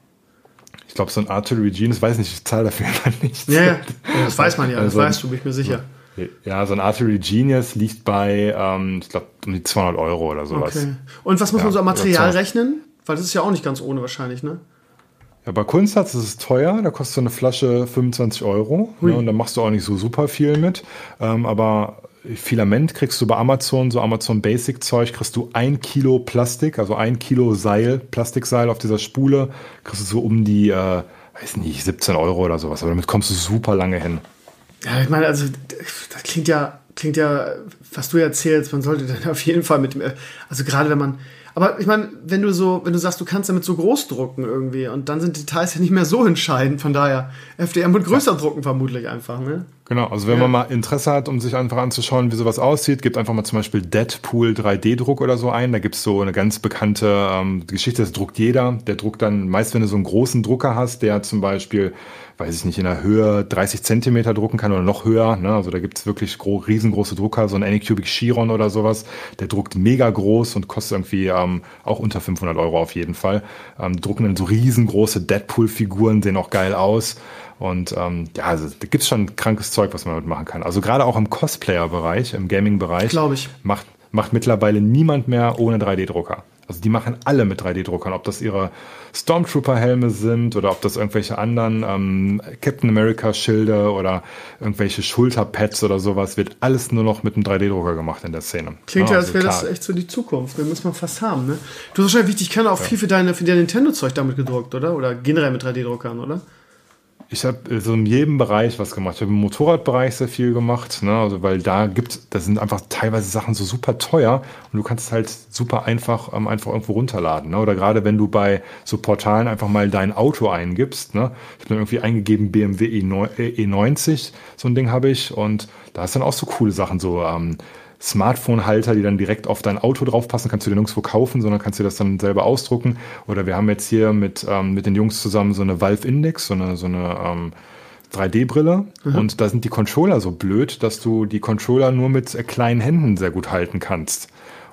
Ich glaube, so ein Artillery Genius, weiß nicht, ich zahle dafür einfach nichts.
Ja, ja, das weiß man ja, das also, weißt du, bin ich mir sicher.
Ja, so ein Artillery Genius liegt bei, ähm, ich glaube, um die zweihundert Euro oder sowas. Okay.
Und was muss ja, man so am Material rechnen? Weil das ist ja auch nicht ganz ohne wahrscheinlich, ne?
Ja, bei Kunstharz ist es teuer, da kostet so eine Flasche fünfundzwanzig Euro. Ne, und da machst du auch nicht so super viel mit. Ähm, aber Filament kriegst du bei Amazon, so Amazon Basic Zeug, kriegst du ein Kilo Plastik, also ein Kilo Seil, Plastikseil auf dieser Spule, kriegst du so um die, äh, weiß nicht, siebzehn Euro oder sowas. Aber damit kommst du super lange hin.
Ja, ich meine, also das klingt ja, klingt ja, was du erzählst, man sollte dann auf jeden Fall mit dem, also gerade wenn man, aber ich meine, wenn du so, wenn du sagst, du kannst damit so groß drucken irgendwie und dann sind Details ja nicht mehr so entscheidend, von daher F D M und größer ja. drucken vermutlich einfach, ne?
Genau, also wenn ja. man mal Interesse hat, um sich einfach anzuschauen, wie sowas aussieht, gibt einfach mal zum Beispiel Deadpool drei D Druck oder so ein. Da gibt's so eine ganz bekannte ähm, Geschichte, das druckt jeder. Der druckt dann, meist wenn du so einen großen Drucker hast, der zum Beispiel, weiß ich nicht, in der Höhe dreißig Zentimeter drucken kann oder noch höher. Ne? Also da gibt's wirklich gro- riesengroße Drucker, so ein Anycubic Chiron oder sowas. Der druckt mega groß und kostet irgendwie ähm, auch unter fünfhundert Euro auf jeden Fall. Ähm, drucken dann so riesengroße Deadpool-Figuren, sehen auch geil aus. Und ähm, ja, also da gibt's schon krankes Zeug, was man damit machen kann. Also gerade auch im Cosplayer-Bereich, im Gaming-Bereich,
glaube ich,
macht, macht mittlerweile niemand mehr ohne drei D Drucker. Also die machen alle mit drei D Druckern, ob das ihre Stormtrooper-Helme sind oder ob das irgendwelche anderen ähm, Captain America-Schilde oder irgendwelche Schulterpads oder sowas, wird alles nur noch mit einem drei D Drucker gemacht in der Szene.
Klingt ja, ja als wäre das echt so die Zukunft. Das muss man fast haben, ne? Du hast wahrscheinlich wichtig, ich kann auch ja. viel für deine für dein Nintendo-Zeug damit gedruckt, oder? Oder generell mit drei D Druckern, oder?
Ich habe so in jedem Bereich was gemacht. Ich habe im Motorradbereich sehr viel gemacht, ne? Also weil da gibt, da sind einfach teilweise Sachen so super teuer und du kannst es halt super einfach ähm, einfach irgendwo runterladen, ne? Oder gerade wenn du bei so Portalen einfach mal dein Auto eingibst, ne? Ich habe dann irgendwie eingegeben B M W E neunzig, so ein Ding habe ich und da ist dann auch so coole Sachen, so ähm, Smartphone-Halter, die dann direkt auf dein Auto draufpassen, kannst du dir nirgendwo kaufen, sondern kannst dir das dann selber ausdrucken. Oder wir haben jetzt hier mit, ähm, mit den Jungs zusammen so eine Valve Index, so eine, so eine ähm, drei D Brille. Mhm. Und da sind die Controller so blöd, dass du die Controller nur mit kleinen Händen sehr gut halten kannst.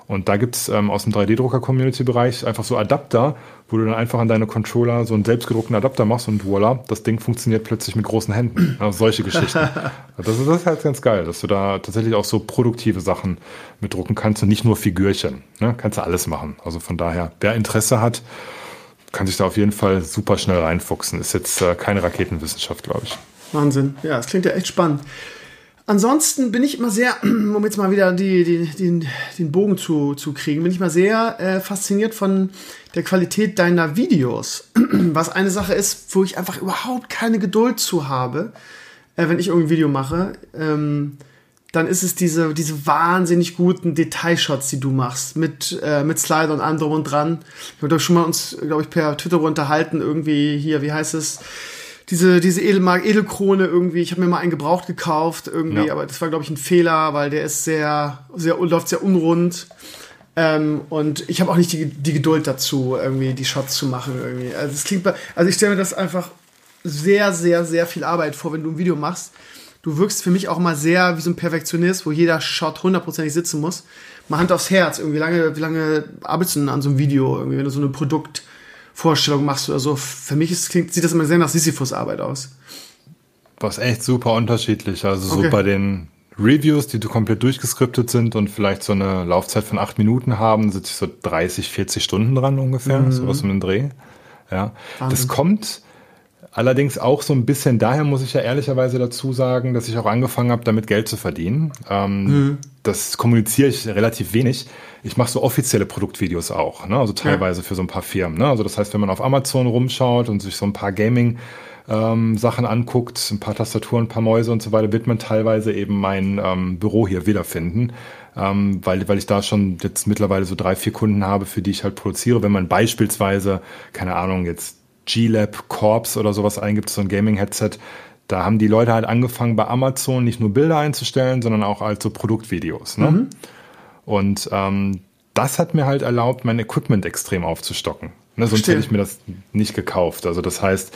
Und da gibt's ähm, aus dem drei D-Drucker-Community-Bereich einfach so Adapter, wo du dann einfach an deine Controller so einen selbstgedruckten Adapter machst und voila, das Ding funktioniert plötzlich mit großen Händen. Also solche Geschichten. Das ist, das ist halt ganz geil, dass du da tatsächlich auch so produktive Sachen mit drucken kannst und nicht nur Figürchen. Ne? Kannst du alles machen. Also von daher, wer Interesse hat, kann sich da auf jeden Fall super schnell reinfuchsen. Ist jetzt äh, keine Raketenwissenschaft, glaube ich.
Wahnsinn. Ja, das klingt ja echt spannend. Ansonsten bin ich immer sehr, um jetzt mal wieder die, die, den, den Bogen zu, zu kriegen, bin ich mal sehr äh, fasziniert von der Qualität deiner Videos. Was eine Sache ist, wo ich einfach überhaupt keine Geduld zu habe, äh, wenn ich irgendein Video mache, ähm, dann ist es diese, diese wahnsinnig guten Detailshots, die du machst, mit, äh, mit Slider und allem drum und dran. Wir haben schon mal uns, glaube ich, per Twitter unterhalten, irgendwie hier, wie heißt es, diese, diese Edelmark, Edelkrone irgendwie, ich habe mir mal einen gebraucht gekauft irgendwie, ja. Aber das war, glaube ich, ein Fehler, weil der ist sehr, sehr, läuft sehr unrund. Ähm, und ich habe auch nicht die, die Geduld dazu, irgendwie die Shots zu machen irgendwie. Also es klingt, also ich stelle mir das einfach sehr, sehr, sehr viel Arbeit vor, wenn du ein Video machst. Du wirkst für mich auch mal sehr wie so ein Perfektionist, wo jeder Shot hundertprozentig sitzen muss. Mal Hand aufs Herz, irgendwie, wie lange, wie lange arbeitest du denn an so einem Video, irgendwie, wenn du so eine Produktvorstellung machst oder so? Für mich ist, klingt, sieht das immer sehr nach Sisyphus-Arbeit aus.
Das ist echt super unterschiedlich. Also
okay.
So bei den Reviews, die komplett durchgeskriptet sind und vielleicht so eine Laufzeit von acht Minuten haben, sitze ich so dreißig, vierzig Stunden dran ungefähr, mhm. sowas um den Dreh. Ja. Das kommt allerdings auch so ein bisschen, daher muss ich ja ehrlicherweise dazu sagen, dass ich auch angefangen habe, damit Geld zu verdienen. Ähm, mhm. Das kommuniziere ich relativ wenig. Ich mache so offizielle Produktvideos auch, ne? Also teilweise ja. für so ein paar Firmen. Ne? Also das heißt, wenn man auf Amazon rumschaut und sich so ein paar Gaming ähm, Sachen anguckt, ein paar Tastaturen, ein paar Mäuse und so weiter, wird man teilweise eben mein ähm, Büro hier wiederfinden. Ähm, weil, weil ich da schon jetzt mittlerweile so drei, vier Kunden habe, für die ich halt produziere. Wenn man beispielsweise, keine Ahnung, jetzt G-Lab Corps oder sowas eingibt, so ein Gaming-Headset, da haben die Leute halt angefangen bei Amazon nicht nur Bilder einzustellen, sondern auch als so Produktvideos. Ne? Mhm. Und ähm, das hat mir halt erlaubt, mein Equipment extrem aufzustocken. Ne? Sonst hätte ich mir das nicht gekauft. Also das heißt,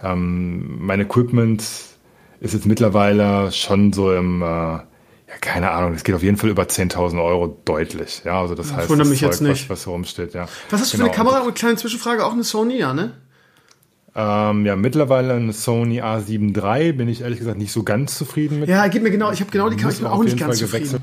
ähm, mein Equipment ist jetzt mittlerweile schon so im, äh, ja, keine Ahnung, es geht auf jeden Fall über zehntausend Euro deutlich. Ja, also das heißt,
wundert
das
mich
Zeug,
jetzt nicht.
Was, was rumsteht, ja.
Was hast du genau. für eine Kamera? Eine kleine Zwischenfrage, auch eine Sony, ja, ne?
Ähm, ja, mittlerweile eine Sony A sieben drei, bin ich ehrlich gesagt nicht so ganz zufrieden mit.
Ja, gib mir genau, ich habe genau die Kamera, ich bin auch nicht ganz zufrieden.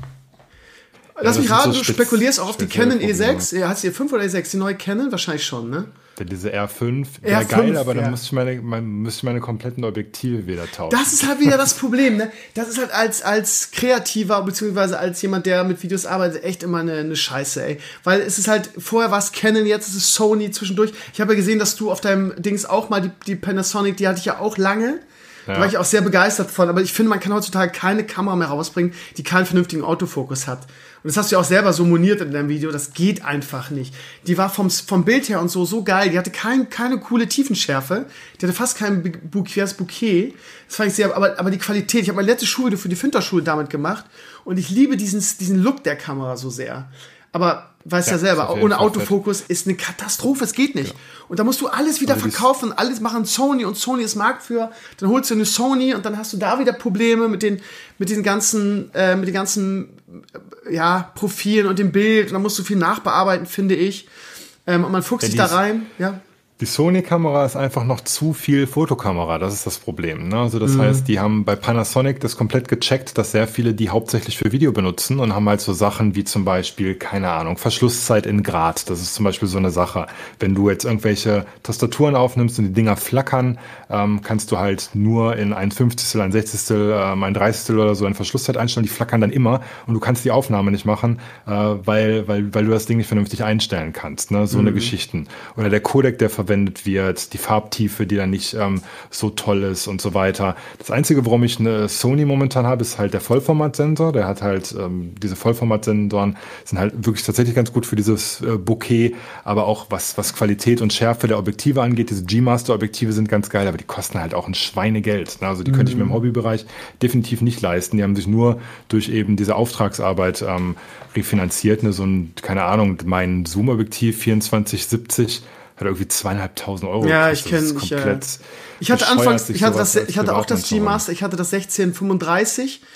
Lass mich raten, du spekulierst auch auf die Canon E sechs. Ja, hast du hier fünf oder E sechs? Die neue Canon? Wahrscheinlich schon, ne?
Diese R fünf wäre geil, aber dann ja. müsste ich meine, meine, müsste ich meine kompletten Objektive wieder tauschen.
Das ist halt wieder das Problem, ne? Das ist halt als, als Kreativer, beziehungsweise als jemand, der mit Videos arbeitet, echt immer eine, eine Scheiße, ey. Weil es ist halt, vorher war es Canon, jetzt ist es Sony zwischendurch. Ich habe ja gesehen, dass du auf deinem Dings auch mal die, die Panasonic, die hatte ich ja auch lange. Da war ich auch sehr begeistert von, aber ich finde, man kann heutzutage keine Kamera mehr rausbringen, die keinen vernünftigen Autofokus hat. Und das hast du ja auch selber so moniert in deinem Video, das geht einfach nicht. Die war vom, vom Bild her und so so geil, die hatte kein, keine coole Tiefenschärfe, die hatte fast kein Bouquet, Bouquet. Das fand ich sehr, aber, aber die Qualität, ich habe mein letztes Schulvideo für die Finterschule damit gemacht und ich liebe diesen, diesen Look der Kamera so sehr. Aber weißt ja, ja selber, ohne Fall Autofokus fett. Ist eine Katastrophe, es geht nicht. Ja. Und da musst du alles wieder aber verkaufen, alles machen Sony und Sony ist Marktführer. Dann holst du eine Sony und dann hast du da wieder Probleme mit den, mit den ganzen, äh, mit den ganzen, äh, ja, Profilen und dem Bild. Und dann musst du viel nachbearbeiten, finde ich. Ähm, und man fuchst ja, sich da rein, ja.
Die Sony-Kamera ist einfach noch zu viel Fotokamera, das ist das Problem. Ne? Also das mhm. heißt, die haben bei Panasonic das komplett gecheckt, dass sehr viele die hauptsächlich für Video benutzen und haben halt so Sachen wie zum Beispiel, keine Ahnung, Verschlusszeit in Grad. Das ist zum Beispiel so eine Sache. Wenn du jetzt irgendwelche Tastaturen aufnimmst und die Dinger flackern, ähm, kannst du halt nur in ein Fünfzigstel, ein Sechzigstel, ähm, ein Dreißigstel oder so eine Verschlusszeit einstellen. Die flackern dann immer und du kannst die Aufnahme nicht machen, äh, weil, weil, weil du das Ding nicht vernünftig einstellen kannst. Ne? So mhm. eine Geschichten. Oder der Codec, der verwendet wird, die Farbtiefe, die dann nicht ähm, so toll ist und so weiter. Das Einzige, warum ich eine Sony momentan habe, ist halt der Vollformatsensor. Der hat halt, ähm, diese Vollformatsensoren sind halt wirklich tatsächlich ganz gut für dieses äh, Bokeh, aber auch was, was Qualität und Schärfe der Objektive angeht. Diese G-Master-Objektive sind ganz geil, aber die kosten halt auch ein Schweinegeld. Ne? Also die mhm. könnte ich mir im Hobbybereich definitiv nicht leisten. Die haben sich nur durch eben diese Auftragsarbeit ähm, refinanziert. Ne? So ein, keine Ahnung, mein Zoom-Objektiv vierundzwanzig siebzig hat irgendwie zweieinhalbtausend Euro.
Ja, ich kenne ich, äh, ich hatte anfangs, ich hatte das, ich hatte auch das G-Master, ich hatte das sechzehn fünfunddreißig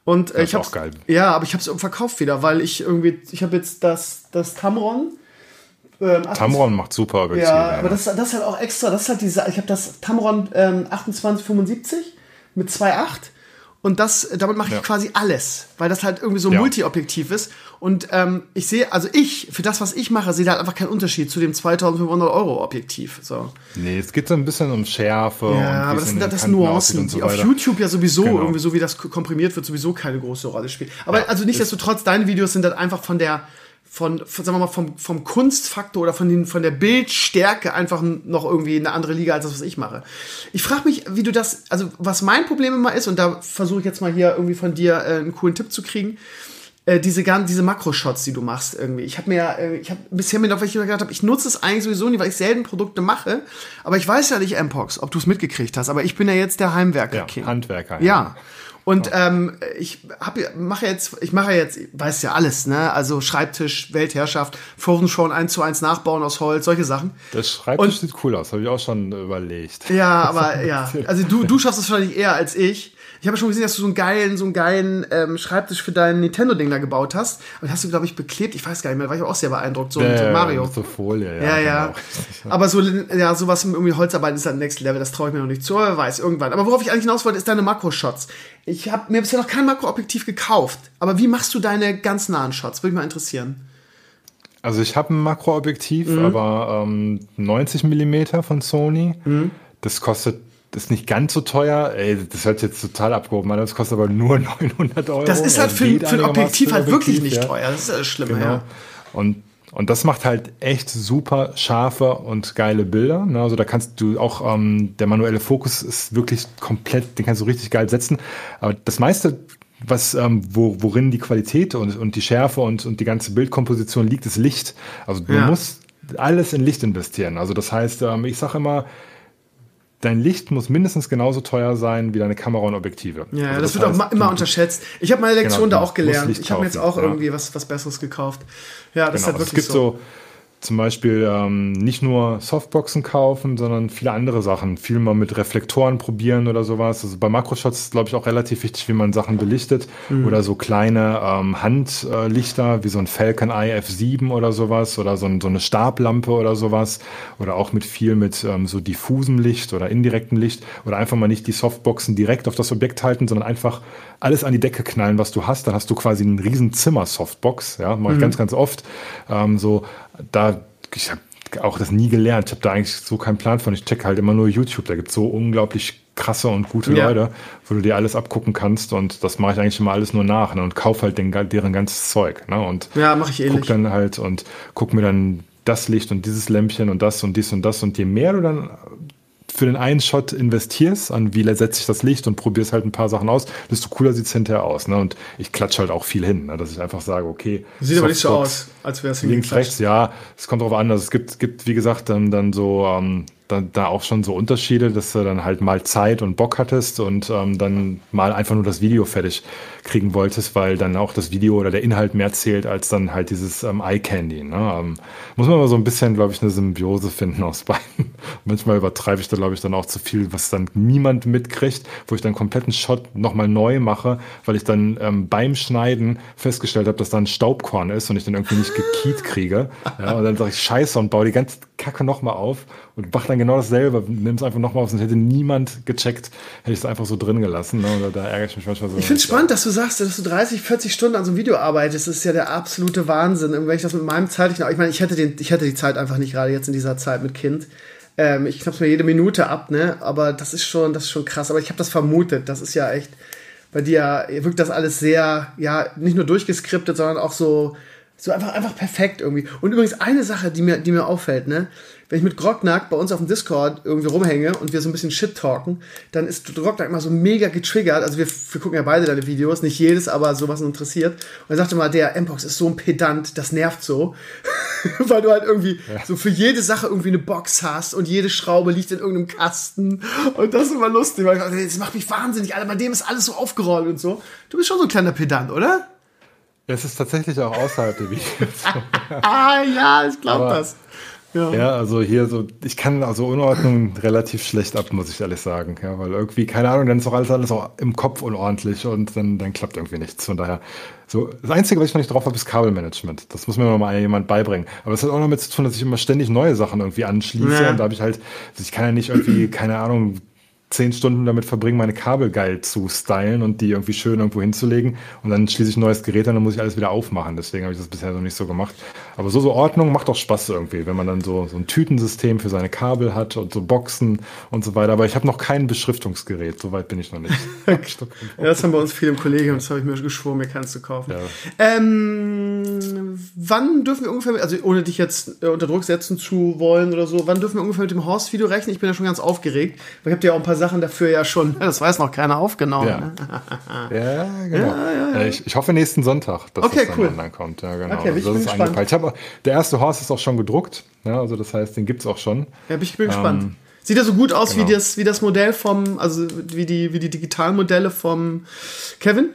Und äh,
Das
ich
ist
habe
auch geil.
ja, aber ich habe es verkauft wieder, weil ich irgendwie, ich habe jetzt das, das Tamron. Ähm,
Tamron macht super Objektive.
Ja,
ja.
aber das, das ist halt auch extra, das ist halt diese, ich habe das Tamron ähm, achtundzwanzig fünfundsiebzig mit zwei Komma acht und das, damit mache ich
Ja.
quasi alles, weil das halt irgendwie so
Ja.
Multi-Objektiv ist und ähm, ich sehe, also ich, für das, was ich mache, sehe da halt einfach keinen Unterschied zu dem zweitausendfünfhundert Euro Objektiv, so.
Nee, es geht so ein bisschen um Schärfe. und
Ja,
wie
aber
es
das
in
sind
den
das
Kanten
Nuancen,
aussieht und so
die auf
weiter.
YouTube ja sowieso
Genau.
irgendwie so, wie das komprimiert wird, sowieso keine große Rolle spielen. Aber
Ja,
also nichtsdestotrotz, deine Videos sind dann einfach von der Von, von, sagen wir mal, vom, vom Kunstfaktor oder von, den, von der Bildstärke einfach noch irgendwie eine andere Liga als das, was ich mache. Ich frage mich, wie du das, also was mein Problem immer ist, und da versuche ich jetzt mal hier irgendwie von dir äh, einen coolen Tipp zu kriegen, äh, diese, gan- diese Makro-Shots, die du machst irgendwie. Ich habe mir, äh, ich habe bisher mir noch, weil ich gedacht habe, ich nutze es eigentlich sowieso nicht, weil ich selten Produkte mache, aber ich weiß ja nicht, Mpox, ob du es mitgekriegt hast, aber ich bin ja jetzt der Heimwerker-King.
Ja, Handwerker.
Ja. Und ähm, ich hab, mache jetzt, ich mache jetzt, weiß ja alles, ne? Also Schreibtisch, Weltherrschaft, Frozen Show eins zu eins nachbauen aus Holz, solche Sachen.
Das Schreibtisch
Und-
sieht cool aus, habe ich auch schon überlegt.
Ja, aber ja, also du, du schaffst es wahrscheinlich eher als ich. Ich habe schon gesehen, dass du so einen geilen, so einen geilen ähm, Schreibtisch für dein Nintendo-Ding da gebaut hast. Und den hast du, glaube ich, beklebt. Ich weiß gar nicht mehr, da war ich auch sehr beeindruckt. So mit
Äh,
Mario.
Mit so Folie,
Ja,
ja.
ja.
Genau.
Aber so, ja, sowas mit irgendwie Holzarbeit ist halt Next Level. Das traue ich mir noch nicht zu, aber wer weiß, irgendwann. Aber worauf ich eigentlich hinaus wollte, ist deine Makro-Shots. Ich habe mir bisher noch kein Makroobjektiv gekauft. Aber wie machst du deine ganz nahen Shots? Würde mich mal interessieren.
Also ich habe ein Makroobjektiv,
Mhm.
aber ähm, neunzig Millimeter von Sony.
Mhm.
Das kostet, das ist nicht ganz so teuer. Ey, das hört jetzt total abgehoben an. Das kostet aber nur neunhundert Euro.
Das ist halt für,
geht
für ein
einigermaßen
Objektiv
für
halt wirklich
Objektiv,
nicht
ja.
teuer. Das ist ja das Schlimme,
Genau.
ja.
Und, und das macht halt echt super scharfe und geile Bilder. Ne? Also da kannst du auch, ähm, der manuelle Fokus ist wirklich komplett, den kannst du richtig geil setzen. Aber das meiste, was, ähm, wo, worin die Qualität und, und die Schärfe und, und die ganze Bildkomposition liegt, ist Licht. Also du
Ja.
musst alles in Licht investieren. Also das heißt, ähm, ich sage immer, dein Licht muss mindestens genauso teuer sein wie deine Kamera und Objektive.
Ja,
also
das, wird auch
heißt,
ma- immer
du-
unterschätzt. Ich habe meine Lektion
Genau,
da
du
auch gelernt.
musst Licht
Ich habe mir jetzt
kaufen,
auch
ja.
irgendwie was, was Besseres gekauft. Ja, das ist
Genau,
halt
also es
wirklich
gibt so zum Beispiel ähm, nicht nur Softboxen kaufen, sondern viele andere Sachen. Viel mal mit Reflektoren probieren oder sowas. Also bei Makroshots ist, glaube ich, auch relativ wichtig, wie man Sachen belichtet.
Mhm.
Oder so kleine ähm, Handlichter, wie so ein Falcon Eye F sieben oder sowas. Oder so, ein, so eine Stablampe oder sowas. Oder auch mit viel mit ähm, so diffusem Licht oder indirektem Licht. Oder einfach mal nicht die Softboxen direkt auf das Objekt halten, sondern einfach alles an die Decke knallen, was du hast. Dann hast du quasi einen riesen Zimmer-Softbox. Ja, mache ich
Mhm.
ganz, ganz oft. Ähm, so, da, ich habe auch das nie gelernt. Ich habe da eigentlich so keinen Plan von. Ich check halt immer nur YouTube. Da gibt's so unglaublich krasse und gute
Ja.
Leute, wo du dir alles abgucken kannst. Und das mache ich eigentlich immer alles nur nach. Ne? Und kauf halt den, deren ganzes Zeug. Ne? Und
Ja, mache ich ähnlich.
guck dann halt und guck mir dann das Licht und dieses Lämpchen und das und dies und das. Und je mehr du dann für den einen Shot investierst, an wie setze ich das Licht und probierst halt ein paar Sachen aus, desto cooler sieht's hinterher aus. Ne? Und ich klatsche halt auch viel hin, ne? Dass ich einfach sage, okay.
Sieht aber nicht so
Softbox,
aus, als wäre es
Links, rechts, ja, es kommt drauf an. Also es gibt, gibt wie gesagt, dann, dann so ähm, da, da auch schon so Unterschiede, dass du dann halt mal Zeit und Bock hattest und ähm, dann mal einfach nur das Video fertig kriegen wolltest, weil dann auch das Video oder der Inhalt mehr zählt als dann halt dieses ähm, Eye Candy. Ne? Ähm, muss man aber so ein bisschen, glaube ich, eine Symbiose finden aus beiden. Manchmal übertreibe ich da, glaube ich, dann auch zu viel, was dann niemand mitkriegt, wo ich dann kompletten Shot nochmal neu mache, weil ich dann ähm, beim Schneiden festgestellt habe, dass da ein Staubkorn ist und ich dann irgendwie nicht gekiet kriege. Ja, und dann sage ich Scheiße und baue die ganze Kacke nochmal auf und mach dann genau dasselbe, nimm es einfach nochmal auf, sonst hätte niemand gecheckt, hätte ich es einfach so drin gelassen. Ne? Und da ärgere ich mich manchmal so.
Ich finde es spannend, dass du sagst, dass du dreißig, vierzig Stunden an so einem Video arbeitest. Das ist ja der absolute Wahnsinn. Und wenn ich das mit meinem zeitlichen, ich meine, ich hätte, den, ich hätte die Zeit einfach nicht gerade jetzt in dieser Zeit mit Kind. Ähm, ich knapp's mir jede Minute ab, ne? Aber das ist schon, das ist schon krass. Aber ich habe das vermutet. Das ist ja echt, bei dir wirkt das alles sehr, ja, nicht nur durchgeskriptet, sondern auch so, so einfach, einfach perfekt irgendwie. Und übrigens eine Sache, die mir, die mir auffällt, ne? Wenn ich mit Grognack bei uns auf dem Discord irgendwie rumhänge und wir so ein bisschen Shit talken, dann ist Grognack immer so mega getriggert. Also wir, wir gucken ja beide deine Videos, nicht jedes, aber sowas interessiert. Und er sagte mal, der Mpox ist so ein Pedant, das nervt so. Weil du halt irgendwie ja. so für jede Sache irgendwie eine Box hast und jede Schraube liegt in irgendeinem Kasten. Und das ist immer lustig, weil ich dachte, das macht mich wahnsinnig, Alter, bei dem ist alles so aufgerollt und so. Du bist schon so ein kleiner Pedant, oder?
Es ist tatsächlich auch außerhalb der Videos.
Ah ja, ich glaube das. Ja.
ja, also hier so, ich kann also Unordnung relativ schlecht ab, muss ich ehrlich sagen. Ja, weil irgendwie, keine Ahnung, dann ist auch alles, alles auch im Kopf unordentlich und dann, dann klappt irgendwie nichts. Von daher, so, das Einzige, was ich noch nicht drauf habe, ist Kabelmanagement. Das muss mir noch mal jemand beibringen. Aber es hat auch damit zu tun, dass ich immer ständig neue Sachen irgendwie anschließe.
Ja.
Und da habe ich halt, also ich kann ja nicht irgendwie, keine Ahnung, zehn Stunden damit verbringen, meine Kabel geil zu stylen und die irgendwie schön irgendwo hinzulegen und dann schließe ich ein neues Gerät an, dann muss ich alles wieder aufmachen. Deswegen habe ich das bisher noch nicht so gemacht. Aber so, so Ordnung macht auch Spaß irgendwie, wenn man dann so, so ein Tütensystem für seine Kabel hat und so Boxen und so weiter. Aber ich habe noch kein Beschriftungsgerät, so weit bin ich noch nicht.
Ja, das haben bei uns viele im Kollegium, das habe ich mir geschworen, mir keins zu kaufen. Ja. Ähm, wann dürfen wir ungefähr, also ohne dich jetzt äh, unter Druck setzen zu wollen oder so, wann dürfen wir ungefähr mit dem Horst-Video rechnen? Ich bin ja schon ganz aufgeregt, weil ich habe dir ja auch ein paar Sachen dafür ja schon, das weiß noch keiner, aufgenommen.
Ja,
ne?
ja genau.
Ja, ja, ja.
Ich, ich hoffe nächsten Sonntag, dass
okay,
das dann
cool.
online kommt. Ja, genau.
Okay, bin ich
das
bin
ist
gespannt.
angepeilt. Ich hab, der erste Horst ist auch schon gedruckt, ja, also das heißt, den gibt's auch schon.
Ja, bin ich bin gespannt.
Ähm,
Sieht ja so gut aus
genau.
wie, das, wie das Modell vom, also wie die, wie die digitalen Modelle vom Kevin.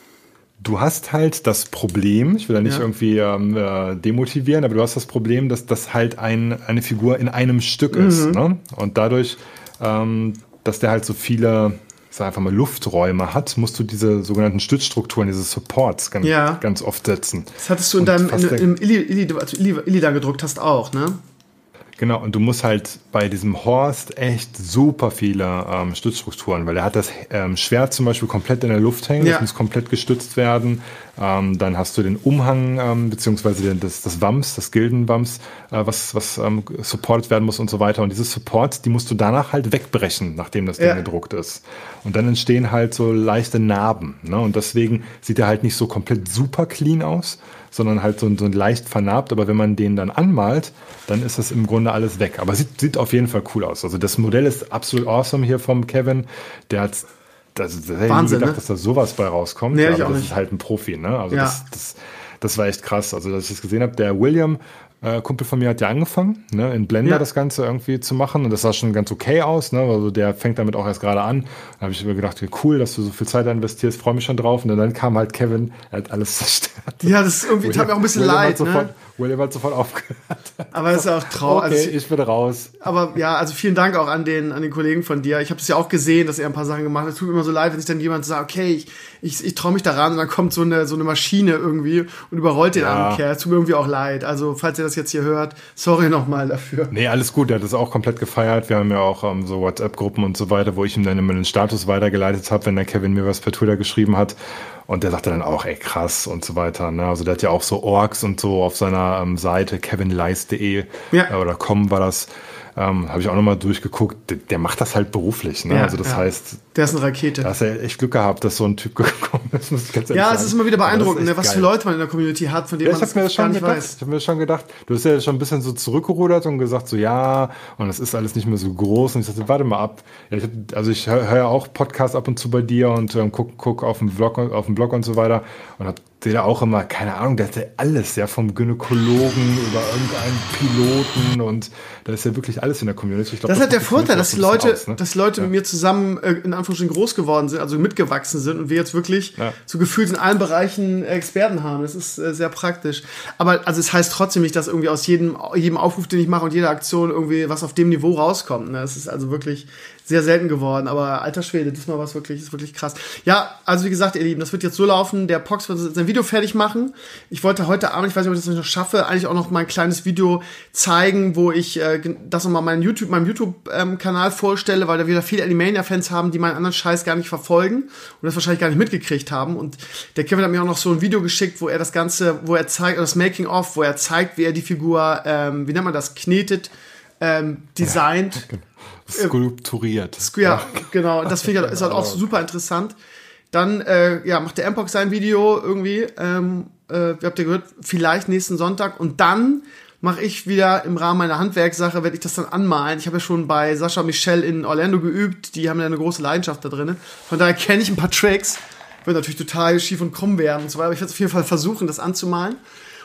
Du hast halt das Problem, ich will da nicht
Ja.
irgendwie ähm, äh, demotivieren, aber du hast das Problem, dass das halt ein, eine Figur in einem Stück ist.
Mhm.
Ne? Und dadurch, ähm, dass der halt so viele, ich sag einfach mal, Lufträume hat, musst du diese sogenannten Stützstrukturen, diese Supports ganz,
Ja.
ganz oft setzen.
Das hattest du in
Und
deinem,
fast
in,
der-
im Illi, Illi, als du Illi, Illi da gedruckt hast auch, ne?
Genau, und du musst halt bei diesem Horst echt super viele ähm, Stützstrukturen, weil er hat das ähm, Schwert zum Beispiel komplett in der Luft hängen,
Ja.
das muss komplett gestützt werden. Ähm, dann hast du den Umhang, ähm, beziehungsweise den, das, das Wams, das Gildenwams, äh, was, was ähm, supported werden muss und so weiter. Und diese Supports, die musst du danach halt wegbrechen, nachdem das Ding
Ja.
gedruckt ist. Und dann entstehen halt so leichte Narben. Ne? Und deswegen sieht er halt nicht so komplett super clean aus, sondern halt so, so leicht vernarbt. Aber wenn man den dann anmalt, dann ist das im Grunde alles weg. Aber sieht, sieht auf jeden Fall cool aus. Also das Modell ist absolut awesome hier vom Kevin. Der hat, das, das hätte ich nie
Wahnsinn,
gedacht,
ne?
dass da sowas bei rauskommt.
Nee,
Ja,
ich
aber
auch
das
nicht.
ist halt ein Profi. Ne? Also
Ja.
das, das, das war echt krass. Also dass ich das gesehen habe, der William, äh, Kumpel von mir, hat ja angefangen, ne, in Blender
Ja.
das Ganze irgendwie zu machen. Und das sah schon ganz okay aus. Ne? Also der fängt damit auch erst gerade an. Da habe ich mir gedacht, cool, dass du so viel Zeit da investierst, freue mich schon drauf. Und dann kam halt Kevin, er hat alles zerstört.
Ja, das ist irgendwie, das hat mir auch ein bisschen
William
leid,
hat sofort,
ne?
William hat sofort aufgehört.
Aber das ist auch traurig.
Okay,
Also,
ich bin raus.
aber ja, also vielen Dank auch an den, an den Kollegen von dir. Ich habe das ja auch gesehen, dass er ein paar Sachen gemacht hat. Es tut mir immer so leid, wenn sich dann jemand sagt, okay, ich, ich, ich traue mich daran und dann kommt so eine, so eine Maschine irgendwie und überrollt den
Ja.
armen Kerl. Es tut mir irgendwie auch leid. Also, falls ihr das jetzt hier hört, sorry nochmal dafür.
Nee, alles gut, er hat das auch komplett gefeiert. Wir haben ja auch ähm, so WhatsApp-Gruppen und so weiter, wo ich ihm dann immer den Status weitergeleitet habe, wenn der Kevin mir was per Twitter geschrieben hat. Und der sagte dann auch, ey, krass und so weiter. Ne? Also der hat ja auch so Orgs und so auf seiner ähm, Seite, kevinleis punkt de
Ja.
äh, oder com war das. Ähm, habe ich auch nochmal durchgeguckt. Der, der macht das halt beruflich. Ne?
Ja,
also das
ja.
heißt,
Der ist eine Rakete.
da hast du ja echt Glück gehabt, dass so ein Typ gekommen ist. Muss ich ganz ehrlich
Ja, es
sagen.
ist immer wieder
Aber das ist
beeindruckend,
echt
ne, was für
geil.
Leute man in der Community hat, von denen
Ja,
man
ich habe mir das
gar
schon
nicht
gedacht.
weiß.
Ich habe mir schon gedacht, du hast ja schon ein bisschen so zurückgerudert und gesagt so, ja, und es ist alles nicht mehr so groß. Und ich sagte, warte mal ab. Ja, ich hab, also ich höre hör ja auch Podcasts ab und zu bei dir und ähm, guck, guck auf dem Blog, auf dem Blog und so weiter und hab sehe da auch immer, keine Ahnung, der hat ja alles, ja, vom Gynäkologen über irgendeinen Piloten und da ist ja wirklich alles in der Community. Ich glaub,
Das ist halt der
macht die
Vorteil, dass
Community
die
auch so ein
Leute,
bisschen aus, ne?
dass die Leute
Ja.
mit mir zusammen äh, in Anführungsstrichen groß geworden sind, also mitgewachsen sind und wir jetzt wirklich
Ja.
so gefühlt in allen Bereichen Experten haben. Das ist äh, sehr praktisch. Aber also es heißt trotzdem nicht, dass irgendwie aus jedem, jedem Aufruf, den ich mache und jeder Aktion irgendwie was auf dem Niveau rauskommt. Ne? Es ist also wirklich sehr selten geworden. Aber alter Schwede, diesmal war es wirklich, ist wirklich krass. Ja, also wie gesagt, ihr Lieben, das wird jetzt so laufen. Der Pox wird sein Video fertig machen. Ich wollte heute Abend, ich weiß nicht, ob ich das noch schaffe, eigentlich auch noch mal ein kleines Video zeigen, wo ich äh, das nochmal meinen YouTube, meinem YouTube-Kanal vorstelle, weil da wieder viele Animania-Fans haben, die meinen anderen Scheiß gar nicht verfolgen und das wahrscheinlich gar nicht mitgekriegt haben. Und der Kevin hat mir auch noch so ein Video geschickt, wo er das Ganze, wo er zeigt, das Making-of, wo er zeigt, wie er die Figur, ähm, wie nennt man das, knetet, ähm, designt.
Skulpturiert.
Ja, genau. Das finde ich halt, ist halt auch super interessant. Dann äh, ja, macht der M-Pox sein Video irgendwie. Ähm, äh, wie habt ihr gehört? Vielleicht nächsten Sonntag. Und dann mache ich wieder im Rahmen meiner Handwerkssache, werde ich das dann anmalen. Ich habe ja schon bei Sascha Michel in Orlando geübt. Die haben ja eine große Leidenschaft da drin. Von daher kenne ich ein paar Tricks. Wird natürlich total schief und krumm werden und so weiter. Aber ich werde auf jeden Fall versuchen, das anzumalen.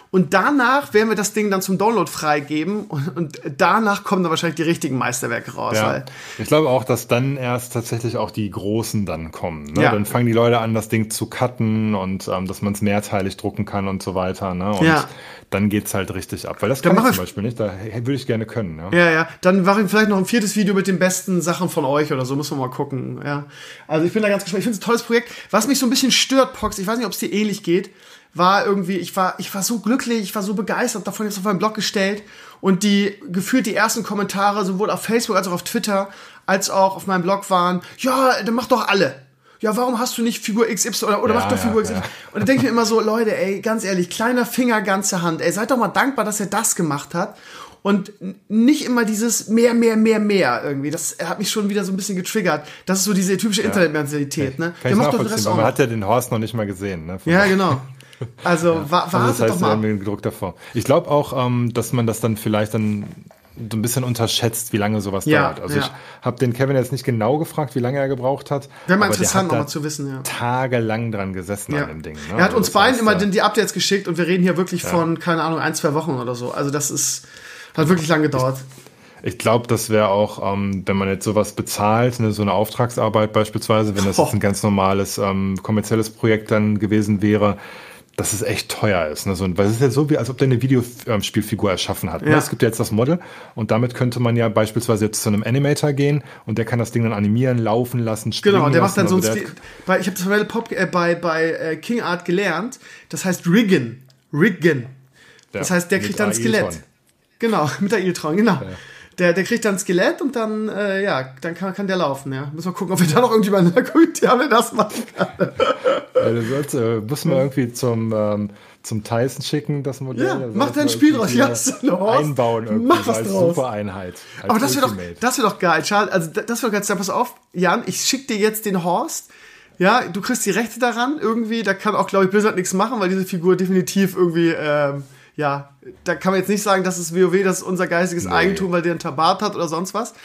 Und danach werden wir das Ding dann zum Download freigeben und, und danach kommen dann wahrscheinlich die richtigen Meisterwerke raus.
Ja.
Weil
Ich glaube auch, dass dann erst tatsächlich auch die Großen dann kommen. Ne?
Ja.
Dann fangen die Leute an, das Ding zu cutten und ähm, dass man es mehrteilig drucken kann und so weiter. Ne? Und
Ja.
dann geht's halt richtig ab. Weil das
Dann
kann ich
mach
zum
ich-
Beispiel nicht. Da würde ich gerne können. Ja?
Ja, ja. Dann mache ich vielleicht noch ein viertes Video mit den besten Sachen von euch oder so. Müssen wir mal gucken. Ja. Also ich bin da ganz gespannt. Ich finde es ein tolles Projekt. Was mich so ein bisschen stört, Pox, ich weiß nicht, ob es dir ähnlich geht, war irgendwie, ich war, ich war so glücklich, ich war so begeistert davon, jetzt auf meinen Blog gestellt und die, gefühlt die ersten Kommentare, sowohl auf Facebook als auch auf Twitter, als auch auf meinem Blog waren, ja, dann mach doch alle. Ja, warum hast du nicht Figur X Y oder, oder
Ja,
mach doch
ja,
Figur X Y?
ja.
Und dann denke ich mir immer so, Leute, ey, ganz ehrlich, kleiner Finger, ganze Hand. Ey, seid doch mal dankbar, dass er das gemacht hat. Und n- nicht immer dieses mehr, mehr, mehr, mehr irgendwie. Das hat mich schon wieder so ein bisschen getriggert. Das ist so diese typische Internetmentalität, ne?
Kann
Der
ich
macht doch den
nachvollziehen,
Rest
weil
auch
man
noch.
hat ja den Horst noch nicht mal gesehen. Ne? Von
Ja,
daher-
genau. Also, wa-
Also
wartet
das heißt,
doch mal ab.
in gedruckter Form. Ich glaube auch, ähm, dass man das dann vielleicht dann so ein bisschen unterschätzt, wie lange sowas
Ja,
dauert. Also
ja.
ich habe den Kevin jetzt nicht genau gefragt, wie lange er gebraucht hat.
Wäre mal
aber der
interessant,
hat da
nochmal zu wissen, ja.
tagelang dran gesessen
Ja.
an dem Ding. Ne?
Er hat
Also
uns
das
beiden
heißt,
immer
äh,
den- die Updates geschickt und wir reden hier wirklich von, keine Ahnung, ein, zwei Wochen oder so. Also das ist, hat wirklich lang gedauert.
Ich glaube, das wäre auch, ähm, wenn man jetzt sowas bezahlt, ne, so eine Auftragsarbeit beispielsweise, wenn das
Oh.
jetzt ein ganz normales ähm, kommerzielles Projekt dann gewesen wäre, dass es echt teuer ist. Ne? So, weil es ist ja so, wie als ob der eine Videospielfigur erschaffen hat. Ne?
Ja.
Es gibt ja jetzt das Model und damit könnte man ja beispielsweise jetzt zu einem Animator gehen und der kann das Ding dann animieren, laufen lassen, springen
Genau, der macht
lassen.
dann so ein
Also der
Stil. Bei, ich habe das bei, Pop, äh, bei, bei äh, King Art gelernt. Das heißt Riggen. Riggen. Das heißt, der
mit
kriegt dann ein Skelett.
Ailton.
Genau, mit der Iltron, genau. Der, der kriegt dann ein Skelett und dann, äh, ja, dann kann, kann der laufen, ja. Müssen wir gucken, ob wir da noch irgendjemanden in der Community haben, der das machen kann.
Ja, du sollst, äh, müssen wir irgendwie zum, ähm, zum Tyson schicken, das Modell.
Ja,
Da
mach
sollten
dein
wir
Spiel
irgendwie
draus.
hier
Ja, ist eine Horst.
einbauen irgendwie
Mach was
als
draus.
Supereinheit. Als
Aber das wäre doch,
Ultimate.
das wäre doch geil, Charles. Also da- das wäre ganz, pass auf, Jan, ich schick dir jetzt den Horst. Ja, du kriegst die Rechte daran irgendwie. Da kann auch, glaube ich, Blizzard nichts machen, weil diese Figur definitiv irgendwie, ähm, ja, da kann man jetzt nicht sagen, das ist WoW, das ist unser geistiges
Nee.
Eigentum, weil der einen Tabat hat oder sonst was.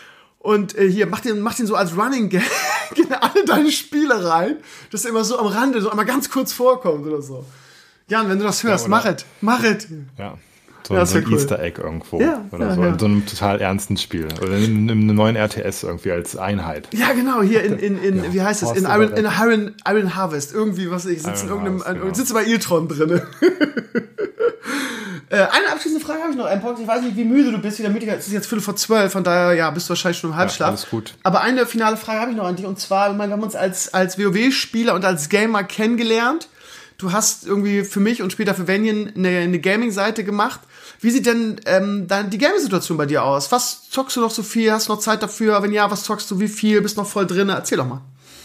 Und äh, hier, mach den, mach den so als Running Gag in alle deine Spiele rein, dass er immer so am Rande, so einmal ganz kurz vorkommt oder so. Jan, wenn du das hörst,
oder-
mach es, mach es.
Ja. So,
Ja, das
so ein
wär cool.
Easter Egg irgendwo.
Ja,
oder
ja,
so.
ja.
In so einem total ernsten Spiel. Oder in, in einem neuen R T S irgendwie als Einheit.
Ja, genau, hier in, in, in
Ja,
wie heißt es, in
Horst
Iron, in
Überrecht.
Iron, Iron Harvest, irgendwie, was weiß ich, sitze in
Iron
irgendeinem,
Harvest, genau.
sitze bei Iltron drin. äh, eine abschließende Frage habe ich noch, Mpox. Ich weiß nicht, wie müde du bist, wie der Mythiker, es ist jetzt Viertel vor zwölf, von daher, ja, bist du wahrscheinlich schon im Halbschlaf.
alles gut.
Aber eine finale Frage habe ich noch an dich, und zwar, ich meine, wir haben uns als, als WoW-Spieler und als Gamer kennengelernt. Du hast irgendwie für mich und später für Vanian eine, eine Gaming-Seite gemacht. Wie sieht denn ähm, dann die Gaming-Situation bei dir aus? Was zockst du noch so viel? Hast du noch Zeit dafür? Wenn ja, was zockst du? Wie viel? Bist noch voll drin? Erzähl doch mal.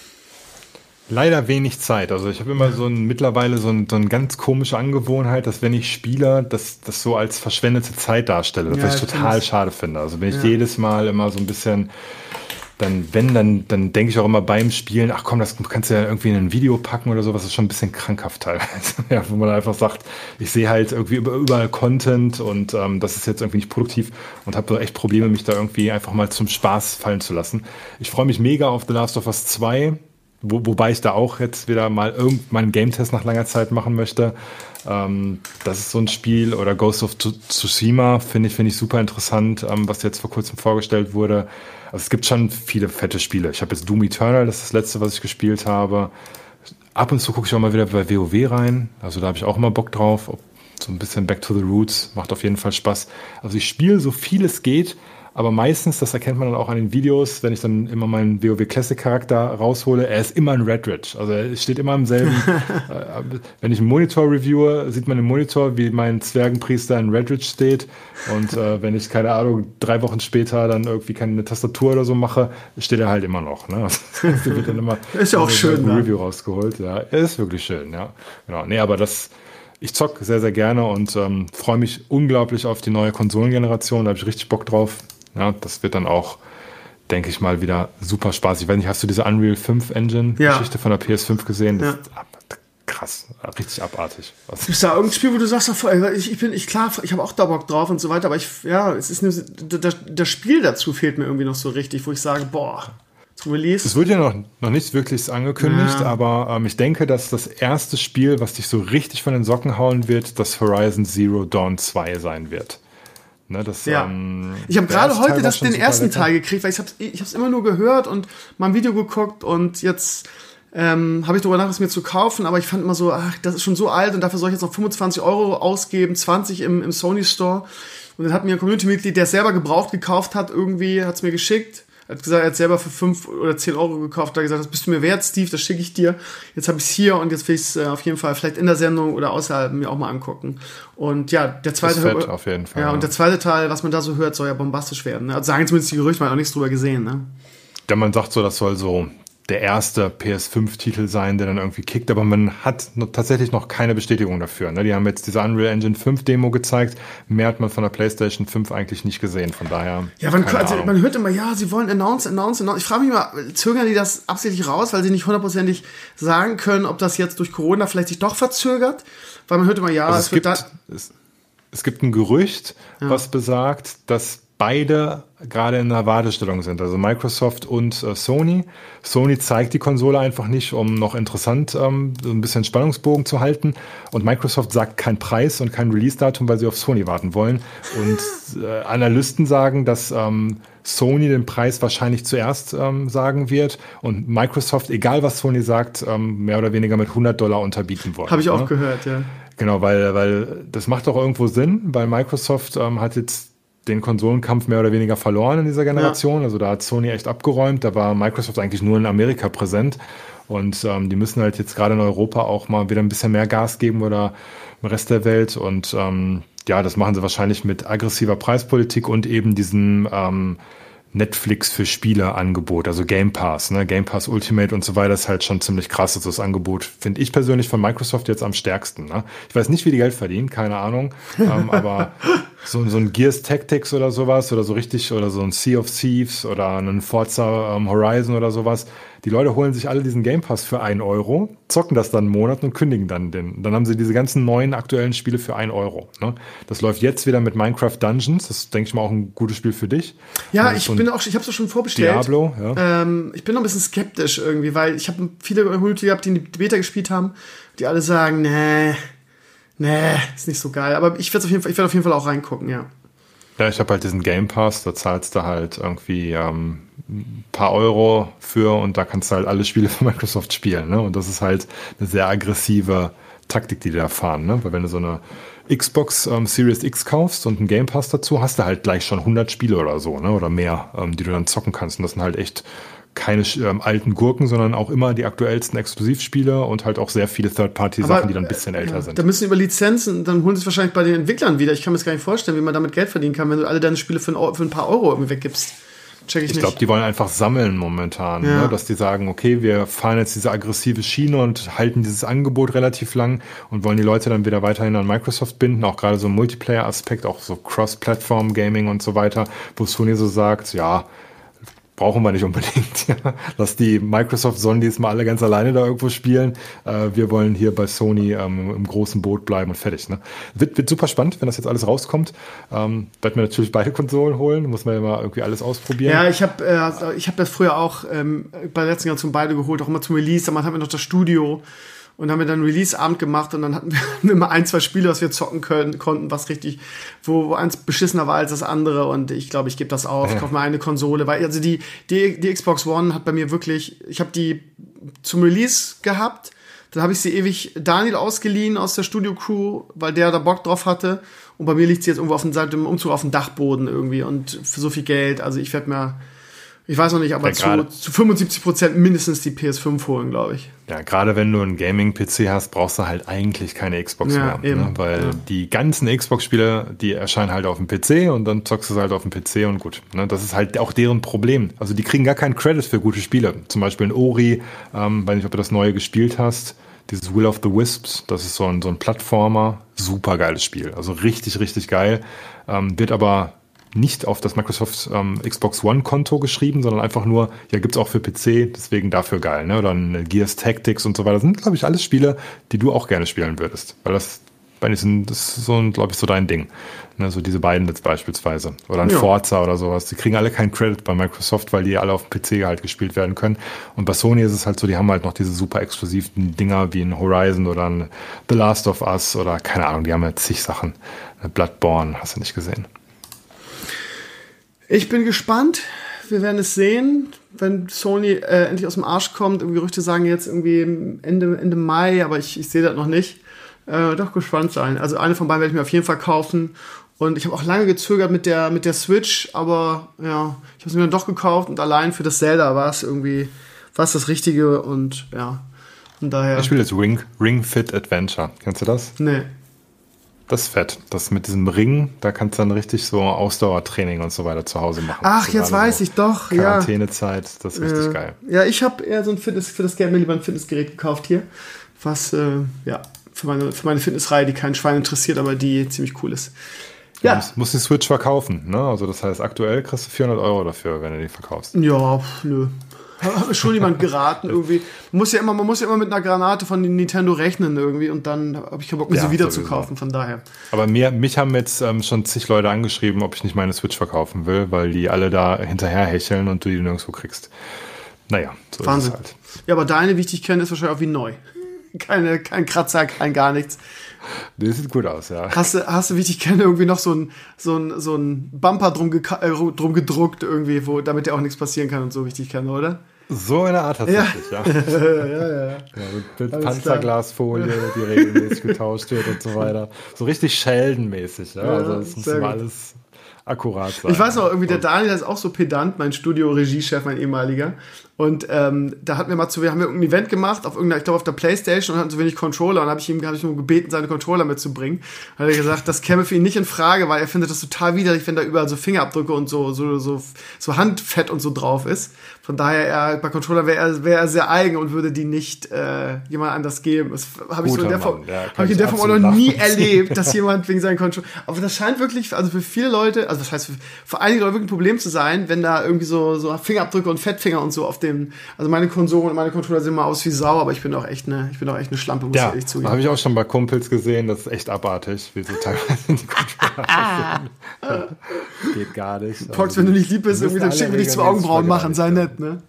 Leider wenig Zeit. Also ich habe immer so ein, mittlerweile so, ein, so eine ganz komische Angewohnheit, dass wenn ich spiele, das, das so als verschwendete Zeit darstelle.
Ja,
Was ich
ich
total
find's-
schade finde. Also wenn ich
Ja.
jedes Mal immer so ein bisschen, dann, wenn, dann, dann denke ich auch immer beim Spielen, ach komm, das kannst du ja irgendwie in ein Video packen oder sowas. Das ist schon ein bisschen krankhaft teilweise. Ja, wo man einfach sagt, ich sehe halt irgendwie über- überall Content und ähm, das ist jetzt irgendwie nicht produktiv und habe so echt Probleme, mich da irgendwie einfach mal zum Spaß fallen zu lassen. Ich freue mich mega auf The Last of Us zwei. Wo, wobei ich da auch jetzt wieder mal irgendwann einen Game-Test nach langer Zeit machen möchte. Ähm, das ist so ein Spiel, oder Ghost of Tsushima, finde ich, finde ich super interessant, ähm, was jetzt vor kurzem vorgestellt wurde. Also es gibt schon viele fette Spiele. Ich habe jetzt Doom Eternal, das ist das letzte, was ich gespielt habe. Ab und zu gucke ich auch mal wieder bei WoW rein. Also da habe ich auch immer Bock drauf. So ein bisschen Back to the Roots, macht auf jeden Fall Spaß. Also ich spiele so viel es geht, aber meistens, das erkennt man dann auch an den Videos, wenn ich dann immer meinen WoW Classic Charakter raushole, er ist immer ein Red Ridge. Also er steht immer im selben, äh, wenn ich einen Monitor reviewe, sieht man im Monitor, wie mein Zwergenpriester in Red Ridge steht. Und äh, wenn ich, keine Ahnung, drei Wochen später dann irgendwie keine Tastatur oder so mache, steht er halt immer noch. Ne? Also, das wird dann immer
Ist ja auch schön,
ein
ne?
Review rausgeholt. Ja, er ist wirklich schön, ja. Genau. Nee, aber das, ich zock sehr, sehr gerne und ähm, freue mich unglaublich auf die neue Konsolengeneration. Da habe ich richtig Bock drauf. Ja, das wird dann auch, denke ich mal, wieder super Spaß. Ich weiß nicht, hast du diese Unreal fünf Engine-Geschichte
Ja.
von der P S fünf gesehen? Das
Ja.
ist ab, krass, richtig abartig. Was-
Gibt es da irgendein Spiel, wo du sagst, ich, ich bin, ich klar, ich habe auch da Bock drauf und so weiter, aber ich, ja, es ist nur, das, das Spiel dazu fehlt mir irgendwie noch so richtig, wo ich sage, boah, zum Release.
Es wird ja noch, noch nicht wirklich angekündigt, ja. aber ähm, ich denke, dass das erste Spiel, was dich so richtig von den Socken hauen wird, das Horizon Zero Dawn zwei sein wird. Ne, das,
ja.
ähm,
ich habe gerade heute das, den ersten lecker. Teil gekriegt, weil ich habe ich hab's immer nur gehört und mal ein Video geguckt und jetzt ähm, habe ich darüber nach, es mir zu kaufen, aber ich fand immer so, ach, das ist schon so alt und dafür soll ich jetzt noch fünfundzwanzig Euro ausgeben, zwanzig im, im Sony Store. Und dann hat mir ein Community-Mitglied, der es selber gebraucht gekauft hat, irgendwie, hat es mir geschickt. Er hat gesagt, er hat selber für fünf oder zehn Euro gekauft. Da hat gesagt, das bist du mir wert, Steve, das schicke ich dir. Jetzt habe ich es hier und jetzt will ich es äh, auf jeden Fall vielleicht in der Sendung oder außerhalb mir auch mal angucken. Und ja, der zweite
Teil. Auf jeden Fall.
Ja,
ja,
und der zweite Teil, was man da so hört, soll ja bombastisch werden. Ne? Also sagen zumindest die Gerüchte, man hat auch nichts drüber gesehen. Ne?
Ja, man sagt so, das soll so der erste P S fünf Titel sein, der dann irgendwie kickt, aber man hat noch, tatsächlich noch keine Bestätigung dafür. Ne? Die haben jetzt diese Unreal Engine fünf Demo gezeigt, mehr hat man von der PlayStation fünf eigentlich nicht gesehen, von daher
ja, man, also, man hört immer, ja, sie wollen announce, announce, announce. Ich frage mich mal, zögern die das absichtlich raus, weil sie nicht hundertprozentig sagen können, ob das jetzt durch Corona vielleicht sich doch verzögert, weil man hört immer, ja,
also
es,
es,
wird
gibt,
da
es, es gibt ein Gerücht,
ja.
was besagt, dass beide gerade in einer Wartestellung sind, also Microsoft und äh, Sony. Sony zeigt die Konsole einfach nicht, um noch interessant ähm, so ein bisschen Spannungsbogen zu halten. Und Microsoft sagt keinen Preis und kein Release-Datum, weil sie auf Sony warten wollen. Und äh, Analysten sagen, dass ähm, Sony den Preis wahrscheinlich zuerst ähm, sagen wird und Microsoft, egal was Sony sagt, ähm, mehr oder weniger mit hundert Dollar unterbieten wollen.
Habe ich auch
ne?
gehört, ja.
Genau, weil, weil das macht doch irgendwo Sinn, weil Microsoft ähm, hat jetzt den Konsolenkampf mehr oder weniger verloren in dieser Generation. Ja. Also da hat Sony echt abgeräumt. Da war Microsoft eigentlich nur in Amerika präsent. Und ähm, die müssen halt jetzt gerade in Europa auch mal wieder ein bisschen mehr Gas geben oder im Rest der Welt. Und ähm, ja, das machen sie wahrscheinlich mit aggressiver Preispolitik und eben diesem ähm, Netflix für Spiele-Angebot, also Game Pass, ne? Game Pass Ultimate und so weiter ist halt schon ziemlich krass. Also das Angebot finde ich persönlich von Microsoft jetzt am stärksten. Ne? Ich weiß nicht, wie die Geld verdienen, keine Ahnung, ähm, aber so, so ein Gears Tactics oder sowas oder so richtig oder so ein Sea of Thieves oder ein Forza ähm, Horizon oder sowas. Die Leute holen sich alle diesen Game Pass für einen Euro, zocken das dann einen Monat und kündigen dann den. Dann haben sie diese ganzen neuen aktuellen Spiele für einen Euro. Ne? Das läuft jetzt wieder mit Minecraft Dungeons. Das ist, denke ich mal, auch ein gutes Spiel für dich.
Ja, ich bin auch, ich habe es schon vorbestellt.
Diablo, ja.
Ähm, ich bin noch ein bisschen skeptisch irgendwie, weil ich habe viele Community gehabt, die in die Beta gespielt haben, die alle sagen, nee, nee, ist nicht so geil. Aber ich werde auf jeden Fall, ich werde auf jeden Fall auch reingucken, ja.
Ja, ich habe halt diesen Game Pass, da zahlst du halt irgendwie ähm, ein paar Euro für und da kannst du halt alle Spiele von Microsoft spielen. Ne? Und das ist halt eine sehr aggressive Taktik, die die da fahren. Ne? Weil wenn du so eine Xbox ähm, Series X kaufst und einen Game Pass dazu, hast du halt gleich schon hundert Spiele oder so, ne? Oder mehr, ähm, die du dann zocken kannst. Und das sind halt echt keine ähm, alten Gurken, sondern auch immer die aktuellsten Exklusivspiele und halt auch sehr viele Third-Party-Sachen, die dann ein bisschen älter
ja,
sind.
Da müssen über Lizenzen, dann holen sie es wahrscheinlich bei den Entwicklern wieder. Ich kann mir das gar nicht vorstellen, wie man damit Geld verdienen kann, wenn du alle deine Spiele für ein, für ein paar Euro irgendwie weggibst. Check ich
ich glaube, die wollen einfach sammeln momentan,
ja.
ne? Dass die sagen, okay, wir fahren jetzt diese aggressive Schiene und halten dieses Angebot relativ lang und wollen die Leute dann wieder weiterhin an Microsoft binden, auch gerade so ein Multiplayer-Aspekt, auch so Cross-Platform-Gaming und so weiter, wo Sony so sagt, ja, brauchen wir nicht unbedingt. Ja. Lass die Microsoft-Sondies mal alle ganz alleine da irgendwo spielen. Äh, wir wollen hier bei Sony ähm, im großen Boot bleiben und fertig. Ne? Wird, wird super spannend, wenn das jetzt alles rauskommt. Ähm, werden wir natürlich beide Konsolen holen. Muss man ja mal irgendwie alles ausprobieren.
Ja, ich habe äh, ich hab das früher auch ähm, bei der letzten Generation beide geholt, auch immer zum Release. Dann hatten wir noch das Studio und haben wir dann Release-Abend gemacht und dann hatten wir immer ein, zwei Spiele, was wir zocken können, konnten, was richtig, wo, wo eins beschissener war als das andere und ich glaube, ich gebe das auf, ich kaufe mal eine Konsole, weil also die, die, die Xbox One hat bei mir wirklich, ich habe die zum Release gehabt, dann habe ich sie ewig Daniel ausgeliehen aus der Studio-Crew, weil der da Bock drauf hatte und bei mir liegt sie jetzt irgendwo auf dem, seit dem Umzug auf dem Dachboden irgendwie und für so viel Geld, also ich werde mir Ich weiß noch nicht, aber zu, zu fünfundsiebzig Prozent mindestens die P S fünf holen, glaube ich.
Ja, gerade wenn du einen Gaming-P C hast, brauchst du halt eigentlich keine Xbox
ja,
mehr. Ne? Weil ja. die ganzen Xbox-Spiele, die erscheinen halt auf dem P C und dann zockst du sie halt auf dem P C und gut. Ne? Das ist halt auch deren Problem. Also die kriegen gar keinen Credit für gute Spiele. Zum Beispiel in Ori, ähm, weiß nicht, ob du das neue gespielt hast, dieses Will of the Wisps, das ist so ein, so ein Plattformer, super geiles Spiel. Also richtig, richtig geil. Ähm, wird aber nicht auf das Microsoft ähm, Xbox One-Konto geschrieben, sondern einfach nur, ja, gibt's auch für P C, deswegen dafür geil, ne? Oder ein Gears Tactics und so weiter. Das sind, glaube ich, alles Spiele, die du auch gerne spielen würdest. Weil das das ist so, glaube ich, so dein Ding. Ne, so diese beiden jetzt beispielsweise. Oder ein
ja.
Forza oder sowas. Die kriegen alle keinen Credit bei Microsoft, weil die alle auf dem P C halt gespielt werden können. Und bei Sony ist es halt so, die haben halt noch diese super exklusiven Dinger wie ein Horizon oder ein The Last of Us oder keine Ahnung, die haben ja zig Sachen. Bloodborne, hast du nicht gesehen.
Ich bin gespannt. Wir werden es sehen, wenn Sony äh, endlich aus dem Arsch kommt. Irgendwie Gerüchte sagen jetzt irgendwie Ende, Ende Mai, aber ich, ich sehe das noch nicht. Äh, doch gespannt sein. Also eine von beiden werde ich mir auf jeden Fall kaufen. Und ich habe auch lange gezögert mit der, mit der Switch, aber ja, ich habe sie mir dann doch gekauft und allein für das Zelda war es irgendwie war es das Richtige und ja, von daher.
Ich spiele jetzt Ring, Ring Fit Adventure. Kennst du das?
Nee.
Das ist fett. Das mit diesem Ring, da kannst du dann richtig so Ausdauertraining und so weiter zu Hause machen.
Ach,
so
jetzt weiß
so
ich doch.
Quarantänezeit, ja. Das ist richtig
äh,
geil.
Ja, ich habe eher so ein Fitness, für das Geld mir lieber ein Fitnessgerät gekauft hier, was äh, ja für meine, für meine Fitnessreihe, die keinen Schwein interessiert, aber die ziemlich cool ist.
Ja. Du musst, musst die Switch verkaufen, ne? Also das heißt, aktuell kriegst du vierhundert Euro dafür, wenn du die verkaufst.
Ja, pf, nö. Hat mir schon jemand geraten irgendwie. Man muss ja immer, man muss ja immer mit einer Granate von Nintendo rechnen irgendwie und dann habe ich keinen Bock, mir
ja,
sie wieder
sowieso.
zu kaufen, von daher.
Aber mir, mich haben jetzt ähm, schon zig Leute angeschrieben, ob ich nicht meine Switch verkaufen will, weil die alle da hinterher hecheln und du die nirgendwo kriegst. Naja, so
Wahnsinn.
ist es halt.
Ja, aber deine, wie ich dich kenne, ist wahrscheinlich auch wie neu. Keine, kein Kratzer, kein gar nichts.
Das sieht gut aus, ja.
Hast du, hast du, wie ich dich kenne, irgendwie noch so ein, so ein, so ein Bumper drum, geka- äh, drum gedruckt irgendwie, wo, damit dir auch nichts passieren kann und so, wie ich dich kenne, oder?
So in der Art tatsächlich, ja. ja.
ja, ja, ja.
Ja, mit
Alles
Panzerglasfolie, die regelmäßig getauscht wird und so weiter. So richtig Sheldon-mäßig, ja.
Ja,
Also das muss
sehr
immer
gut.
alles akkurat sein.
Ich weiß noch, irgendwie der Daniel ist auch so pedant, mein Studio-Regiechef, mein ehemaliger. Und ähm, da hatten wir mal zu, wir haben ein Event gemacht, auf irgendeiner, ich glaube auf der Playstation und hatten so wenig Controller und habe ich ihm hab ich ihm gebeten, seine Controller mitzubringen. Hat er gesagt, das käme für ihn nicht in Frage, weil er findet das total widerlich, wenn da überall so Fingerabdrücke und so so so, so Handfett und so drauf ist. Von daher, er, bei Controller wäre er, wär er sehr eigen und würde die nicht äh, jemand anders geben. Das habe ich so in der Form,
ja,
hab ich in der Form auch noch nie erlebt, dass jemand wegen seinen Controller. Aber das scheint wirklich, also für viele Leute, also das heißt für, für einige Leute wirklich ein Problem zu sein, wenn da irgendwie so, so Fingerabdrücke und Fettfinger und so auf dem, also meine Konsolen und meine Controller sehen mal aus wie Sau, aber ich bin auch echt eine, ich bin auch echt eine Schlampe, muss
ja,
ich ehrlich zugeben.
Habe ich auch schon bei Kumpels gesehen, das ist echt abartig, wie so teilweise die Controller sind. Geht gar nicht.
Pox, wenn du nicht lieb bist, irgendwie, dann schicken wir dich zum Augenbrauen machen, sei nett, ne?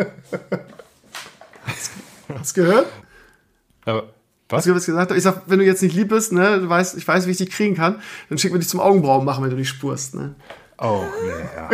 Hast du gehört?
Aber was?
Hast du was gesagt? Ich sag, wenn du jetzt nicht lieb bist, ne, du weißt, ich weiß, wie ich dich kriegen kann, dann schicken wir dich zum Augenbrauen machen, wenn du dich spurst, ne?
Oh, nee, ja.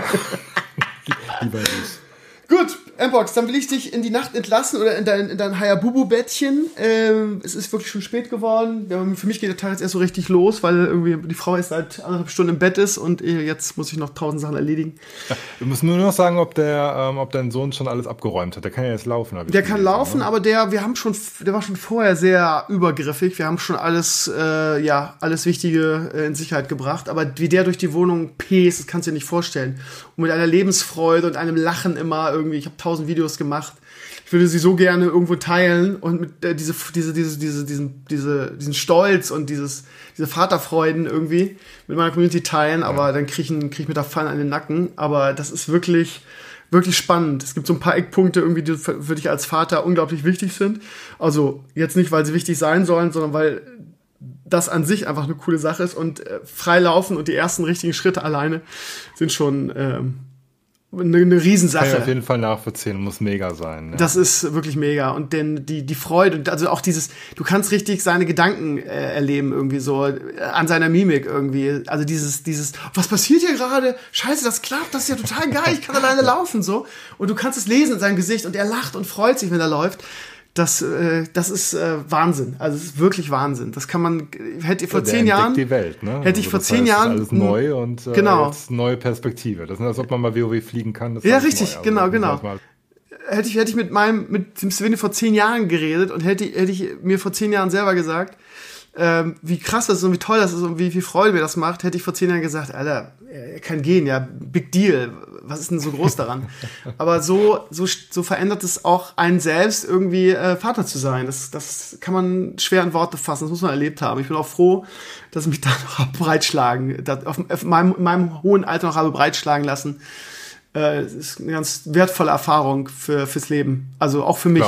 Lieber nicht.
Gut, Mpox, dann will ich dich in die Nacht entlassen oder in dein, in dein Hayabubu-Bettchen. Ähm, es ist wirklich schon spät geworden. Ja, für mich geht der Tag jetzt erst so richtig los, weil irgendwie die Frau jetzt seit anderthalb Stunden im Bett ist und jetzt muss ich noch tausend Sachen erledigen.
Ja, du musst nur noch sagen, ob der, ähm, ob dein Sohn schon alles abgeräumt hat. Der kann ja jetzt laufen. Hab ich
Der kann
gelesen,
laufen,
ne?
aber der, wir haben schon, der war schon vorher sehr übergriffig. Wir haben schon alles, äh, ja, alles Wichtige äh, in Sicherheit gebracht. Aber wie der durch die Wohnung pest, das kannst du dir nicht vorstellen. Und mit einer Lebensfreude und einem Lachen immer irgendwie. Ich habe tausend Videos gemacht. Ich würde sie so gerne irgendwo teilen und mit äh, diese, diese, diese, diese, diesen, diese, diesen Stolz und dieses, diese Vaterfreuden irgendwie mit meiner Community teilen. Aber ja. Dann krieg ich, krieg ich mit der Pfanne an den Nacken. Aber das ist wirklich wirklich spannend. Es gibt so ein paar Eckpunkte irgendwie, die für, für dich als Vater unglaublich wichtig sind. Also jetzt nicht, weil sie wichtig sein sollen, sondern weil das an sich einfach eine coole Sache ist. Und äh, frei laufen und die ersten richtigen Schritte alleine sind schon ähm, eine, eine Riesensache.
Kann ich auf jeden Fall nachvollziehen, muss mega sein. Ja.
Das ist wirklich mega. Und denn die, die Freude, also auch dieses, du kannst richtig seine Gedanken äh, erleben irgendwie so, äh, an seiner Mimik irgendwie. Also dieses, dieses, was passiert hier gerade? Scheiße, das klappt, das ist ja total geil, ich kann alleine laufen, so. Und du kannst es lesen in seinem Gesicht und er lacht und freut sich, wenn er läuft. Das, äh, das ist äh, Wahnsinn. Also es ist wirklich Wahnsinn. Das kann man, hätte ich vor
ja,
zehn Jahren,
die Welt, ne?
hätte ich
also
vor
das
zehn
heißt,
Jahren,
alles neu und äh,
genau.
jetzt neue Perspektive. Das ist, als ob man mal WoW fliegen kann. Das
ja,
ist
richtig,
neu. Also
genau,
das
genau.
ist halt
Hätte ich, hätte ich mit meinem, mit dem Sven vor zehn Jahren geredet und hätte, hätte ich mir vor zehn Jahren selber gesagt, ähm, wie krass das ist und wie toll das ist und wie viel Freude mir das macht, hätte ich vor zehn Jahren gesagt, Alter, er kann gehen, ja, big deal, was ist denn so groß daran? Aber so, so, so verändert es auch einen selbst, irgendwie äh, Vater zu sein. Das, das kann man schwer in Worte fassen, das muss man erlebt haben. Ich bin auch froh, dass ich mich da noch habe breitschlagen, dass auf, auf meinem, in meinem hohen Alter noch habe breitschlagen lassen. Das ist eine ganz wertvolle Erfahrung für, fürs Leben. Also auch für mich.
Glaube ich.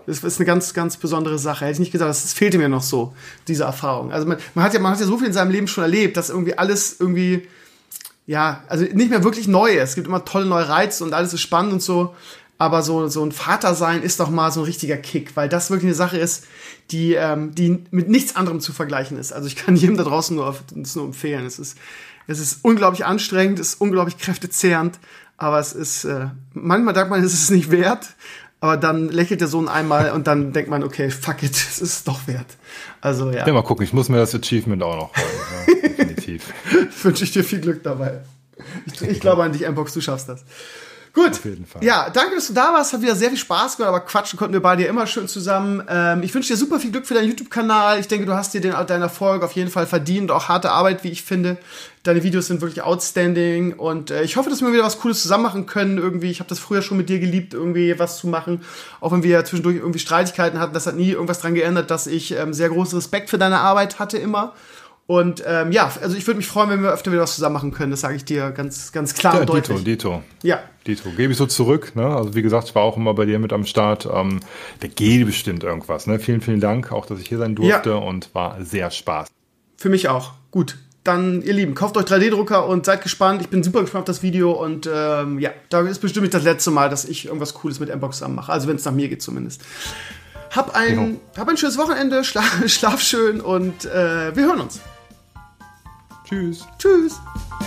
Das ist eine ganz, ganz besondere Sache. Hätte ich nicht gesagt, das fehlte mir noch so, diese Erfahrung. Also man, man hat ja, man hat ja so viel in seinem Leben schon erlebt, dass irgendwie alles irgendwie, ja, also nicht mehr wirklich neu ist. Es gibt immer tolle neue Reize und alles ist spannend und so. Aber so, so ein Vater sein ist doch mal so ein richtiger Kick, weil das wirklich eine Sache ist, die, ähm, die mit nichts anderem zu vergleichen ist. Also ich kann jedem da draußen nur, das nur empfehlen. Es ist, es ist unglaublich anstrengend, es ist unglaublich kräftezehrend, aber es ist, äh, manchmal denkt man, es ist es nicht wert, aber dann lächelt der Sohn einmal und dann denkt man, okay, fuck it, es ist doch wert. Also ja.
Ja, mal gucken, ich muss mir das Achievement auch noch holen. Ja, definitiv.
Wünsche ich dir viel Glück dabei. Ich, ich glaube an dich, M-Box, du schaffst das. Gut,
auf jeden Fall.
Ja, danke, dass du da warst. Hat wieder sehr viel Spaß gemacht, aber quatschen konnten wir beide ja immer schön zusammen. Ähm, ich wünsche dir super viel Glück für deinen YouTube-Kanal. Ich denke, du hast dir den, deinen Erfolg auf jeden Fall verdient. Auch harte Arbeit, wie ich finde. Deine Videos sind wirklich outstanding. Und äh, ich hoffe, dass wir wieder was Cooles zusammen machen können. Irgendwie, ich habe das früher schon mit dir geliebt, irgendwie was zu machen. Auch wenn wir ja zwischendurch irgendwie Streitigkeiten hatten. Das hat nie irgendwas dran geändert, dass ich ähm, sehr großen Respekt für deine Arbeit hatte immer. Und ähm, ja, also ich würde mich freuen, wenn wir öfter wieder was zusammen machen können. Das sage ich dir ganz, ganz klar
ja,
und deutlich.
Dito, Dito.
Ja.
Dito, gebe ich so zurück. Ne? Also wie gesagt, ich war auch immer bei dir mit am Start. Ähm, da geht bestimmt irgendwas. Ne? Vielen, vielen Dank, auch dass ich hier sein durfte ja. Und war sehr Spaß.
Für mich auch. Gut, dann ihr Lieben, kauft euch drei D-Drucker und seid gespannt. Ich bin super gespannt auf das Video und ähm, ja, da ist bestimmt nicht das letzte Mal, dass ich irgendwas Cooles mit M-Box zusammen mache. Also wenn es nach mir geht zumindest. Hab ein, hab ein schönes Wochenende, schlaf, schlaf schön und äh, wir hören uns.
Tschüss.
Tschüss.